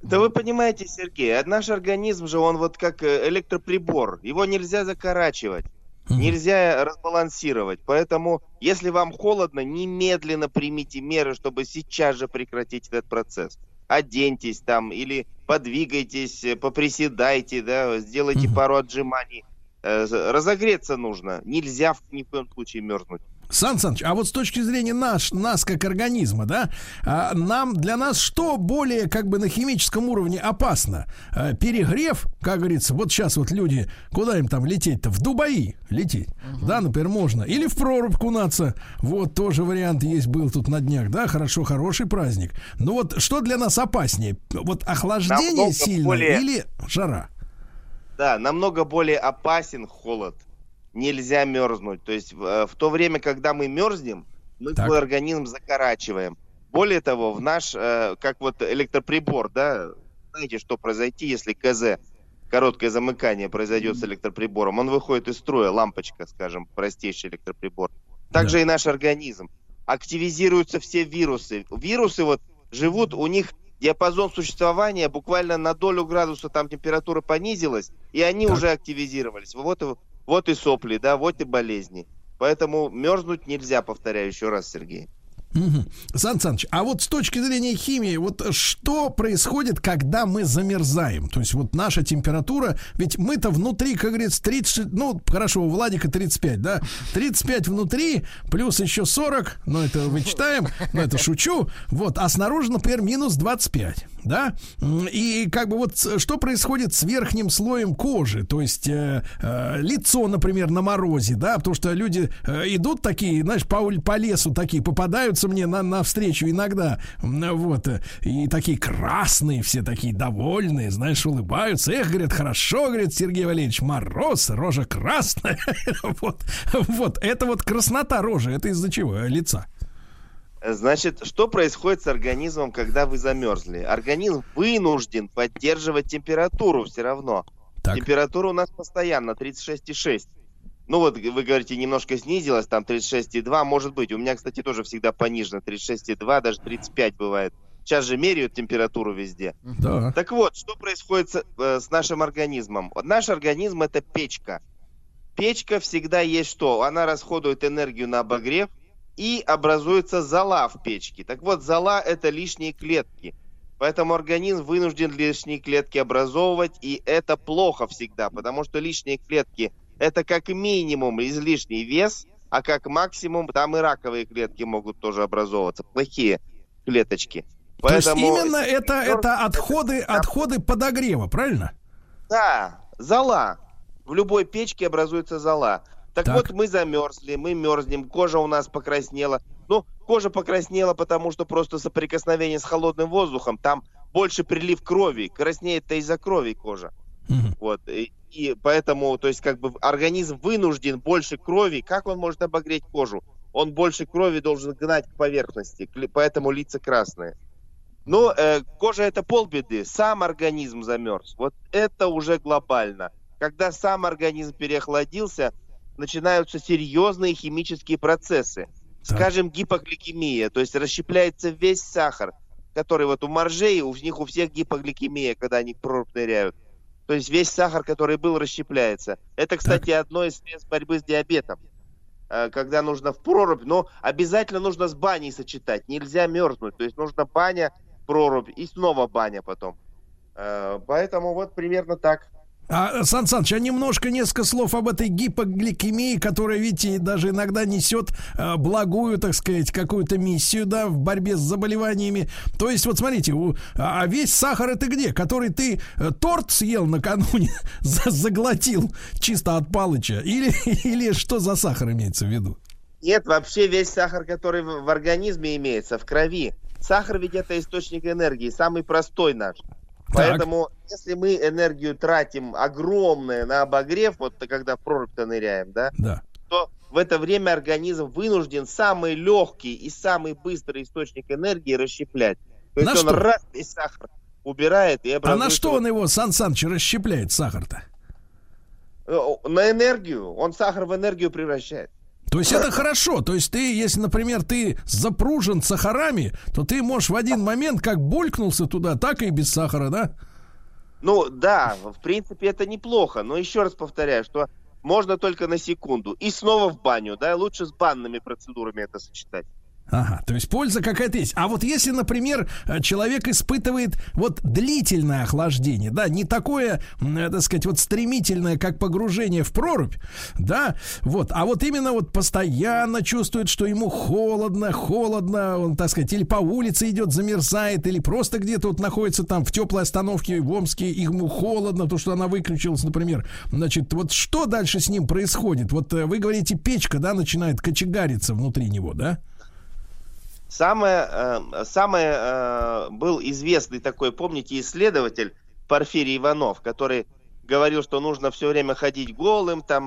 Да вы понимаете, Сергей, наш организм же, он вот как электроприбор. Его нельзя закорачивать, нельзя разбалансировать. Поэтому, если вам холодно, немедленно примите меры, чтобы сейчас же прекратить этот процесс. Оденьтесь там или подвигайтесь, поприседайте, да, сделайте пару отжиманий. Разогреться нужно. Нельзя ни в коем случае мерзнуть. Сан Саныч, а вот с точки зрения нас как организма, да, для нас что более как бы на химическом уровне опасно? Перегрев, как говорится, вот сейчас вот люди, куда им там лететь-то? В Дубаи лететь, да, например, можно. Или в прорубь кунаться, вот тоже вариант есть, был тут на днях, да, хороший праздник. Но вот что для нас опаснее? Вот охлаждение сильное или жара? Да, намного более опасен холод. Нельзя мерзнуть. То есть в то время, когда мы мерзнем, мы свой организм закорачиваем. Более того, в наш, как вот электроприбор, да, знаете, что произойти, если КЗ, короткое замыкание произойдет с электроприбором, он выходит из строя, лампочка, скажем, простейший электроприбор. Также и наш организм. Активизируются все вирусы. Вирусы вот живут, у них диапазон существования буквально на долю градуса там температура понизилась, и они уже активизировались. Вот и сопли, да, вот и болезни. Поэтому мерзнуть нельзя, повторяю еще раз, Сергей. Сан Саныч, а вот с точки зрения химии, вот что происходит, когда мы замерзаем? То есть вот наша температура, ведь мы-то внутри, как говорится, 30, ну, хорошо, у Владика 35, да? 35 внутри, плюс еще 40, ну, это вычитаем, но это шучу, вот, а снаружи, например, минус 25, да? И как бы вот что происходит с верхним слоем кожи? То есть лицо, например, на морозе, да? Потому что люди идут такие, знаешь, по лесу такие, попадаются мне навстречу иногда, вот, и такие красные, все такие довольные, знаешь, улыбаются. Эх, говорят, хорошо, говорит Сергей Валерьевич, мороз, рожа красная. Вот, это вот краснота рожи, это из-за чего? Лица. Значит, что происходит с организмом, когда вы замерзли? Организм вынужден поддерживать температуру все равно. Температура у нас постоянно 36,6. Ну вот, вы говорите, немножко снизилась, там 36,2, может быть. У меня, кстати, тоже всегда понижено, 36,2, даже 35 бывает. Сейчас же меряют температуру везде. Да. Так вот, что происходит с нашим организмом? Вот наш организм — это печка. Печка всегда есть что? Она расходует энергию на обогрев, и образуется зола в печке. Так вот, зола — это лишние клетки. Поэтому организм вынужден лишние клетки образовывать, и это плохо всегда, потому что лишние клетки — это как минимум излишний вес, а как максимум там и раковые клетки могут тоже образовываться, плохие клеточки. Поэтому... То есть именно это отходы подогрева, правильно? Да, зола. В любой печке образуется зола. Так вот, мы замерзли, мы мерзнем, кожа у нас покраснела. Ну, кожа покраснела, потому что просто соприкосновение с холодным воздухом, там больше прилив крови, краснеет-то из-за крови кожа. Вот, и поэтому, то есть, как бы организм вынужден больше крови. Как он может обогреть кожу? Он больше крови должен гнать к поверхности, поэтому лица красные. Но кожа — это полбеды, сам организм замерз. Вот это уже глобально. Когда сам организм переохладился, начинаются серьезные химические процессы. Скажем, гипогликемия, то есть расщепляется весь сахар, который вот у моржей, у них у всех гипогликемия, когда они в прорубь ныряют. То есть весь сахар, который был, расщепляется. Это, кстати, одно из средств борьбы с диабетом. Когда нужно в прорубь, но обязательно нужно с баней сочетать. Нельзя мерзнуть. То есть нужно баня, прорубь и снова баня потом. Поэтому вот примерно так. Сан Саныч, несколько слов об этой гипогликемии, которая, видите, даже иногда несет благую, так сказать, какую-то миссию, да, в борьбе с заболеваниями. То есть, вот смотрите, весь сахар это где? Который ты торт съел накануне, заглотил чисто от Палыча? Или что за сахар имеется в виду? Нет, вообще весь сахар, который в организме имеется, в крови. Сахар ведь это источник энергии, самый простой наш. Поэтому, если мы энергию тратим огромное на обогрев, вот когда в прорубь-то ныряем, да, то в это время организм вынужден самый легкий и самый быстрый источник энергии расщеплять. То есть он раз весь сахар убирает и образует... А на что он его, Сан Саныч, расщепляет, сахар-то? На энергию. Он сахар в энергию превращает. То есть это хорошо. То есть ты, если, например, ты запружен сахарами, то ты можешь в один момент как булькнулся туда, так и без сахара, да? Ну да, в принципе это неплохо. Но еще раз повторяю, что можно только на секунду. И снова в баню, да? Лучше с банными процедурами это сочетать. Ага, то есть польза какая-то есть. А вот если, например, человек испытывает вот длительное охлаждение, да, не такое, так сказать, вот стремительное, как погружение в прорубь, да, вот, а вот именно вот постоянно чувствует, что ему холодно, он, так сказать, или по улице идет, замерзает, или просто где-то вот находится там в теплой остановке в Омске, ему холодно, то, что она выключилась, например, значит, вот что дальше с ним происходит? Вот вы говорите, печка, да, начинает кочегариться внутри него, да? Был известный такой, помните, исследователь Порфирий Иванов, который говорил, что нужно все время ходить голым, там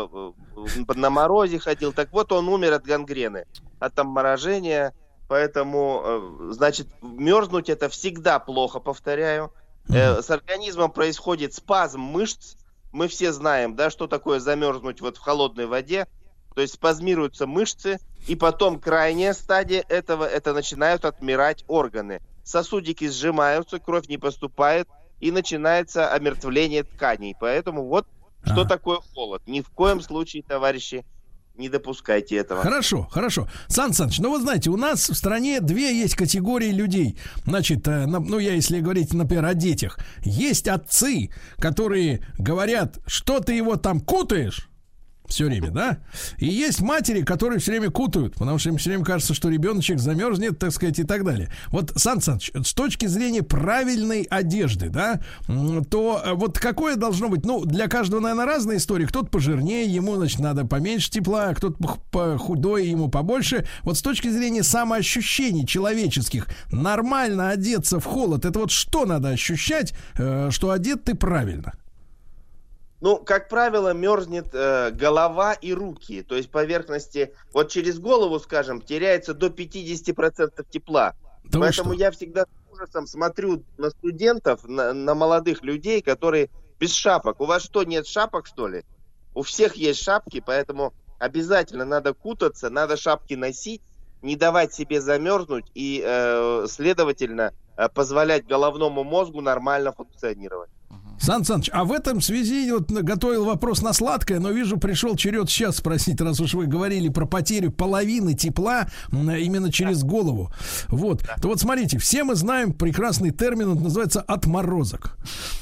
на морозе ходил. Так вот, он умер от гангрены, от обморожения. Поэтому, значит, мерзнуть это всегда плохо, повторяю. С организмом происходит спазм мышц. Мы все знаем, да, что такое замерзнуть вот в холодной воде. То есть спазмируются мышцы, и потом крайняя стадия этого, это начинают отмирать органы. Сосудики сжимаются, кровь не поступает, и начинается омертвление тканей. Поэтому вот что такое холод. Ни в коем случае, товарищи, не допускайте этого. Хорошо. Сан Саныч, ну вы знаете, у нас в стране две есть категории людей. Значит, ну я если говорить, например, о детях. Есть отцы, которые говорят, что ты его там кутаешь, все время, да? И есть матери, которые все время кутают, потому что им все время кажется, что ребеночек замерзнет, так сказать, и так далее. Вот, Сан Саныч, с точки зрения правильной одежды, да, то вот какое должно быть, ну, для каждого, наверное, разная история. Кто-то пожирнее, ему, значит, надо поменьше тепла, а кто-то худой, ему побольше. Вот с точки зрения самоощущений человеческих, нормально одеться в холод, это вот что надо ощущать, что одет ты правильно? Ну, как правило, мерзнет голова и руки. То есть поверхности, вот через голову, скажем, теряется до 50% тепла. Да. Поэтому я всегда с ужасом смотрю на студентов, на молодых людей, которые без шапок. У вас что, нет шапок, что ли? У всех есть шапки, поэтому обязательно надо кутаться, надо шапки носить, не давать себе замерзнуть и, следовательно, позволять головному мозгу нормально функционировать. Сан Саныч, а в этом связи вот готовил вопрос на сладкое, но вижу, пришел черед сейчас спросить, раз уж вы говорили про потерю половины тепла именно через голову. Вот. То вот смотрите, все мы знаем прекрасный термин, он называется отморозок.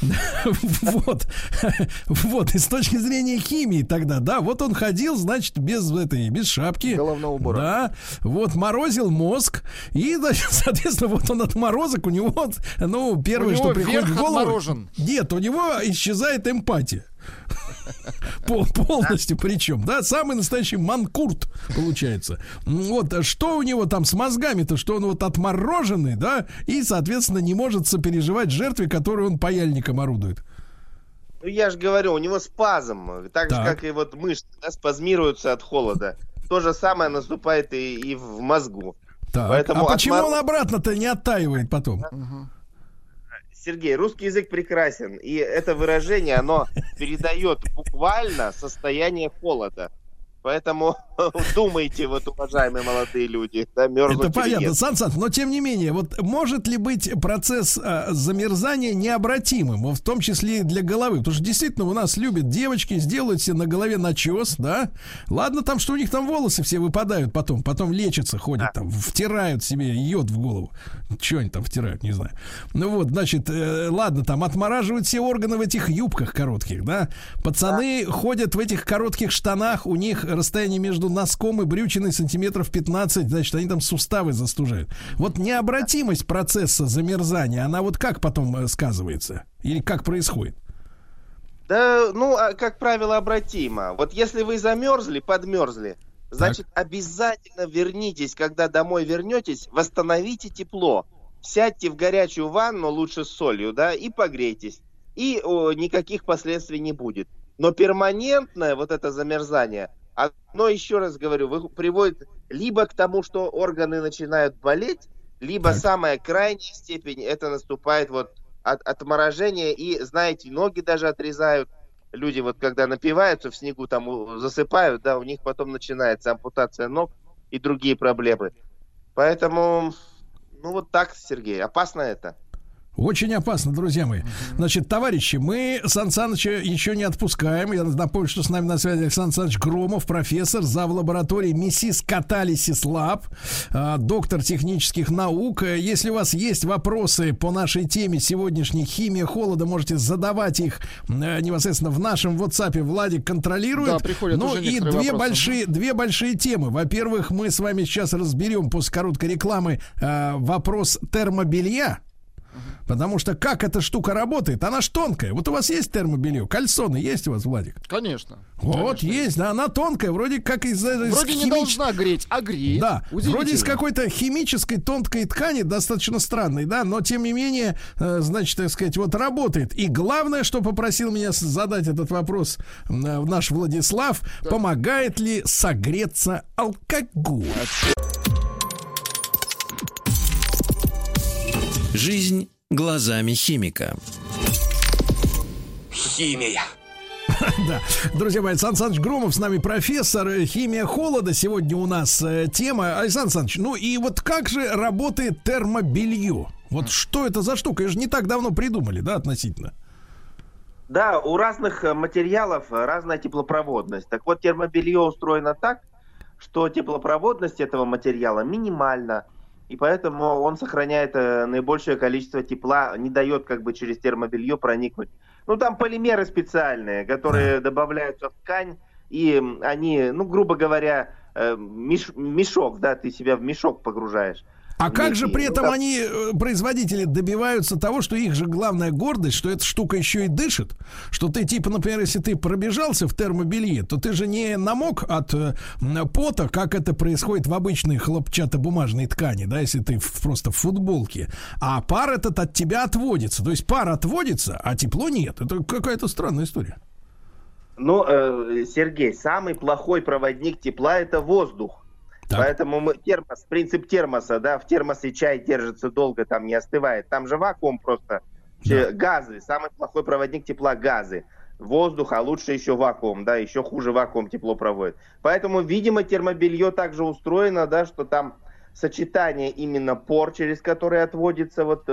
Вот. И с точки зрения химии тогда, да, вот он ходил, значит, без шапки. Головного убора. Да. Вот, морозил мозг. И, значит, соответственно, вот он отморозок, у него, ну, первое, что приходит в голову. Отморожен. Нет, у него исчезает эмпатия. Полностью причем, да, самый настоящий манкурт получается. Вот, что у него там с мозгами-то, что он вот отмороженный, да, и, соответственно, не может сопереживать жертве, которую он паяльником орудует. Ну, я же говорю, у него спазм, так же, как и вот мышцы, да, спазмируются от холода. То же самое наступает и в мозгу. Так. Поэтому почему он обратно-то не оттаивает потом? Сергей, русский язык прекрасен, и это выражение, оно передает буквально состояние холода. Поэтому думайте, вот, уважаемые молодые люди, да, мерзнуть. Это понятно, Сан Саныч, но тем не менее, вот может ли быть процесс замерзания необратимым, в том числе и для головы? Потому что действительно у нас любят девочки сделать себе на голове начес, да? Ладно там, что у них там волосы все выпадают потом лечатся, ходят там, втирают себе йод в голову. Что они там втирают, не знаю. Ну вот, значит, ладно, там отмораживают все органы в этих юбках коротких, да? Пацаны ходят в этих коротких штанах, у них расстояние между носком и брючиной сантиметров 15, значит, они там суставы застужают. Вот необратимость процесса замерзания, она вот как потом сказывается? Или как происходит? Да, ну, как правило, обратимо. Вот если вы замерзли, подмерзли, значит, обязательно вернитесь, когда домой вернетесь, восстановите тепло. Сядьте в горячую ванну, лучше с солью, да, и погрейтесь. И никаких последствий не будет. Но перманентное вот это замерзание, оно, еще раз говорю, приводит либо к тому, что органы начинают болеть, либо самая крайняя степень, это наступает вот от отморожения, и, знаете, ноги даже отрезают. люди вот когда напиваются в снегу, там засыпают, да, у них потом начинается ампутация ног и другие проблемы. Поэтому, ну вот так, Сергей, опасно это. Очень опасно, друзья мои. Значит, товарищи, мы Сан Саныча еще не отпускаем. Я напомню, что с нами на связи Александр Саныч Громов, профессор, зав. Лаборатории Мисис Каталисис Лаб, доктор технических наук. Если у вас есть вопросы по нашей теме сегодняшней «Химия холода», можете задавать их непосредственно в нашем WhatsApp. Владик контролирует. Да, приходят ну уже и две большие темы. Во-первых, мы с вами сейчас разберем после короткой рекламы вопрос термобелья. Потому что как эта штука работает? Она ж тонкая. Вот у вас есть термобелье? Кальсоны есть у вас, Владик? Конечно. Вот, конечно. Есть, да, она тонкая, вроде как вроде не должна греть, а греет. Да, вроде из какой-то химической тонкой ткани, достаточно странной, да, но тем не менее, значит, так сказать, вот работает. И главное, что попросил меня задать этот вопрос наш Владислав, да. Помогает ли согреться алкоголь? Жизнь глазами химика. Химия. Да, друзья мои, Сан Саныч Громов с нами, профессор, «Химия холода». Сегодня у нас тема. Александр Саныч, ну и вот как же работает термобелье? Вот что это за штука? Ее же не так давно придумали, да, относительно? Да, у разных материалов разная теплопроводность. Так вот, термобелье устроено так, что теплопроводность этого материала минимальна. И поэтому он сохраняет наибольшее количество тепла, не дает как бы через термобелье проникнуть. Ну, там полимеры специальные, которые добавляются в ткань, и они, ну, грубо говоря, мешок, да, ты себя в мешок погружаешь. А как же при этом они, производители, добиваются того, что их же главная гордость, что эта штука еще и дышит, что ты, типа, например, если ты пробежался в термобелье, то ты же не намок от пота, как это происходит в обычной хлопчатобумажной ткани, да, если ты просто в футболке, а пар этот от тебя отводится, то есть пар отводится, а тепло нет. Это какая-то странная история. Ну, Сергей, самый плохой проводник тепла — это воздух. Так. Поэтому принцип термоса, да, в термосе чай держится долго, там не остывает. Там же вакуум просто. Да. Газы, самый плохой проводник тепла — газы. Воздух, а лучше еще вакуум, да, еще хуже вакуум тепло проводит. Поэтому, видимо, термобелье также устроено, да, что там сочетание именно пор, через которые отводится вот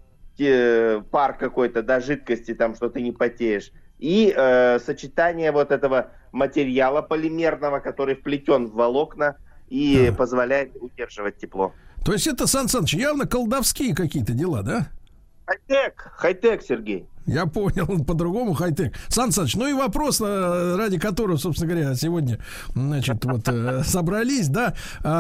пар какой-то, да, жидкости, там, что ты не потеешь. И сочетание вот этого материала полимерного, который вплетен в волокна, и позволяет удерживать тепло. То есть это, Сан Саныч, явно колдовские какие-то дела, да? Хай-тек, Сергей. Я понял, по-другому хай-тек. Сан Саныч, ну и вопрос, ради которого, собственно говоря, сегодня, значит, вот собрались, да.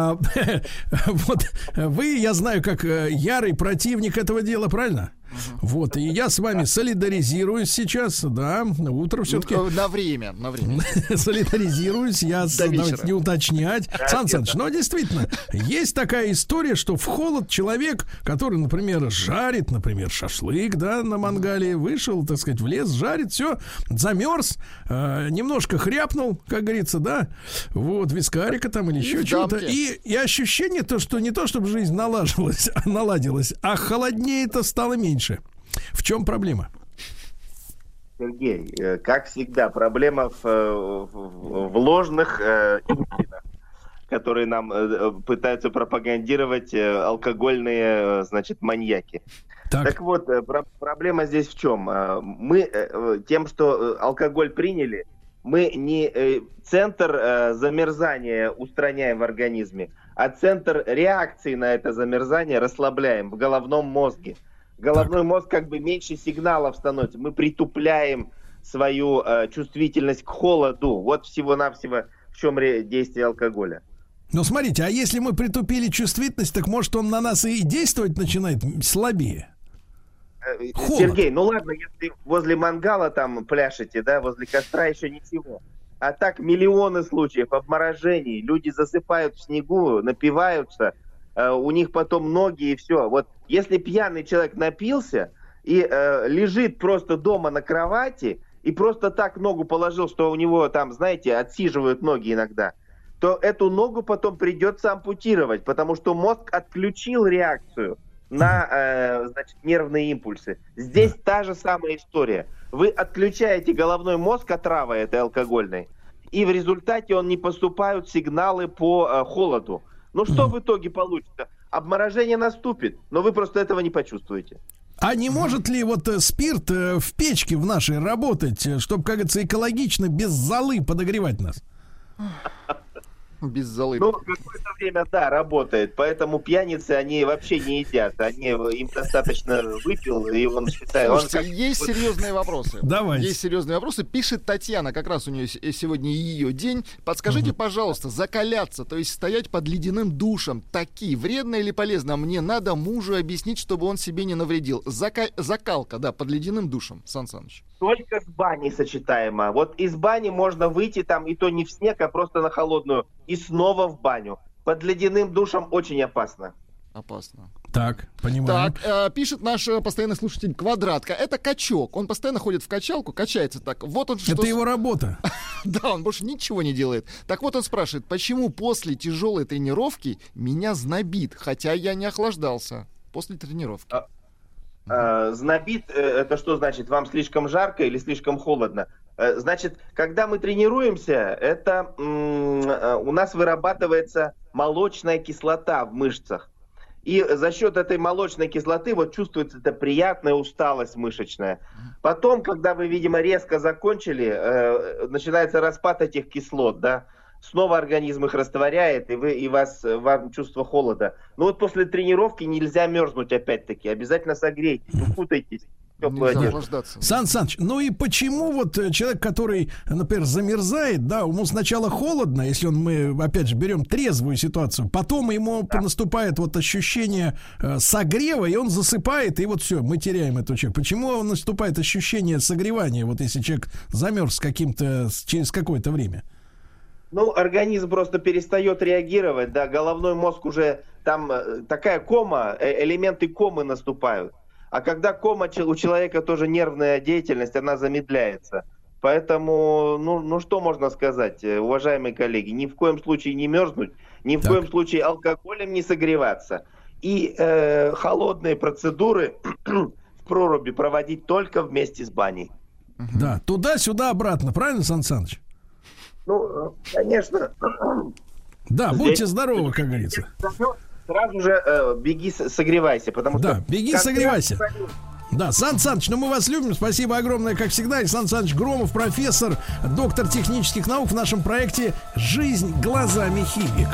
Вот вы, я знаю, как ярый противник этого дела, правильно? Вот, и я с вами солидаризируюсь сейчас, да, утро все-таки. На время. Солидаризируюсь, я давайте не уточнять. Сан Саныч, но действительно, есть такая история, что в холод человек, который, например, жарит, например, шашлык, да, на мангале, вышел, так сказать, в лес, жарит, все, замерз, немножко хряпнул, как говорится, да, вот, вискарика там или еще что-то. И ощущение то, что не то, чтобы жизнь наладилась, а холоднее-то стало меньше. В чем проблема? Сергей, как всегда, проблема в ложных истинах, которые нам пытаются пропагандировать алкогольные, значит, маньяки. Так вот, проблема здесь в чем? Мы тем, что алкоголь приняли, мы не центр замерзания устраняем в организме, а центр реакции на это замерзание расслабляем в головном мозге. Головной мозг как бы меньше сигналов становится. Мы притупляем свою чувствительность к холоду. Вот всего-навсего в чем действие алкоголя. Ну, смотрите, а если мы притупили чувствительность, так может он на нас и действовать начинает слабее? Холод. Сергей, ну ладно, если возле мангала там пляшете, да, возле костра еще ничего. А так миллионы случаев обморожений. Люди засыпают в снегу, напиваются, у них потом ноги и все. Вот если пьяный человек напился и лежит просто дома на кровати и просто так ногу положил, что у него там, знаете, отсиживают ноги иногда, то эту ногу потом придется ампутировать, потому что мозг отключил реакцию. на значит, нервные импульсы. Здесь та же самая история. Вы отключаете головной мозг отравой этой алкогольной, и в результате не поступают сигналы по холоду. Ну что в итоге получится? Обморожение наступит, но вы просто этого не почувствуете. А не может ли вот спирт в печке в нашей работать, чтобы, как говорится, экологично, без золы подогревать нас? Без золы. Ну, какое-то время, да, работает. Поэтому пьяницы, они вообще не едят. Им достаточно выпил, и он считает... Слушайте, есть серьезные вопросы. Давайте. Есть серьезные вопросы. Пишет Татьяна, как раз у нее сегодня ее день. Подскажите, пожалуйста, закаляться, то есть стоять под ледяным душем, таки вредно или полезно? Мне надо мужу объяснить, чтобы он себе не навредил. Закалка, да, под ледяным душем, Сан Саныч. Только с баней сочетаемо. Вот из бани можно выйти там, и то не в снег, а просто на холодную, и снова в баню. Под ледяным душем очень опасно. Опасно. Так, понимаю. Так, пишет наш постоянный слушатель Квадратка. Это качок. Он постоянно ходит в качалку, качается так. Вот он что... Это его работа. Да, он больше ничего не делает. Так вот он спрашивает, почему после тяжелой тренировки меня знобит, хотя я не охлаждался после тренировки. Знобит, это что значит? Вам слишком жарко или слишком холодно? Значит, когда мы тренируемся, это у нас вырабатывается молочная кислота в мышцах. И за счет этой молочной кислоты вот чувствуется эта приятная усталость мышечная. Потом, когда вы, видимо, резко закончили, начинается распад этих кислот, да? Снова организм их растворяет, и вам чувство холода. Но вот после тренировки нельзя мерзнуть опять-таки. Обязательно согрейтесь, укутайтесь. Сан Саныч, ну и почему вот человек, который, например, замерзает, да, ему сначала холодно, если мы, опять же, берем трезвую ситуацию, потом ему наступает вот ощущение согрева, и он засыпает, и вот все, мы теряем этого человека. Почему наступает ощущение согревания, вот если человек замерз через какое-то время? Ну, организм просто перестает реагировать, да, головной мозг уже, там такая кома, элементы комы наступают. А когда кома, у человека тоже нервная деятельность, она замедляется. Поэтому, ну что можно сказать, уважаемые коллеги, ни в коем случае не мерзнуть, ни в коем случае алкоголем не согреваться. И холодные процедуры в проруби проводить только вместе с баней. Да, туда-сюда, обратно, правильно, Сан Саныч? Ну, конечно. Да, будьте здоровы, как говорится. Сразу же беги, согревайся, потому что... Да, беги, согревайся. Да, Сан Саныч, ну мы вас любим, спасибо огромное, как всегда. И Сан Саныч Громов, профессор, доктор технических наук в нашем проекте «Жизнь глазами химика».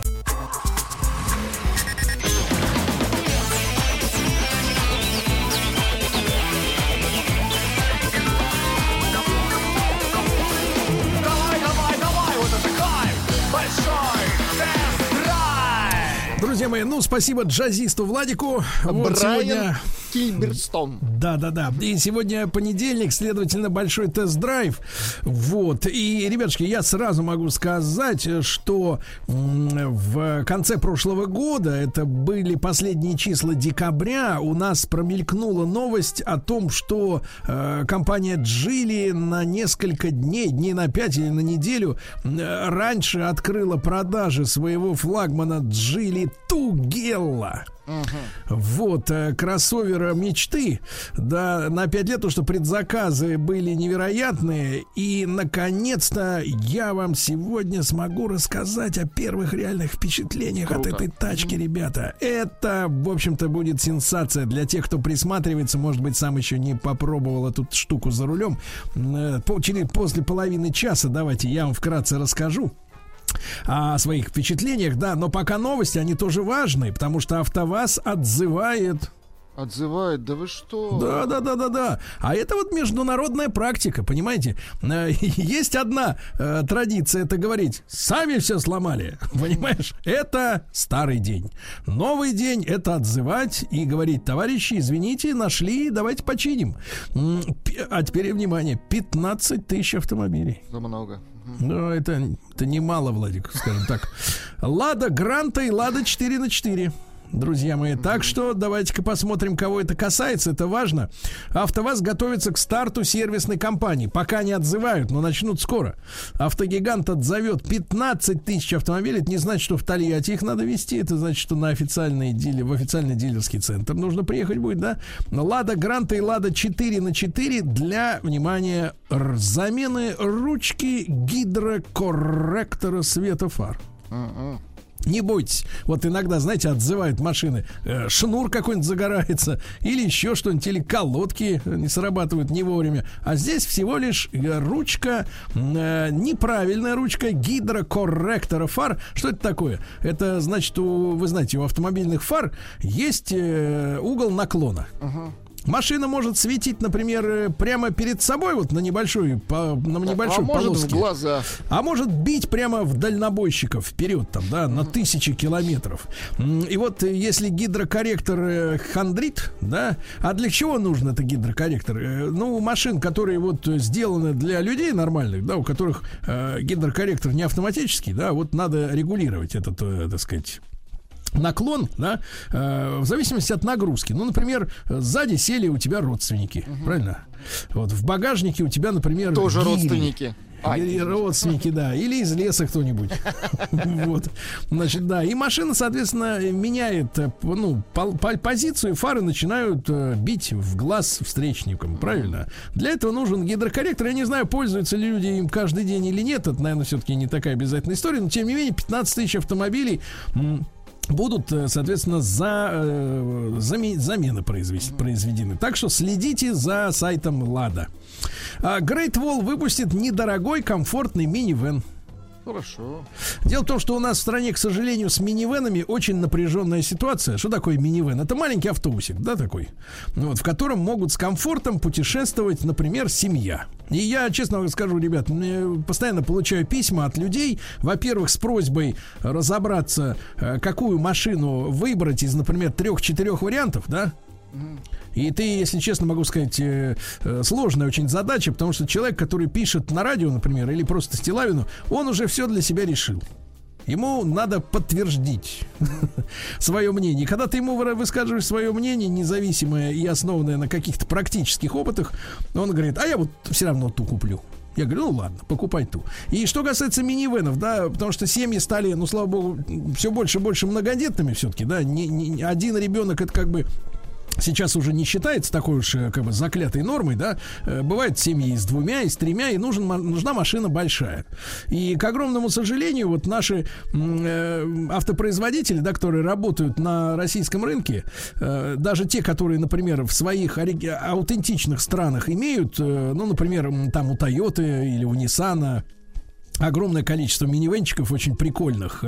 Друзья мои, ну, спасибо джазисту Владику. Вот Брайан Кильберстон. Да. И сегодня понедельник, следовательно, большой тест-драйв. Вот. И, ребятушки, я сразу могу сказать, что в конце прошлого года, это были последние числа декабря, у нас промелькнула новость о том, что компания Geely на несколько дней на 5 или на неделю раньше открыла продажи своего флагмана Geely Тугелла. Вот, кроссовера мечты, да, на 5 лет, потому что предзаказы были невероятные. И, наконец-то, я вам сегодня смогу рассказать о первых реальных впечатлениях от этой тачки, ребята. Это, в общем-то, будет сенсация для тех, кто присматривается. Может быть, сам еще не попробовал эту штуку за рулем. После половины часа давайте я вам вкратце расскажу о своих впечатлениях, да, но пока новости, они тоже важны, потому что АвтоВАЗ отзывает. Отзывает, да вы что? Да. А это вот международная практика, понимаете? Есть одна традиция, это говорить, сами все сломали, понимаешь? Это старый день. Новый день — это отзывать и говорить, товарищи, извините, нашли, давайте починим. А теперь, внимание, 15 тысяч автомобилей. Это много. Ну, это немало, Владик, скажем так. Лада Гранта и Лада 4/4. друзья мои. Так что давайте-ка посмотрим, кого это касается. Это важно. АвтоВАЗ готовится к старту сервисной кампании. Пока не отзывают, но начнут скоро. Автогигант отзовет 15 тысяч автомобилей. Это не значит, что в Тольятти их надо везти. Это значит, что на в официальный дилерский центр нужно приехать будет, да? Лада Гранта и Лада 4х4 для, внимания, замены ручки гидрокорректора света фар. Не бойтесь. Вот иногда, знаете, отзывают машины. Шнур какой-нибудь загорается. Или еще что-нибудь. Или колодки не срабатывают не вовремя. А здесь всего лишь ручка, неправильная ручка гидрокорректора фар. Что это такое? Это значит, вы знаете, у автомобильных фар есть угол наклона. Машина может светить, например, прямо перед собой, вот на небольшой полоске. Может в глаза. А может бить прямо в дальнобойщиков вперед, там, да, на тысячи километров. И вот если гидрокорректор хандрит, да, а для чего нужен этот гидрокорректор? Ну, машин, которые вот сделаны для людей нормальных, да, у которых гидрокорректор не автоматический, да, вот надо регулировать этот, так сказать, наклон, да, в зависимости от нагрузки. Ну, например, сзади сели у тебя родственники, правильно? Вот в багажнике у тебя, например, тоже гири. Родственники. Или родственники, да, или из леса кто-нибудь. Вот, значит, да. И машина, соответственно, меняет, ну, позицию, фары начинают бить в глаз встречникам, правильно? Для этого нужен гидрокорректор. Я не знаю, пользуются ли люди им каждый день или нет. Это, наверное, все-таки не такая обязательная история. Но, тем не менее, 15 тысяч автомобилей будут, соответственно, замены произведены. Так что следите за сайтом Лада. Great Wall выпустит недорогой, комфортный минивэн. Хорошо. Дело в том, что у нас в стране, к сожалению, с минивэнами очень напряженная ситуация. Что такое минивэн? Это маленький автобусик, да, такой, вот, в котором могут с комфортом путешествовать, например, семья. И я, честно вам скажу, ребят, постоянно получаю письма от людей, во-первых, с просьбой разобраться, какую машину выбрать из, например, 3-4 вариантов, да. И ты, если честно, могу сказать, сложная очень задача, потому что человек, который пишет на радио, например, или просто Стилавину, он уже все для себя решил. Ему надо подтвердить свое мнение. Когда ты ему высказываешь свое мнение, независимое и основанное на каких-то практических опытах, он говорит, а я вот все равно ту куплю. Я говорю, ну ладно, покупай ту. И что касается минивэнов, да, потому что семьи стали, ну, слава богу, все больше и больше многодетными все-таки, да, не один ребенок, это как бы сейчас уже не считается такой уж как бы заклятой нормой, да. Бывают семьи и с 2, и с 3, и нужна машина большая. И, к огромному сожалению, вот наши автопроизводители, да, которые работают на российском рынке, даже те, которые, например, в своих аутентичных странах имеют, ну, например, там у Toyota или у Nissan огромное количество минивенчиков очень прикольных.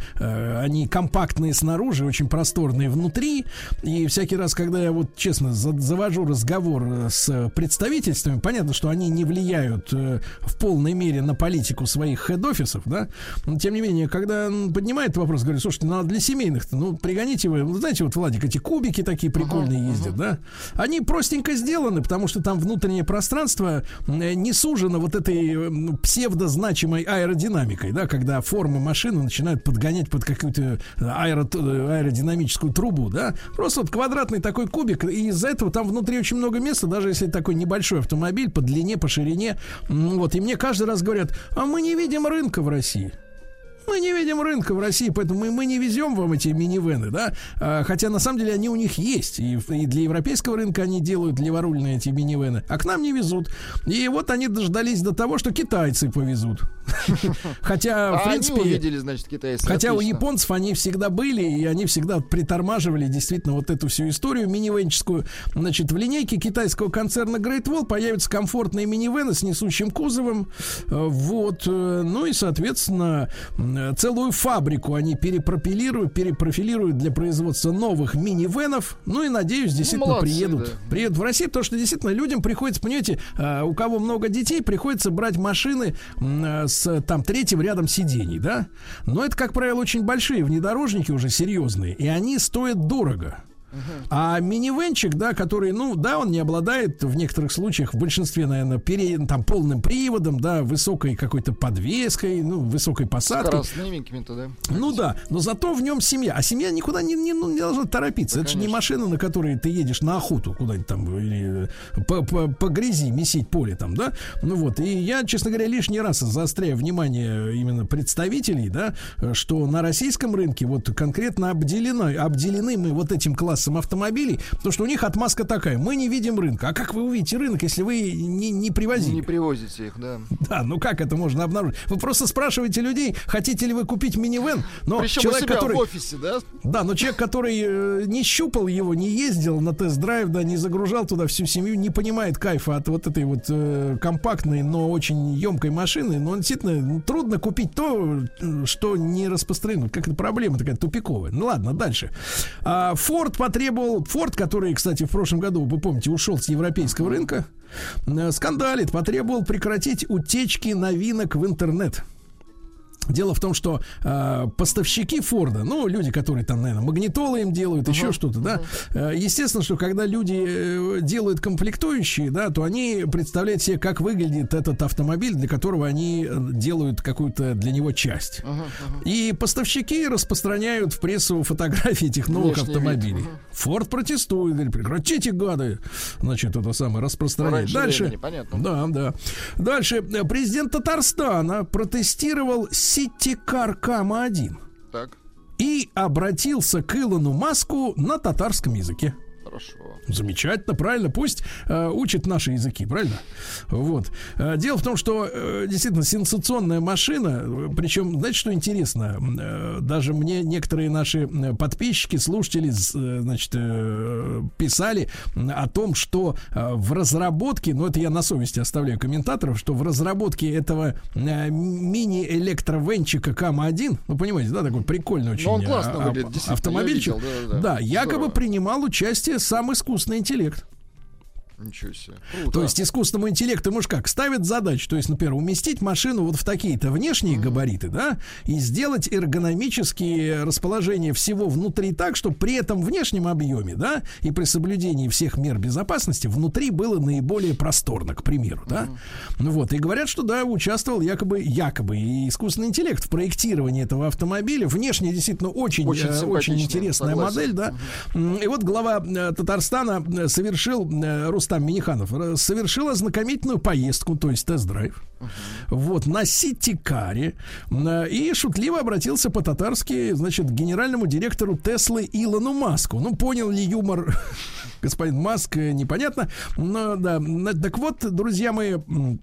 Они компактные снаружи, очень просторные внутри. И всякий раз, когда я вот честно завожу разговор с представительствами, понятно, что они не влияют в полной мере на политику своих хед-офисов, да. Но тем не менее, когда поднимает вопрос, говорю, слушайте, надо для семейных-то, ну, пригоните вы, знаете, вот, Владик, эти кубики такие прикольные ездят, да. Они простенько сделаны, потому что там внутреннее пространство не сужено вот этой псевдозначимой аэродинамикой, да, когда форма машины начинают подгонять под какую-то аэродинамическую трубу, да, просто вот квадратный такой кубик, и из-за этого там внутри очень много места, даже если такой небольшой автомобиль по длине, по ширине, вот, и мне каждый раз говорят, а мы не видим рынка в России. Мы не видим рынка в России, поэтому мы не везем вам эти минивэны, да, хотя на самом деле они у них есть, и для европейского рынка они делают леворульные эти минивэны, а к нам не везут. И вот они дождались до того, что китайцы повезут. Хотя, в принципе, они увидели, значит, китайцы. Хотя у японцев они всегда были, и они всегда притормаживали действительно вот эту всю историю минивенческую. Значит, в линейке китайского концерна Great Wall появятся комфортные минивэны с несущим кузовом, вот, ну и, соответственно, целую фабрику они перепрофилируют для производства новых минивенов. Ну и, надеюсь, действительно приедут в Россию, потому что действительно людям приходится, понимаете, у кого много детей, приходится брать машины с там 3-м рядом сидений, да. Но это, как правило, очень большие внедорожники уже серьезные, и они стоят дорого. А минивенчик, да, который, ну, да, он не обладает в некоторых случаях, в большинстве, наверное, там полным приводом, да, высокой какой-то подвеской, ну, высокой посадкой. Скоростными какими-то, да. Ну да, но зато в нем семья. А семья никуда не должна торопиться. Да, это же не машина, на которой ты едешь на охоту куда-нибудь там или по грязи месить поле там, да. Ну вот, и я, честно говоря, лишний раз заостряю внимание именно представителей, да, что на российском рынке вот конкретно обделены мы вот этим классом автомобилей, потому что у них отмазка такая: мы не видим рынка. А как вы увидите рынок, если вы не привозили? Не привозите их, да. Да, ну как это можно обнаружить? Вы просто спрашиваете людей, хотите ли вы купить минивэн, но причем человек, который в офисе, да? Да, но человек, который не щупал его, не ездил на тест-драйв, да, не загружал туда всю семью, не понимает кайфа от вот этой вот компактной, но очень емкой машины. Но действительно трудно купить то, что не распространено. Как это проблема такая тупиковая. Ну ладно, дальше. Ford, который, кстати, в прошлом году, вы помните, ушел с европейского рынка, скандалит, потребовал прекратить утечки новинок в интернет. Дело в том, что поставщики Форда, ну, люди, которые там, наверное, магнитолы им делают, еще что-то, да, естественно, что когда люди делают комплектующие, да, то они представляют себе, как выглядит этот автомобиль, для которого они делают какую-то для него часть. И поставщики распространяют в прессу фотографии этих новых автомобилей. Форд протестует, говорит: прекратите, гады, значит, это самое распространение. Дальше, да. Дальше президент Татарстана протестировал Ситикар Кама-1 и обратился к Илону Маску на татарском языке. Хорошо. Замечательно, правильно. Пусть учат наши языки, правильно? Вот. Дело в том, что действительно сенсационная машина. Причем, знаете, что интересно? Даже мне некоторые наши подписчики, слушатели, значит, писали о том, что в разработке, ну это я на совести оставляю комментаторов, что в разработке этого мини-электровенчика Кама-1, вы понимаете, да, такой прикольный очень автомобильчик, да, якобы принимал участие сам искусственный интеллект. Ничего себе. То есть искусственному интеллекту ему как ставят задачу, то есть, например, уместить машину вот в такие-то внешние габариты, да, и сделать эргономические расположения всего внутри так, чтобы при этом внешнем объеме, да, и при соблюдении всех мер безопасности внутри было наиболее просторно, к примеру, да. Ну вот, и говорят, что да, участвовал якобы и искусственный интеллект в проектировании этого автомобиля. Внешне действительно очень интересная модель, да. И вот глава Татарстана Рустам Минниханов совершил ознакомительную поездку, то есть тест-драйв, вот, на Ситикаре, и шутливо обратился по-татарски, значит, к генеральному директору Теслы Илону Маску. Ну, понял ли юмор господин Маск, непонятно. Но, да, так вот, друзья мои,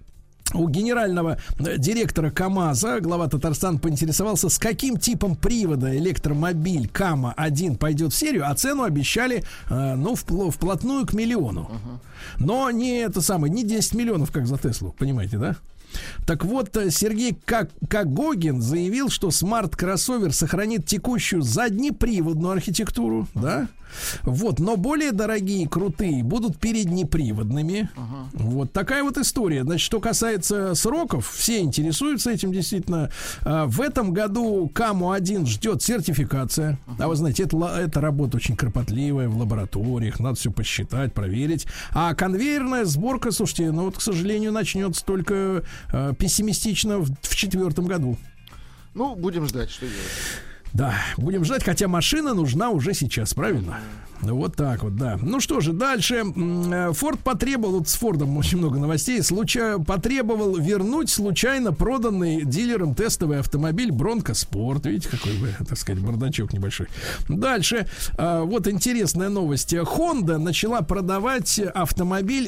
у генерального директора КамАЗа глава Татарстана поинтересовался, с каким типом привода электромобиль Кама-1 пойдет в серию, а цену обещали, ну, вплотную к миллиону. Но не 10 миллионов, как за Теслу, понимаете, да? Так вот, Сергей Кагогин заявил, что смарт-кроссовер сохранит текущую заднеприводную архитектуру, да? Вот, но более дорогие, крутые будут переднеприводными. Вот такая вот история. Значит, что касается сроков, все интересуются этим действительно. В этом году Каму-1 ждет сертификация. А вы знаете, это работа очень кропотливая в лабораториях, надо все посчитать, проверить. А конвейерная сборка, слушайте, ну вот, к сожалению, начнется только пессимистично в 2024 году. Ну, будем ждать, что делать. Да, будем ждать, хотя машина нужна уже сейчас, правильно? Вот так вот, да. Ну что же, дальше. Форд потребовал, вот с Фордом очень много новостей, потребовал вернуть случайно проданный дилером тестовый автомобиль Бронко Спорт. Видите, какой бы, так сказать, бардачок небольшой. Дальше, вот интересная новость. Honda начала продавать автомобиль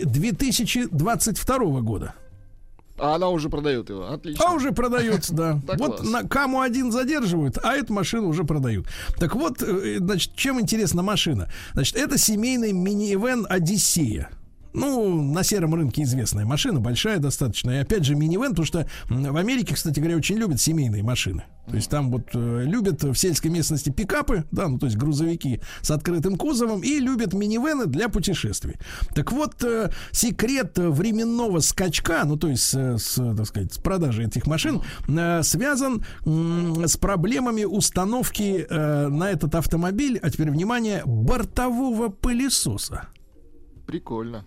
2022 года. А она уже продает его, отлично. А уже продается, да. Вот на Каму-1 задерживают, а эту машину уже продают. Так вот, значит, чем интересна машина? Значит, это семейный минивэн Одиссея. Ну, на сером рынке известная машина, большая достаточно. И опять же минивэн, потому что в Америке, кстати говоря, очень любят семейные машины. То есть там вот любят в сельской местности пикапы, да, ну то есть грузовики с открытым кузовом, и любят минивэны для путешествий. Так вот, секрет временного скачка, ну то есть так сказать, с продажей этих машин, связан с проблемами установки на этот автомобиль, а теперь внимание, бортового пылесоса. Прикольно.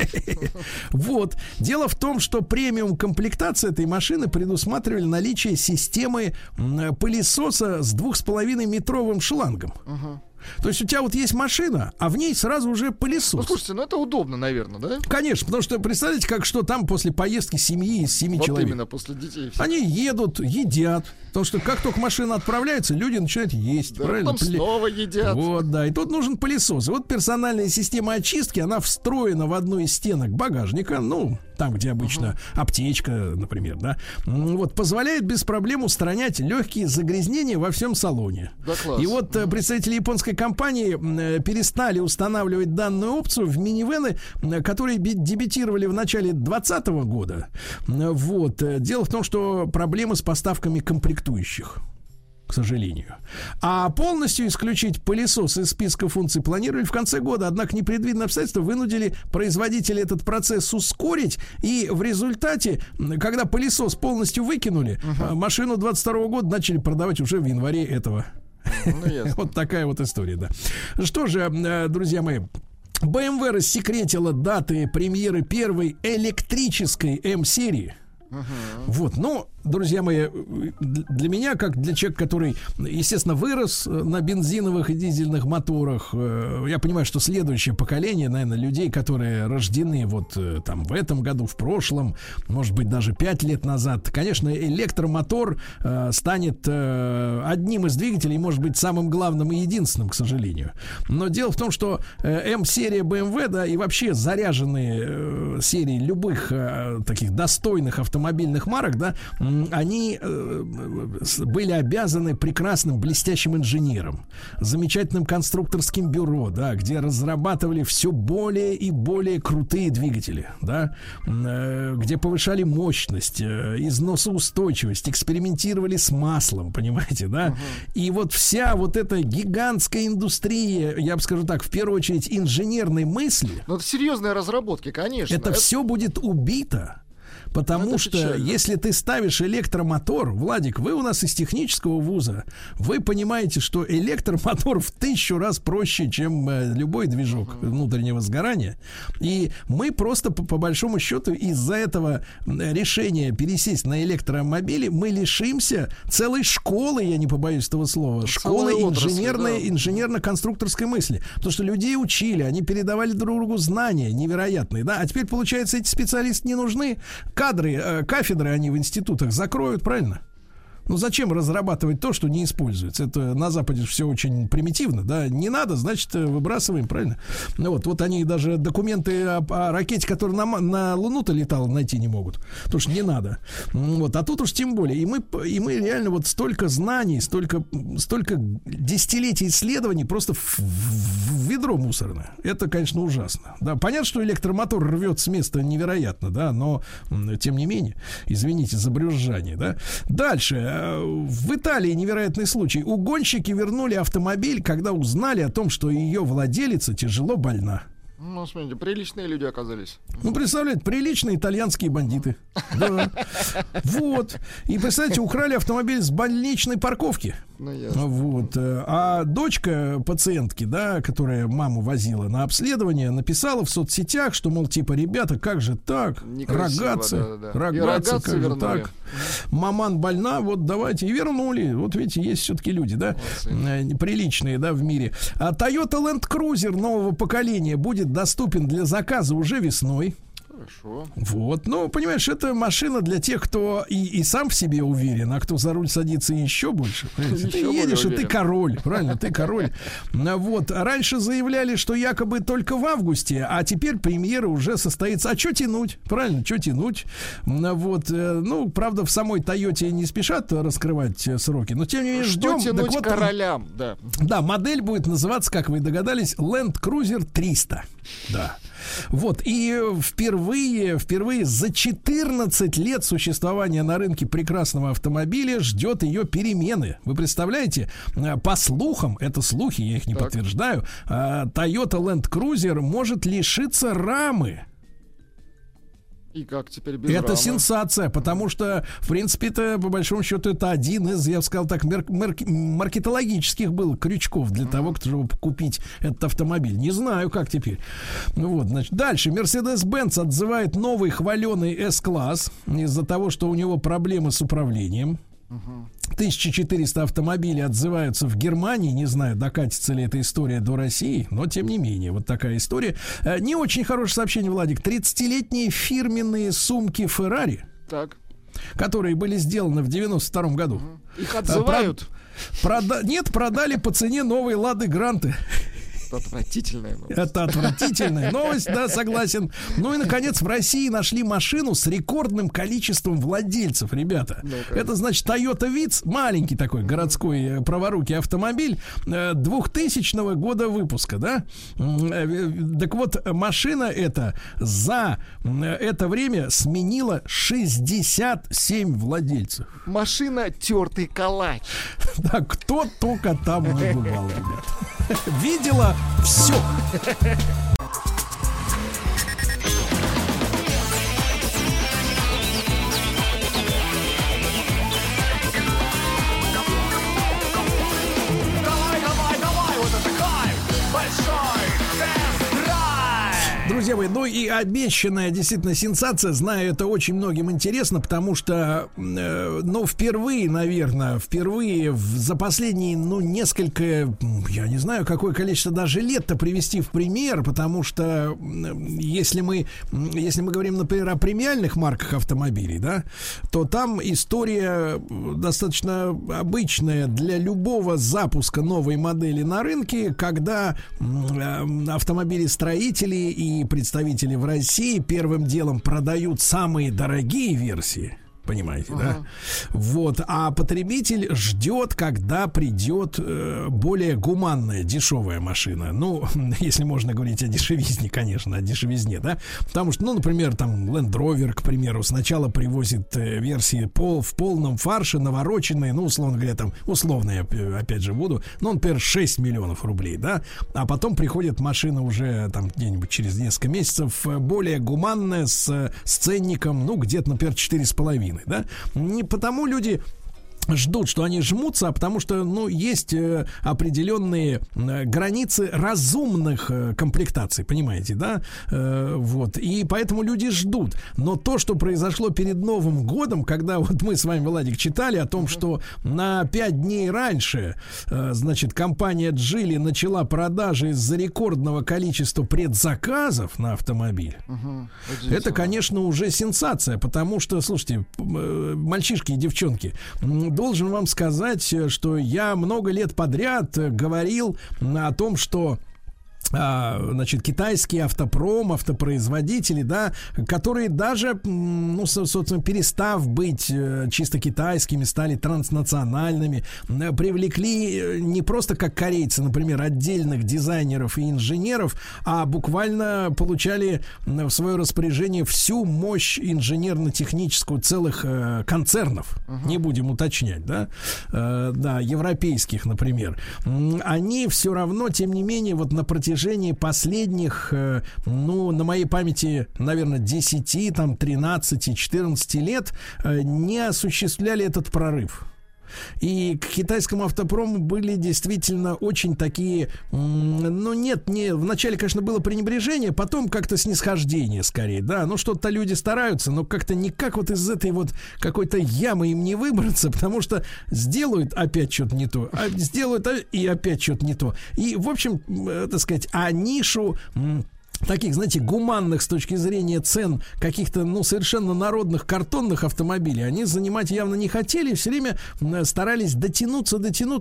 Вот. Дело в том, что премиум комплектация этой машины предусматривали наличие системы пылесоса с 2,5-метровым шлангом. То есть у тебя вот есть машина, а в ней сразу уже пылесос. Ну, слушайте, ну это удобно, наверное, да? Конечно, потому что представляете, как что там после поездки семьи из 7 человек. Вот именно, после детей. Они едут, едят. Потому что как только машина отправляется, люди начинают есть. Да, правильно? потом снова едят. Вот, да. И тут нужен пылесос. И вот персональная система очистки, она встроена в одну из стенок багажника, ну, там, где обычно аптечка, например, да. Вот, позволяет без проблем устранять легкие загрязнения во всем салоне. Да, класс. И вот представители японской компании перестали устанавливать данную опцию в минивэны, которые дебютировали в начале 2020 года. Вот. Дело в том, что проблемы с поставками комплектующих, к сожалению. А полностью исключить пылесос из списка функций планировали в конце года, однако непредвиденные обстоятельства вынудили производителей этот процесс ускорить, и в результате, когда пылесос полностью выкинули, машину 22 года начали продавать уже в январе этого. Вот такая вот история, да. Что же, друзья мои, BMW рассекретила даты премьеры первой электрической М-серии. Вот, ну, друзья мои, для меня, как для человека, который, естественно, вырос на бензиновых и дизельных моторах, я понимаю, что следующее поколение, наверное, людей, которые рождены вот там в этом году, в прошлом, может быть, даже 5 лет назад, конечно, электромотор станет одним из двигателей, может быть, самым главным и единственным, к сожалению. Но дело в том, что М-серия BMW, да, и вообще заряженные серии любых таких достойных автомобильных марок, да, они были обязаны прекрасным, блестящим инженерам, замечательным конструкторским бюро, да, где разрабатывали все более и более крутые двигатели, да, где повышали мощность, износоустойчивость, экспериментировали с маслом, понимаете, да, и вот вся вот эта гигантская индустрия, я бы скажу так, в первую очередь инженерной мысли. Ну, это серьезные разработки, конечно. Это все будет убито. Потому что печально. Если ты ставишь электромотор, Владик, вы у нас из технического вуза, вы понимаете, что электромотор в 1000 раз проще, чем любой движок внутреннего сгорания. И мы просто по большому счету из-за этого решения пересесть на электромобили мы лишимся целой школы, я не побоюсь этого слова, школы инженерно-конструкторской мысли. Потому что людей учили, они передавали друг другу знания невероятные, да, а теперь, получается, эти специалисты не нужны. Кафедры они в институтах закроют, правильно? Ну, зачем разрабатывать то, что не используется? Это на Западе все очень примитивно, да? Не надо, значит, выбрасываем, правильно? Вот они даже документы о ракете, которая на Луну-то летала, найти не могут. Потому что не надо. Вот, а тут уж тем более. И мы реально вот столько знаний, столько десятилетий исследований просто в ведро мусорное. Это, конечно, ужасно. Да, понятно, что электромотор рвет с места невероятно, да, но тем не менее, извините за брюзжание, да. Дальше. В Италии невероятный случай. Угонщики вернули автомобиль, когда узнали о том, что ее владелица тяжело больна. Ну, смотрите, приличные люди оказались. Ну, представляете, приличные итальянские бандиты. Да. Вот. И, представляете, украли автомобиль с больничной парковки. Ну, ясно. Вот. А дочка пациентки, да, которая маму возила на обследование, написала в соцсетях, что, мол, типа, ребята, как же так? Рогатцы, как же так? Маман больна, вот давайте. И вернули. Вот видите, есть все-таки люди, да, приличные, да, в мире. А Toyota Land Cruiser нового поколения будет доступен для заказа уже весной. Хорошо. Вот, ну, понимаешь, это машина для тех, кто и сам в себе уверен, а кто за руль садится еще больше. Ты едешь, и ты король, правильно, ты король. Вот, раньше заявляли, что якобы только в августе, а теперь премьера уже состоится. А что тянуть? Правильно, что тянуть? Вот, ну, правда, в самой Тойоте не спешат раскрывать сроки, но тем не менее ждем. Что тянуть королям, да. Да, модель будет называться, как вы догадались, Land Cruiser 300. Да. Вот, и впервые за 14 лет существования на рынке прекрасного автомобиля ждет ее перемены. Вы представляете, по слухам, это слухи, я их не подтверждаю, Toyota Land Cruiser может лишиться рамы. И как теперь без Это рамы? сенсация, потому что, в принципе, это, по большому счету, это один из, я бы сказал так, маркетологических был крючков для того, чтобы купить этот автомобиль. Не знаю, как теперь. Вот, значит, дальше. Mercedes-Benz отзывает новый хваленый S-класс из-за того, что у него проблемы с управлением. 1400 автомобилей отзываются в Германии. Не знаю, докатится ли эта история до России, но тем не менее, вот такая история. Не очень хорошее сообщение, Владик. 30-летние фирменные сумки Ferrari, которые были сделаны в 92-м году. Их отзывают? Нет, продали по цене новой Лады Гранты. Это отвратительная новость. Это отвратительная новость, да, согласен. Ну и, наконец, в России нашли машину с рекордным количеством владельцев, ребята. Это, значит, Toyota Vitz, маленький такой городской праворукий автомобиль 2000 года выпуска, да. Так вот, машина эта за это время сменила 67 владельцев. Машина тертый калач. Да, кто только там не бывал, ребят. Видела все. Друзья мои, ну и обещанная действительно сенсация, знаю, это очень многим интересно, потому что, ну, впервые, наверное, за последние, ну, несколько, я не знаю, какое количество даже лет-то привести в пример, потому что если мы говорим, например, о премиальных марках автомобилей, да, то там история достаточно обычная для любого запуска новой модели на рынке, когда автомобилестроители и представители в России первым делом продают самые дорогие версии. Понимаете, да? Вот. А потребитель ждет, когда придет более гуманная, дешевая машина. Ну, если можно говорить о дешевизне, конечно, о дешевизне, да? Потому что, ну, например, там Land Rover, к примеру, сначала привозит версии в полном фарше, навороченные, ну, условно говоря, там, условно я опять же буду, ну, например, 6 миллионов рублей, да? А потом приходит машина уже там где-нибудь через несколько месяцев более гуманная, с ценником, ну, где-то, например, 4,5. Да? Не потому люди ждут, что они жмутся, а потому что, ну, есть определенные границы разумных комплектаций, понимаете, да? Вот, и поэтому люди ждут. Но то, что произошло перед Новым годом, когда вот мы с вами, Владик, читали о том, что на 5 дней раньше, значит, компания Geely начала продажи из-за рекордного количества предзаказов на автомобиль, это, конечно, уже сенсация, потому что, слушайте, мальчишки и девчонки, должен вам сказать, что я много лет подряд говорил о том, что значит, китайские автопроизводители, да, которые даже, ну, собственно, перестав быть чисто китайскими, стали транснациональными, привлекли не просто как корейцы, например, отдельных дизайнеров и инженеров, а буквально получали в свое распоряжение всю мощь инженерно-техническую целых концернов, не будем уточнять, да, да, европейских, например. Они все равно, тем не менее, вот на протяжении последних, ну, на моей памяти, наверное, 10, там, 13, 14 лет не осуществляли этот прорыв. И к китайскому автопрому были действительно очень такие, ну, вначале, конечно, было пренебрежение, потом как-то снисхождение скорее, да, ну, что-то люди стараются, но как-то никак вот из этой вот какой-то ямы им не выбраться, потому что сделают опять что-то не то, сделают и опять что-то не то. И, в общем, так сказать, нишу таких, знаете, гуманных с точки зрения цен каких-то, ну, совершенно народных картонных автомобилей они занимать явно не хотели, все время старались дотянуться,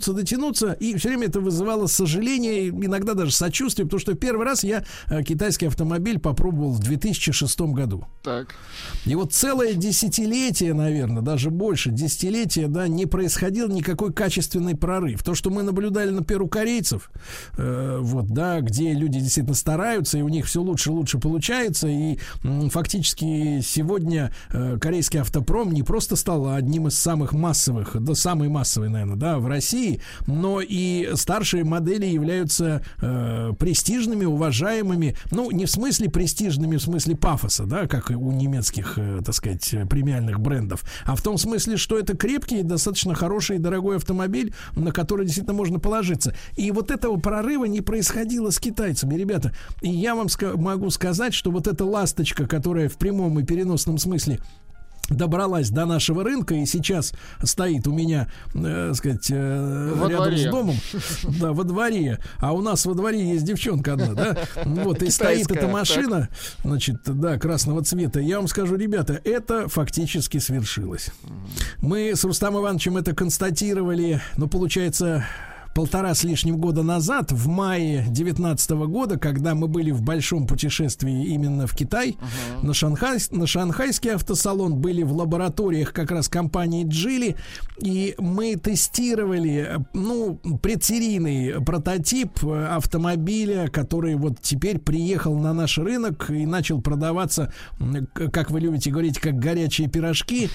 и все время это вызывало сожаление, иногда даже сочувствие, потому что первый раз я китайский автомобиль попробовал в 2006 году. Так. И вот целое десятилетие, наверное, даже больше десятилетия, да, не происходил никакой качественный прорыв. То, что мы наблюдали, например, у корейцев, вот, да, где люди действительно стараются, и у них все лучше получается, и фактически сегодня корейский автопром не просто стал одним из самых массовых, да, самый массовый, наверное, да, в России, но и старшие модели являются престижными, уважаемыми, ну, не в смысле престижными, в смысле пафоса, да, как и у немецких, так сказать, премиальных брендов, а в том смысле, что это крепкий, достаточно хороший и дорогой автомобиль, на который действительно можно положиться. И вот этого прорыва не происходило с китайцами, ребята. И я вам могу сказать, что вот эта ласточка, которая в прямом и переносном смысле добралась до нашего рынка и сейчас стоит у меня, сказать, рядом с домом, да, во дворе, а у нас во дворе есть девчонка одна, да, вот, и стоит эта машина, значит, да, красного цвета. Я вам скажу, ребята, это фактически свершилось. Мы с Рустамом Ивановичем это констатировали, ну, получается, 1,5 с лишним года назад, в мае 2019 года, когда мы были в большом путешествии именно в Китай, на шанхайский автосалон, были в лабораториях как раз компании Geely, и мы тестировали, ну, предсерийный прототип автомобиля, который вот теперь приехал на наш рынок и начал продаваться, как вы любите говорить, как горячие пирожки,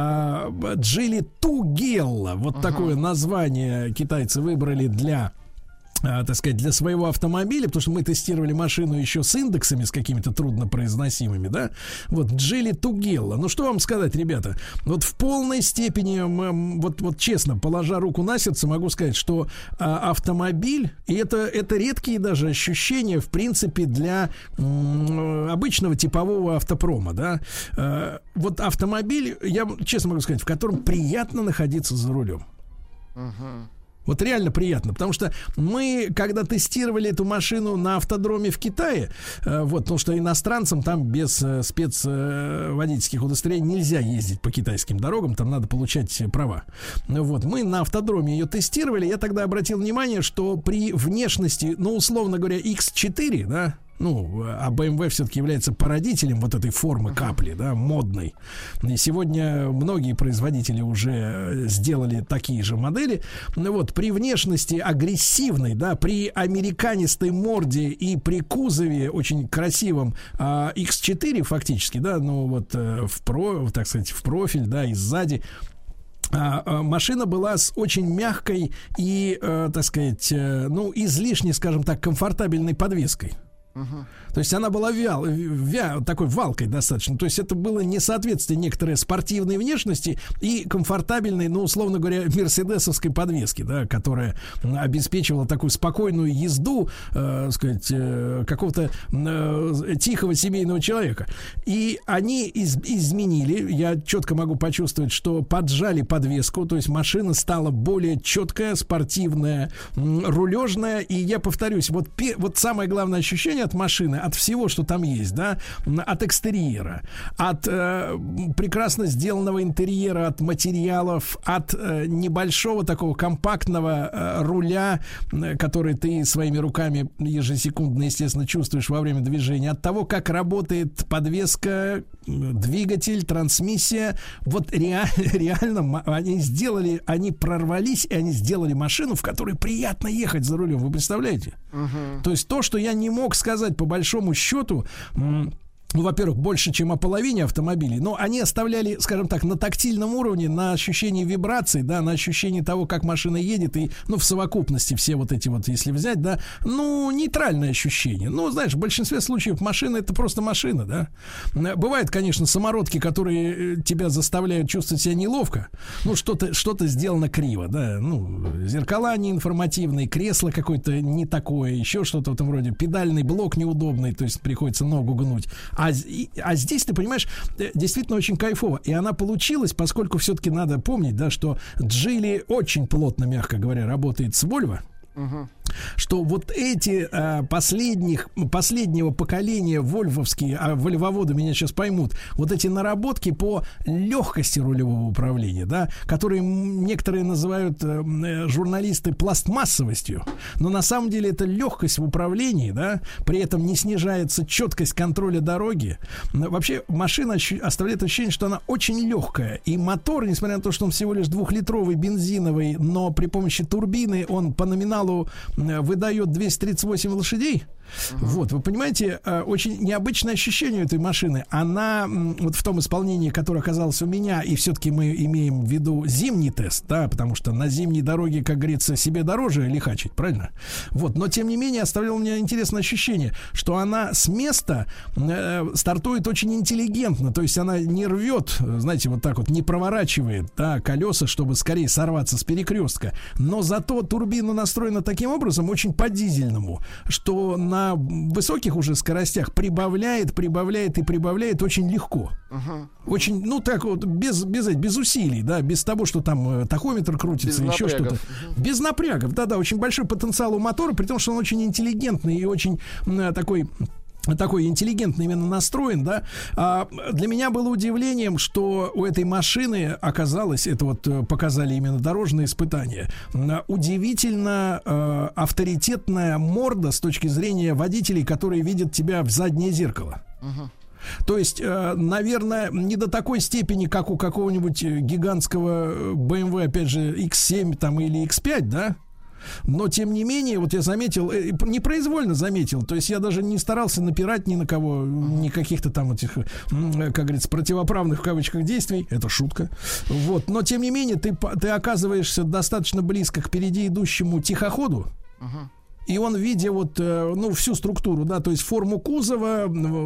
Geely Tugel, вот такое название китайцы выбрали для, так сказать, для своего автомобиля, потому что мы тестировали машину еще с индексами, с какими-то труднопроизносимыми, да, вот Geely Tugel. Ну, что вам сказать, ребята, вот в полной степени, вот честно, положа руку на сердце, могу сказать, что автомобиль, и это редкие даже ощущения, в принципе, для обычного типового автопрома, да, вот автомобиль, я честно могу сказать, в котором приятно находиться за рулем. Вот реально приятно, потому что мы, когда тестировали эту машину на автодроме в Китае, вот, потому что иностранцам там без спецводительских удостоверений нельзя ездить по китайским дорогам, там надо получать права. Вот, мы на автодроме ее тестировали, я тогда обратил внимание, что при внешности, ну, условно говоря, X4, да, ну, а BMW все-таки является породителем вот этой формы капли, да, модной. И сегодня многие производители уже сделали такие же модели. Вот, при внешности агрессивной, да, при американистой морде и при кузове очень красивом X4 фактически, да, ну вот так сказать, в профиль, да, и сзади, машина была с очень мягкой и, так сказать, ну, излишне, скажем так, комфортабельной подвеской. То есть она была такой валкой достаточно. То есть это было несоответствие некоторой спортивной внешности и комфортабельной, ну, условно говоря, мерседесовской подвески, да, которая обеспечивала такую спокойную езду, сказать, какого-то тихого семейного человека. И они изменили, я четко могу почувствовать, что поджали подвеску, то есть машина стала более четкая, спортивная, рулежная. И я повторюсь, вот самое главное ощущение от машины, от всего, что там есть, да, от экстерьера, от прекрасно сделанного интерьера, от материалов, от небольшого такого компактного руля, который ты своими руками ежесекундно, естественно, чувствуешь во время движения, от того, как работает подвеска, двигатель, трансмиссия. Вот реально они прорвались, и они сделали машину, в которой приятно ехать за рулем. Вы представляете? То есть то, что я не мог сказать по большому счету, ну, во-первых, больше, чем о половине автомобилей, но они оставляли, скажем так, на тактильном уровне, на ощущении вибраций, да, на ощущении того, как машина едет, и, ну, в совокупности все вот эти вот, если взять, да, ну, нейтральное ощущение. Ну, знаешь, в большинстве случаев машина — это просто машина, да. Бывают, конечно, самородки, которые тебя заставляют чувствовать себя неловко, ну, что-то сделано криво, да, ну, зеркала неинформативные, кресло какое-то не такое, еще что-то в этом роде, педальный блок неудобный, то есть приходится ногу гнуть. А здесь, ты понимаешь, действительно очень кайфово. И она получилась, поскольку все-таки надо помнить, да, что Geely очень плотно, мягко говоря, работает с Volvo. что вот эти последнего поколения вольвовские, вольвоводы меня сейчас поймут, вот эти наработки по легкости рулевого управления, да, которые некоторые называют журналисты пластмассовостью, но на самом деле это легкость в управлении, да, при этом не снижается четкость контроля дороги. Вообще машина оставляет ощущение, что она очень легкая, и мотор, несмотря на то, что он всего лишь 2-литровый бензиновый, но при помощи турбины он по номиналу выдает 238 лошадей. Вот, вы понимаете, очень необычное ощущение этой машины. Она вот в том исполнении, которое оказалось у меня, и все-таки мы имеем в виду зимний тест, да, потому что на зимней дороге, как говорится, себе дороже лихачить, правильно? Вот, но тем не менее оставило у меня интересное ощущение, что она с места стартует очень интеллигентно, то есть она не рвет, знаете, вот так вот, не проворачивает, да, колеса, чтобы скорее сорваться с перекрестка, но зато турбина настроена таким образом, очень по-дизельному, что на высоких уже скоростях прибавляет очень легко. Очень, ну так вот, без усилий, да, без того, что там тахометр крутится, еще что-то. Без напрягов, да, очень большой потенциал у мотора, при том, что он очень интеллигентный и очень такой интеллигентно именно настроен, да. Для меня было удивлением, что у этой машины оказалось, это вот показали именно дорожные испытания, удивительно авторитетная морда с точки зрения водителей, которые видят тебя в заднее зеркало. То есть, наверное, не до такой степени, как у какого-нибудь гигантского BMW, опять же, X7 там, или X5, да? Но, тем не менее, вот я заметил, непроизвольно заметил, то есть я даже не старался напирать ни на кого, ни каких-то там этих, как говорится, противоправных в кавычках действий, это шутка, вот, но, тем не менее, ты оказываешься достаточно близко к впереди идущему тихоходу, и он, видя вот, всю структуру, да, то есть форму кузова,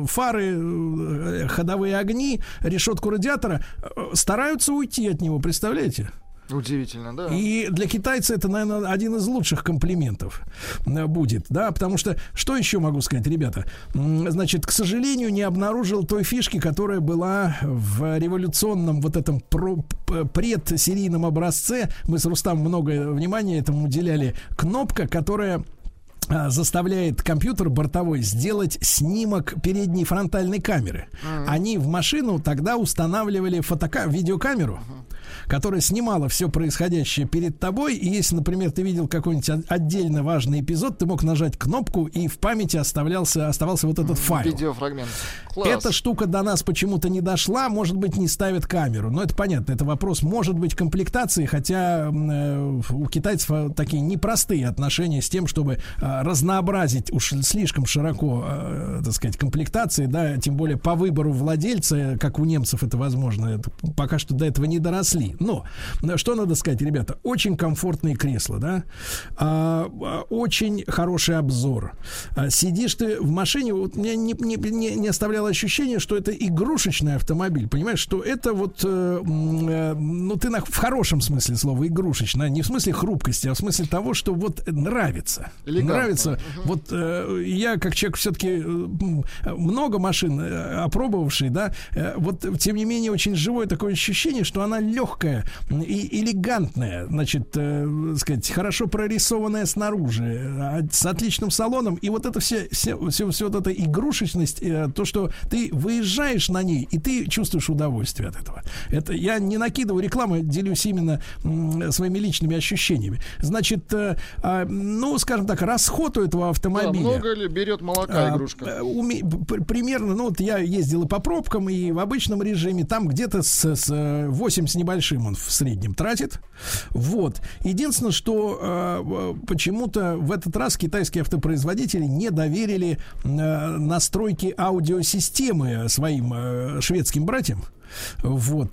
фары, ходовые огни, решетку радиатора, стараются уйти от него, представляете? Удивительно, да. И для китайца это, наверное, один из лучших комплиментов будет, да, потому что, что еще могу сказать, ребята, значит, к сожалению, не обнаружил той фишки, которая была в революционном вот этом предсерийном образце, мы с Рустамом много внимания этому уделяли, кнопка, которая заставляет компьютер бортовой сделать снимок передней фронтальной камеры. Они в машину тогда устанавливали видеокамеру, которая снимала все происходящее перед тобой, и если, например, ты видел какой-нибудь отдельно важный эпизод, ты мог нажать кнопку, и в памяти оставался вот этот файл. Видеофрагмент. Класс. Эта штука до нас почему-то не дошла, может быть, не ставят камеру, но это понятно, это вопрос, может быть, комплектации, хотя у китайцев такие непростые отношения с тем, чтобы разнообразить уж слишком широко, так сказать, комплектации, да, тем более по выбору владельца, как у немцев это возможно, пока что до этого не доросли. Но, что надо сказать, ребята, очень комфортные кресла, да, очень хороший обзор. Сидишь ты в машине, вот меня не оставляло ощущение, что это игрушечный автомобиль, понимаешь, что это вот, ты в хорошем смысле слова игрушечный, не в смысле хрупкости, а в смысле того, что вот нравится. Нравится. Вот я, как человек все-таки много машин опробовавший, да, вот, тем не менее, очень живое такое ощущение, что она легкая и элегантная, значит, сказать, хорошо прорисованная снаружи, с отличным салоном, и вот это все вот эта игрушечность, то, что ты выезжаешь на ней, и ты чувствуешь удовольствие от этого. Это я не накидываю рекламу, делюсь именно своими личными ощущениями. Значит, скажем так, расход у этого автомобиля. Да, много ли берет молока игрушка? Примерно, вот я ездил и по пробкам, и в обычном режиме, там где-то с 8 с небольшим он в среднем тратит. Вот. Единственное, что почему-то в этот раз китайские автопроизводители не доверили настройки аудиосистемы своим шведским братьям. Вот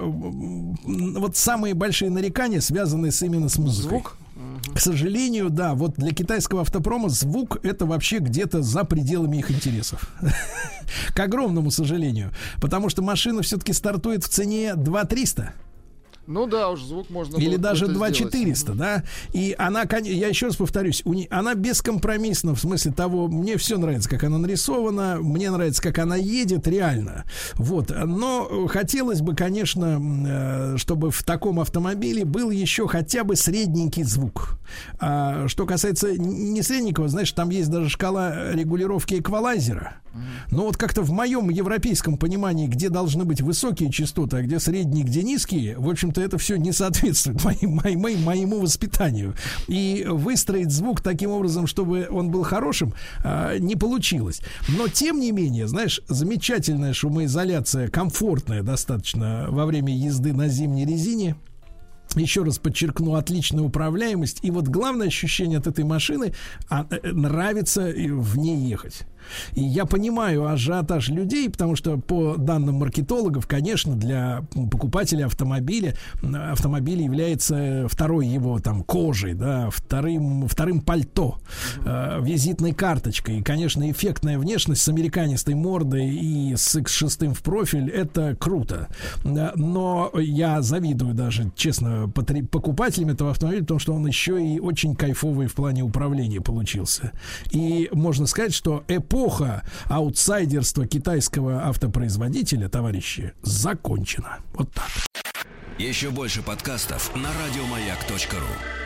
самые большие нарекания связаны именно с музыкой. Звук? К сожалению, да, вот для китайского автопрома звук — это вообще где-то за пределами их интересов. К огромному сожалению. Потому что машина все-таки стартует в цене 2300. Ну да, уж звук можно или даже 2400, да. И она, я еще раз повторюсь, она бескомпромиссна в смысле того, мне все нравится, как она нарисована, мне нравится, как она едет, реально. Вот. Но хотелось бы, конечно, чтобы в таком автомобиле был еще хотя бы средненький звук. А что касается несредненького, знаешь, там есть даже шкала регулировки эквалайзера. Но вот как-то в моем европейском понимании, где должны быть высокие частоты, а где средние, где низкие, в общем-то, это все не соответствует моему воспитанию. И выстроить звук таким образом, чтобы он был хорошим, не получилось. Но, тем не менее, знаешь, замечательная шумоизоляция, комфортная достаточно во время езды на зимней резине. Еще раз подчеркну, отличная управляемость. И вот главное ощущение от этой машины — нравится в ней ехать. И я понимаю ажиотаж людей, потому что, по данным маркетологов, конечно, для покупателя автомобиль является второй его там кожей, да, вторым пальто, визитной карточкой. И, конечно, эффектная внешность с американистой мордой и с X6 в профиль — это круто. Но я завидую даже, честно, покупателям этого автомобиля, потому что он еще и очень кайфовый в плане управления получился. И можно сказать, что эпоха аутсайдерства китайского автопроизводителя, товарищи, закончена. Вот так. Еще больше подкастов на радиомаяк.ру.